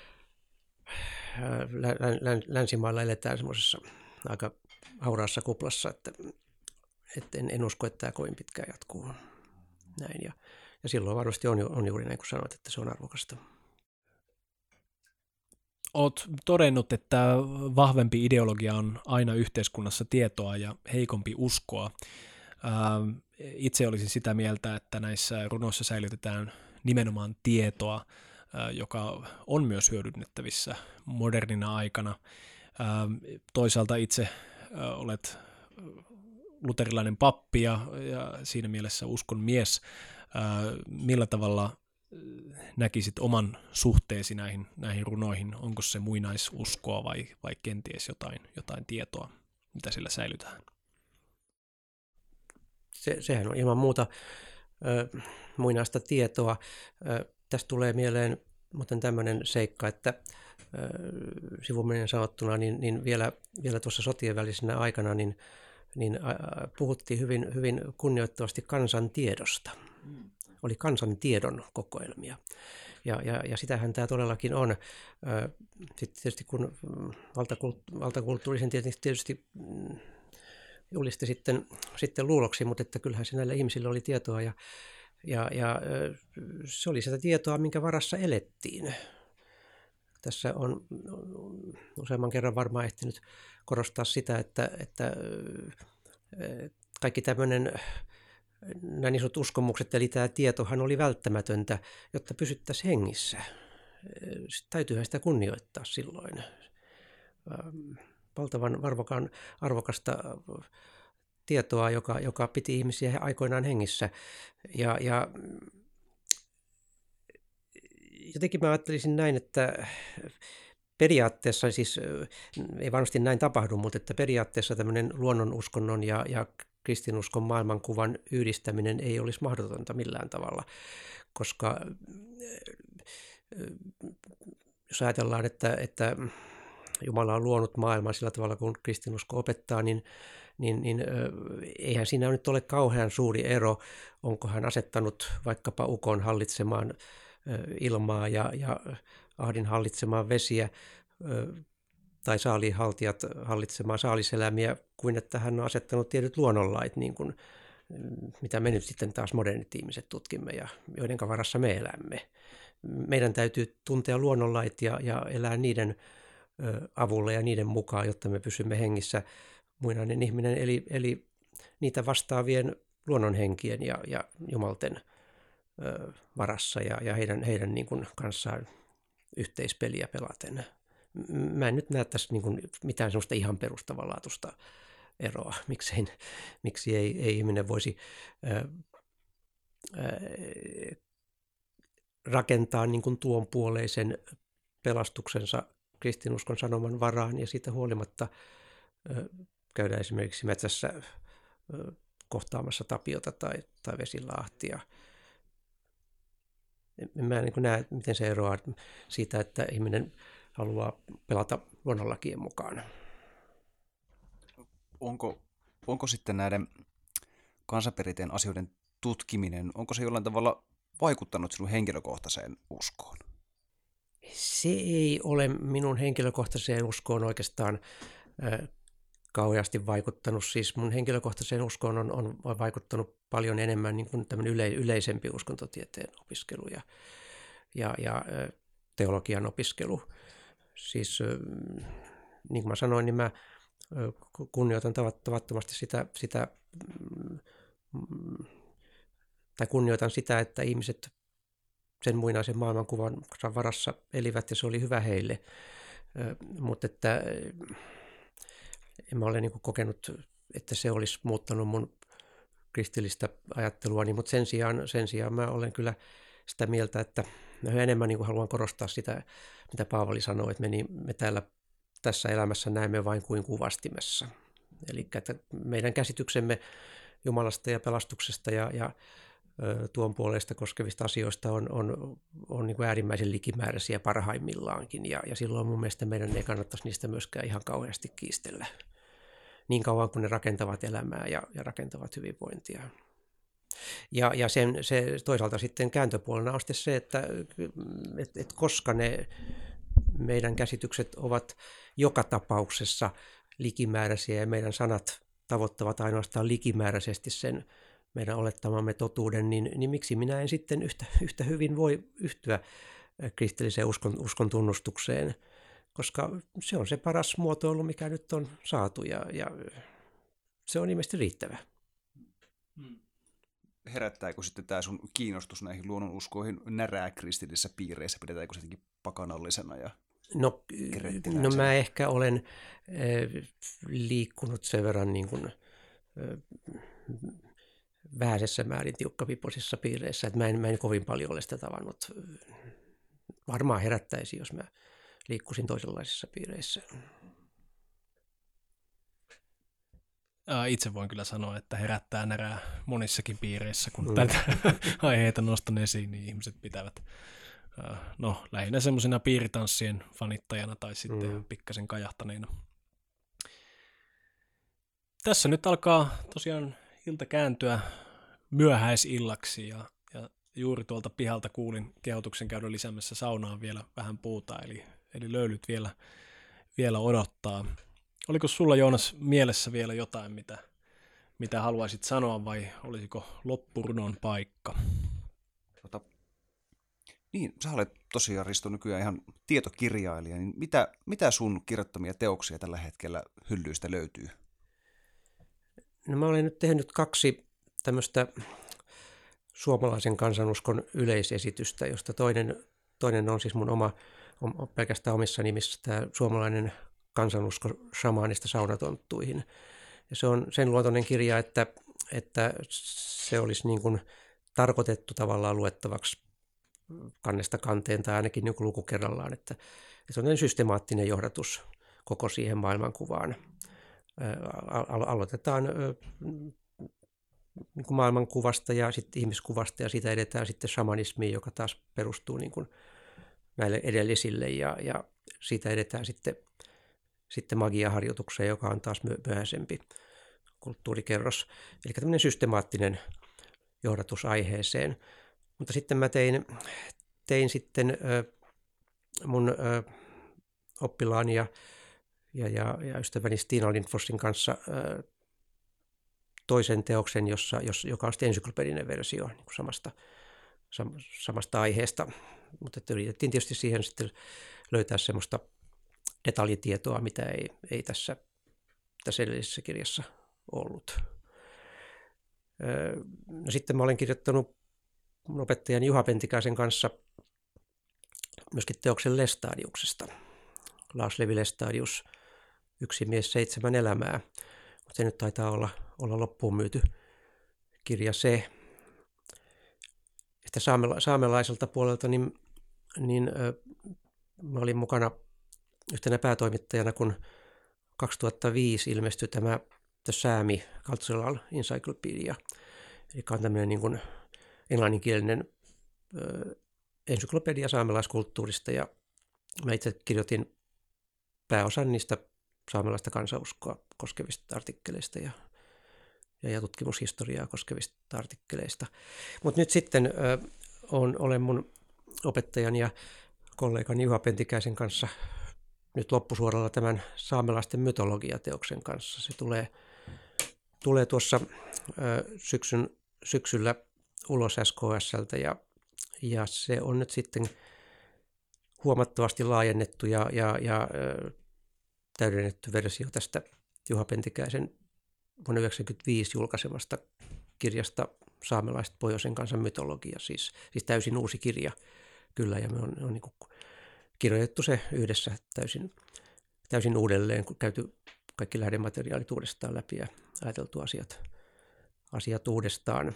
länsimailla eletään semmoisessa aika hauraassa kuplassa, että, että en, en usko, että tämä kovin pitkään jatkuu näin. Ja, ja silloin varmasti on, on juuri näin kuin sanoit, että se on arvokasta. Olet todennut, että vahvempi ideologia on aina yhteiskunnassa tietoa ja heikompi uskoa. Itse olisin sitä mieltä, että näissä runoissa säilytetään nimenomaan tietoa, joka on myös hyödynnettävissä modernina aikana. Toisaalta itse olet luterilainen pappi ja, ja siinä mielessä uskon mies. Millä tavalla näkisit oman suhteesi näihin, näihin runoihin? Onko se muinaisuskoa vai, vai kenties jotain, jotain tietoa, mitä sillä säilytään? Se, sehän on ilman muuta ö, muinaista tietoa. Ö, tästä tulee mieleen muuten tämmöinen seikka, että sivuminen sanottuna, niin, niin vielä, vielä tuossa sotien välisenä aikana niin, niin ä, puhuttiin hyvin, hyvin kunnioittavasti kansantiedosta. Oli kansantiedon kokoelmia. Ja, ja, ja sitähän tämä todellakin on. Sitten tietysti kun valtakult, valtakulttuurisen tietysti julisti sitten, sitten luuloksi, mutta että kyllähän se näillä ihmisillä oli tietoa ja, ja, ja se oli sitä tietoa, minkä varassa elettiin. Tässä on useamman kerran varmaan ehtinyt korostaa sitä, että, että kaikki tämmöinen, nämä niin sanotut uskomukset, eli tämä tietohan oli välttämätöntä, jotta pysyttäisiin hengissä. Sitten täytyyhän sitä kunnioittaa silloin. Valtavan arvokan, arvokasta tietoa, joka, joka piti ihmisiä aikoinaan hengissä. Ja, ja jotenkin mä ajattelisin näin, että periaatteessa, siis ei varmasti näin tapahdu, mutta että periaatteessa tämmöinen luonnonuskonnon ja, ja kristinuskon maailmankuvan yhdistäminen ei olisi mahdotonta millään tavalla, koska jos ajatellaan, että, että Jumala on luonut maailman sillä tavalla, kun kristinusko opettaa, niin, niin, niin eihän siinä nyt ole kauhean suuri ero, onko hän asettanut vaikkapa ukon hallitsemaan ilmaa ja, ja ahdin hallitsemaan vesiä tai saaliinhaltijat hallitsemaan saaliselämiä, kuin että hän on asettanut tietyt luonnonlait, niin kuin, mitä me nyt sitten taas modernit ihmiset tutkimme ja joiden varassa me elämme. meidän täytyy tuntea luonnonlait ja, ja elää niiden ö, avulla ja niiden mukaan, jotta me pysymme hengissä. Muinainen ihminen eli, eli niitä vastaavien luonnonhenkien ja, ja jumalten ö, varassa ja, ja heidän, heidän niin kuin kanssaan yhteispeliä pelaten. Mä en nyt näe tässä niin kuin mitään sellaista ihan perustavanlaatuista eroa. Miksi ei, miksi ei, ei ihminen voisi ö, ö, rakentaa niin kuin tuon puoleisen pelastuksensa kristinuskon sanoman varaan ja siitä huolimatta ö, käydä esimerkiksi metsässä ö, kohtaamassa tapiota tai, tai vesilaahtia. Mä en niin kuin näe, miten se eroaa siitä, että ihminen haluaa pelata luonnonlakien mukaan. Onko, onko sitten näiden kansanperinteen asioiden tutkiminen, onko se jollain tavalla vaikuttanut sinun henkilökohtaiseen uskoon? Se ei ole minun henkilökohtaiseen uskoon oikeastaan äh, kauheasti vaikuttanut. Siis mun henkilökohtaiseen uskoon on, on vaikuttanut paljon enemmän niin kuin tämmöinen yle, yleisempi uskontotieteen opiskelu ja, ja, ja äh, teologian opiskelu. Siis äh, niin kuin mä sanoin, niin mä äh, kunnioitan tavattomasti sitä, sitä mm, tai kunnioitan sitä, että ihmiset sen muinaisen maailmankuvan varassa elivät ja se oli hyvä heille. Mutta että en mä ole niin kuin kokenut, että se olisi muuttanut mun kristillistä ajatteluani, mutta sen sijaan, sen sijaan mä olen kyllä sitä mieltä, että mä enemmän niin kuin haluan korostaa sitä, mitä Paavali sanoi, että me, niin, me täällä tässä elämässä näemme vain kuin kuvastimessa. Eli että meidän käsityksemme Jumalasta ja pelastuksesta ja, ja tuon puolesta koskevista asioista on, on, on niin kuin äärimmäisen likimääräisiä parhaimmillaankin, ja, ja silloin mun mielestä meidän ei kannattaisi niistä myöskään ihan kauheasti kiistellä niin kauan kuin ne rakentavat elämää ja, ja rakentavat hyvinvointia. Ja, ja sen, se toisaalta sitten kääntöpuolena on sitten se, että et, et koska ne meidän käsitykset ovat joka tapauksessa likimääräisiä ja meidän sanat tavoittavat ainoastaan likimääräisesti sen meidän olettamamme totuuden, niin, niin miksi minä en sitten yhtä, yhtä hyvin voi yhtyä kristilliseen uskon, uskon tunnustukseen, koska se on se paras muotoilu, mikä nyt on saatu, ja, ja se on ilmeisesti riittävä. Herättääkö sitten tämä sun kiinnostus näihin luonnonuskoihin närää kristillisissä piireissä? Pidetäänkö se jotenkin pakanallisena ja No, no mä ehkä olen äh, liikkunut sen verran niin kuin, äh, vähäisessä määrin tiukkapipoisissa piireissä, että mä en, mä en kovin paljon ole sitä tavannut. Varmaan herättäisi, jos mä liikkuisin toisenlaisissa piireissä. Itse voin kyllä sanoa, että herättää närää monissakin piireissä, kun mm. tätä aiheita nostan esiin, niin ihmiset pitävät no, lähinnä semmoisena piiritanssien fanittajana tai sitten mm. pikkasen kajahtaneina. Tässä nyt alkaa tosiaan ilta kääntyä myöhäisillaksi ja, ja juuri tuolta pihalta kuulin kehotuksen käydä lisäämässä saunaan vielä vähän puuta, eli, eli löylyt vielä, vielä odottaa. Oliko sulla, Joonas, mielessä vielä jotain, mitä, mitä haluaisit sanoa, vai olisiko loppurunon paikka? Tota, niin, sä olet tosiaan, Risto, nykyään ihan tietokirjailija, niin mitä, mitä sun kirjoittamia teoksia tällä hetkellä hyllyistä löytyy? No mä olen nyt tehnyt kaksi tämmöistä suomalaisen kansanuskon yleisesitystä, josta toinen, toinen on siis mun oma, on pelkästään omissa nimissä, tämä suomalainen kansanusko shamaanista saunatonttuihin. Ja se on sen luontoinen kirja, että, että se olisi niin kuin tarkoitettu tavallaan luettavaksi kannesta kanteen tai ainakin niin kuin luku kerrallaan, että, että se on systemaattinen johdatus koko siihen maailmankuvaan. Alo- aloitetaan niin kuin maailmankuvasta ja sitten ihmiskuvasta ja siitä edetään sitten shamanismiin, joka taas perustuu niin kuin näille edellisille ja, ja siitä edetään sitten, sitten magiaharjoitukseen, joka on taas myöhäisempi kulttuurikerros. Eli tämmöinen systemaattinen johdatus aiheeseen. Mutta sitten mä tein, tein sitten mun oppilaani ja, ja, ja, ja ystäväni Stina Lindforsin kanssa toisen teoksen, jossa, jos, joka on sitten ensyklopedinen versio niin kuin samasta, sam, samasta aiheesta. mutta että yritettiin tietysti siihen sitten löytää semmoista detaljitietoa, mitä ei, ei tässä, tässä edellisessä kirjassa ollut. No sitten mä olen kirjoittanut mun opettajan Juha Pentikäisen kanssa myöskin teoksen Lestadiuksesta. Lars Levi Lestadius, Yksi mies, seitsemän elämää. Mutta se nyt taitaa olla, olla loppuun myyty kirja se. Että saamela, saamelaiselta puolelta niin, niin ö, mä olin mukana yhtenä päätoimittajana, kun kaksituhattaviisi ilmestyi tämä The Sami Cultural Encyclopedia, eli on tämmöinen niin kuin englanninkielinen ö, ensyklopedia saamelaiskulttuurista, ja mä itse kirjoitin pääosan niistä saamelaista kansauskoa koskevista artikkeleista ja, ja, ja tutkimushistoriaa koskevista artikkeleista. Mutta nyt sitten ö, on, olen mun opettajan ja kollegani Juha Pentikäisen kanssa nyt loppusuoralla tämän saamelaisten mytologiateoksen kanssa. Se tulee, tulee tuossa ö, syksyn, syksyllä ulos S K S:ltä ja, ja se on nyt sitten huomattavasti laajennettu ja, ja, ja ö, täydennetty versio tästä Juha Pentikäisen vuonna yhdeksänkymmentäviisi julkaisemasta kirjasta Saamelaiset pohjoisen kansan mytologia, siis, siis täysin uusi kirja kyllä, ja me on, on niin kuin kirjoitettu se yhdessä täysin, täysin uudelleen, kun käyty kaikki lähdemateriaalit uudestaan läpi ja ajateltu asiat, asiat uudestaan.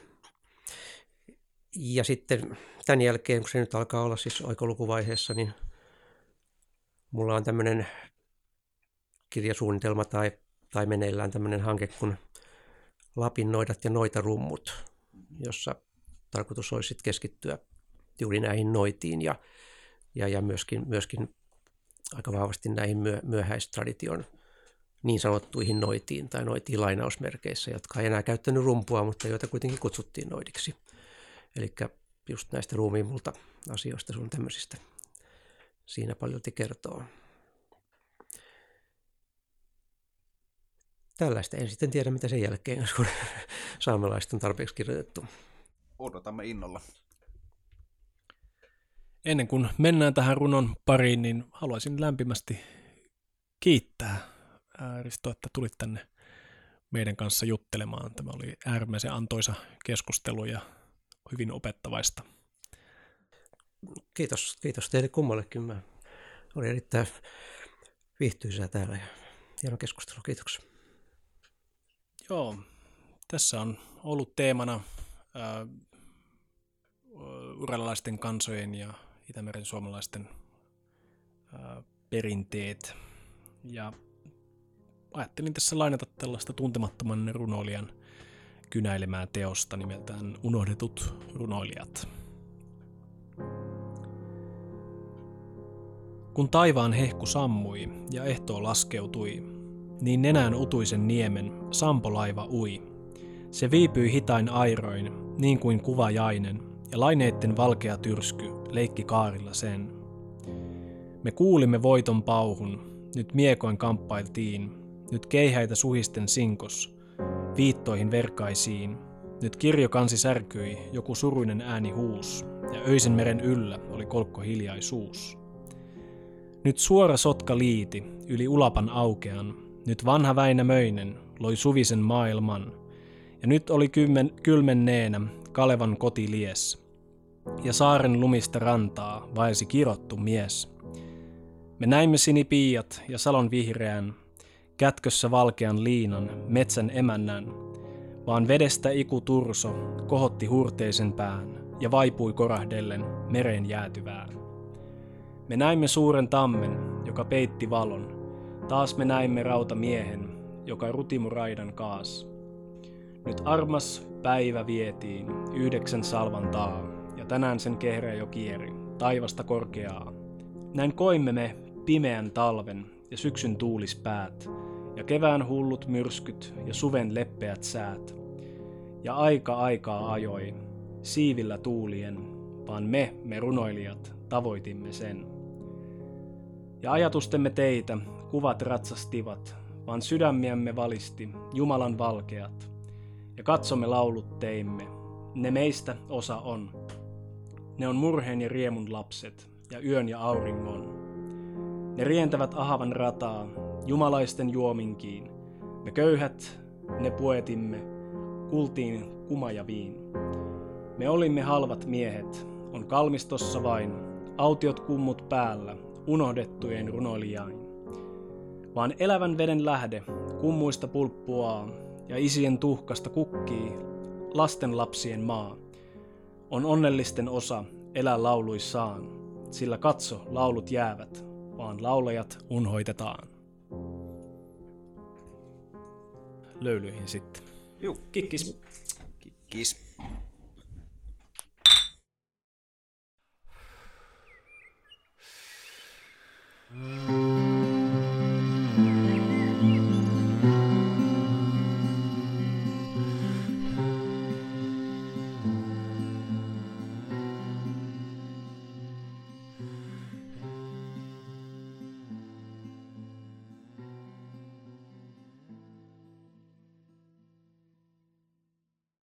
Ja sitten tämän jälkeen, kun se nyt alkaa olla siis oikolukuvaiheessa, niin mulla on tämmöinen kirjasuunnitelma tai, tai meneillään tämmöinen hanke kuin Lapin noidat ja noitarummut, jossa tarkoitus olisi sitten keskittyä juuri näihin noitiin ja, ja, ja myöskin, myöskin aika vahvasti näihin myö, myöhäistradition niin sanottuihin noitiin tai noitiin lainausmerkeissä, jotka ei enää käyttänyt rumpua, mutta joita kuitenkin kutsuttiin noidiksi. Eli just näistä ruumiinmulta asioista sun tämmöisistä siinä paljolti kertoo. Tällaista. En sitten tiedä, mitä sen jälkeen, kun saamelaiset on tarpeeksi kirjoitettu. Odotamme innolla. Ennen kuin mennään tähän runon pariin, niin haluaisin lämpimästi kiittää Risto, että tulit tänne meidän kanssa juttelemaan. Tämä oli äärimmäisen antoisa keskustelu ja hyvin opettavaista. Kiitos, kiitos teille kummallekin. Mä olin erittäin viihtyisää täällä ja hieno keskustelu. Kiitoksia. Joo, tässä on ollut teemana ää, uralilaisten kansojen ja Itämeren suomalaisten ää, perinteet. Ja ajattelin tässä lainata tällaista tuntemattoman runoilijan kynäilemää teosta nimeltään Unohdetut runoilijat. Kun taivaan hehku sammui ja ehtoo laskeutui, niin nenään utuisen niemen sampolaiva ui. Se viipyi hitain airoin, niin kuin kuvajainen, ja laineitten valkea tyrsky leikki kaarilla sen. Me kuulimme voiton pauhun, nyt miekoin kamppailtiin, nyt keihäitä suhisten sinkos, viittoihin verkaisiin, nyt kirjokansi särkyi, joku suruinen ääni huus, ja öisen meren yllä oli kolkko hiljaisuus. Nyt suora sotka liiti yli ulapan aukean, nyt vanha Väinämöinen loi suvisen maailman, ja nyt oli kymmen, kylmenneenä Kalevan kotilies, ja saaren lumista rantaa vaelsi kirottu mies. Me näimme sinipiiat ja salon vihreän, kätkössä valkean liinan, metsän emännän, vaan vedestä iku turso kohotti hurteisen pään ja vaipui korahdellen mereen jäätyvään. Me näimme suuren tammen, joka peitti valon, taas me näimme rautamiehen, joka rutimuraidan kaas. Nyt armas päivä vietiin yhdeksän salvan taa, ja tänään sen kehreä jo kieri, taivasta korkeaa. Näin koimme me pimeän talven ja syksyn tuulispäät, ja kevään hullut myrskyt ja suven leppeät säät. Ja aika aikaa ajoi, siivillä tuulien, vaan me, me runoilijat, tavoitimme sen. Ja ajatustemme teitä kuvat ratsastivat, vaan sydämiämme valisti Jumalan valkeat. Ja katsomme laulut teimme, ne meistä osa on. ne on murheen ja riemun lapset, ja yön ja auringon. Ne rientävät ahavan rataa, jumalaisten juominkiin. Me köyhät, ne poetimme, kultiin kumajaviin. Me olimme halvat miehet, on kalmistossa vain, autiot kummut päällä, unohdettujen runoilijain. Vaan elävän veden lähde kummuista pulppuaa, ja isien tuhkasta kukkii lasten lapsien maa. On onnellisten osa elää lauluissaan, sillä katso, laulut jäävät, vaan laulajat unhoitetaan. Löylyihin sitten. Juu. Kikkis. Kikkis.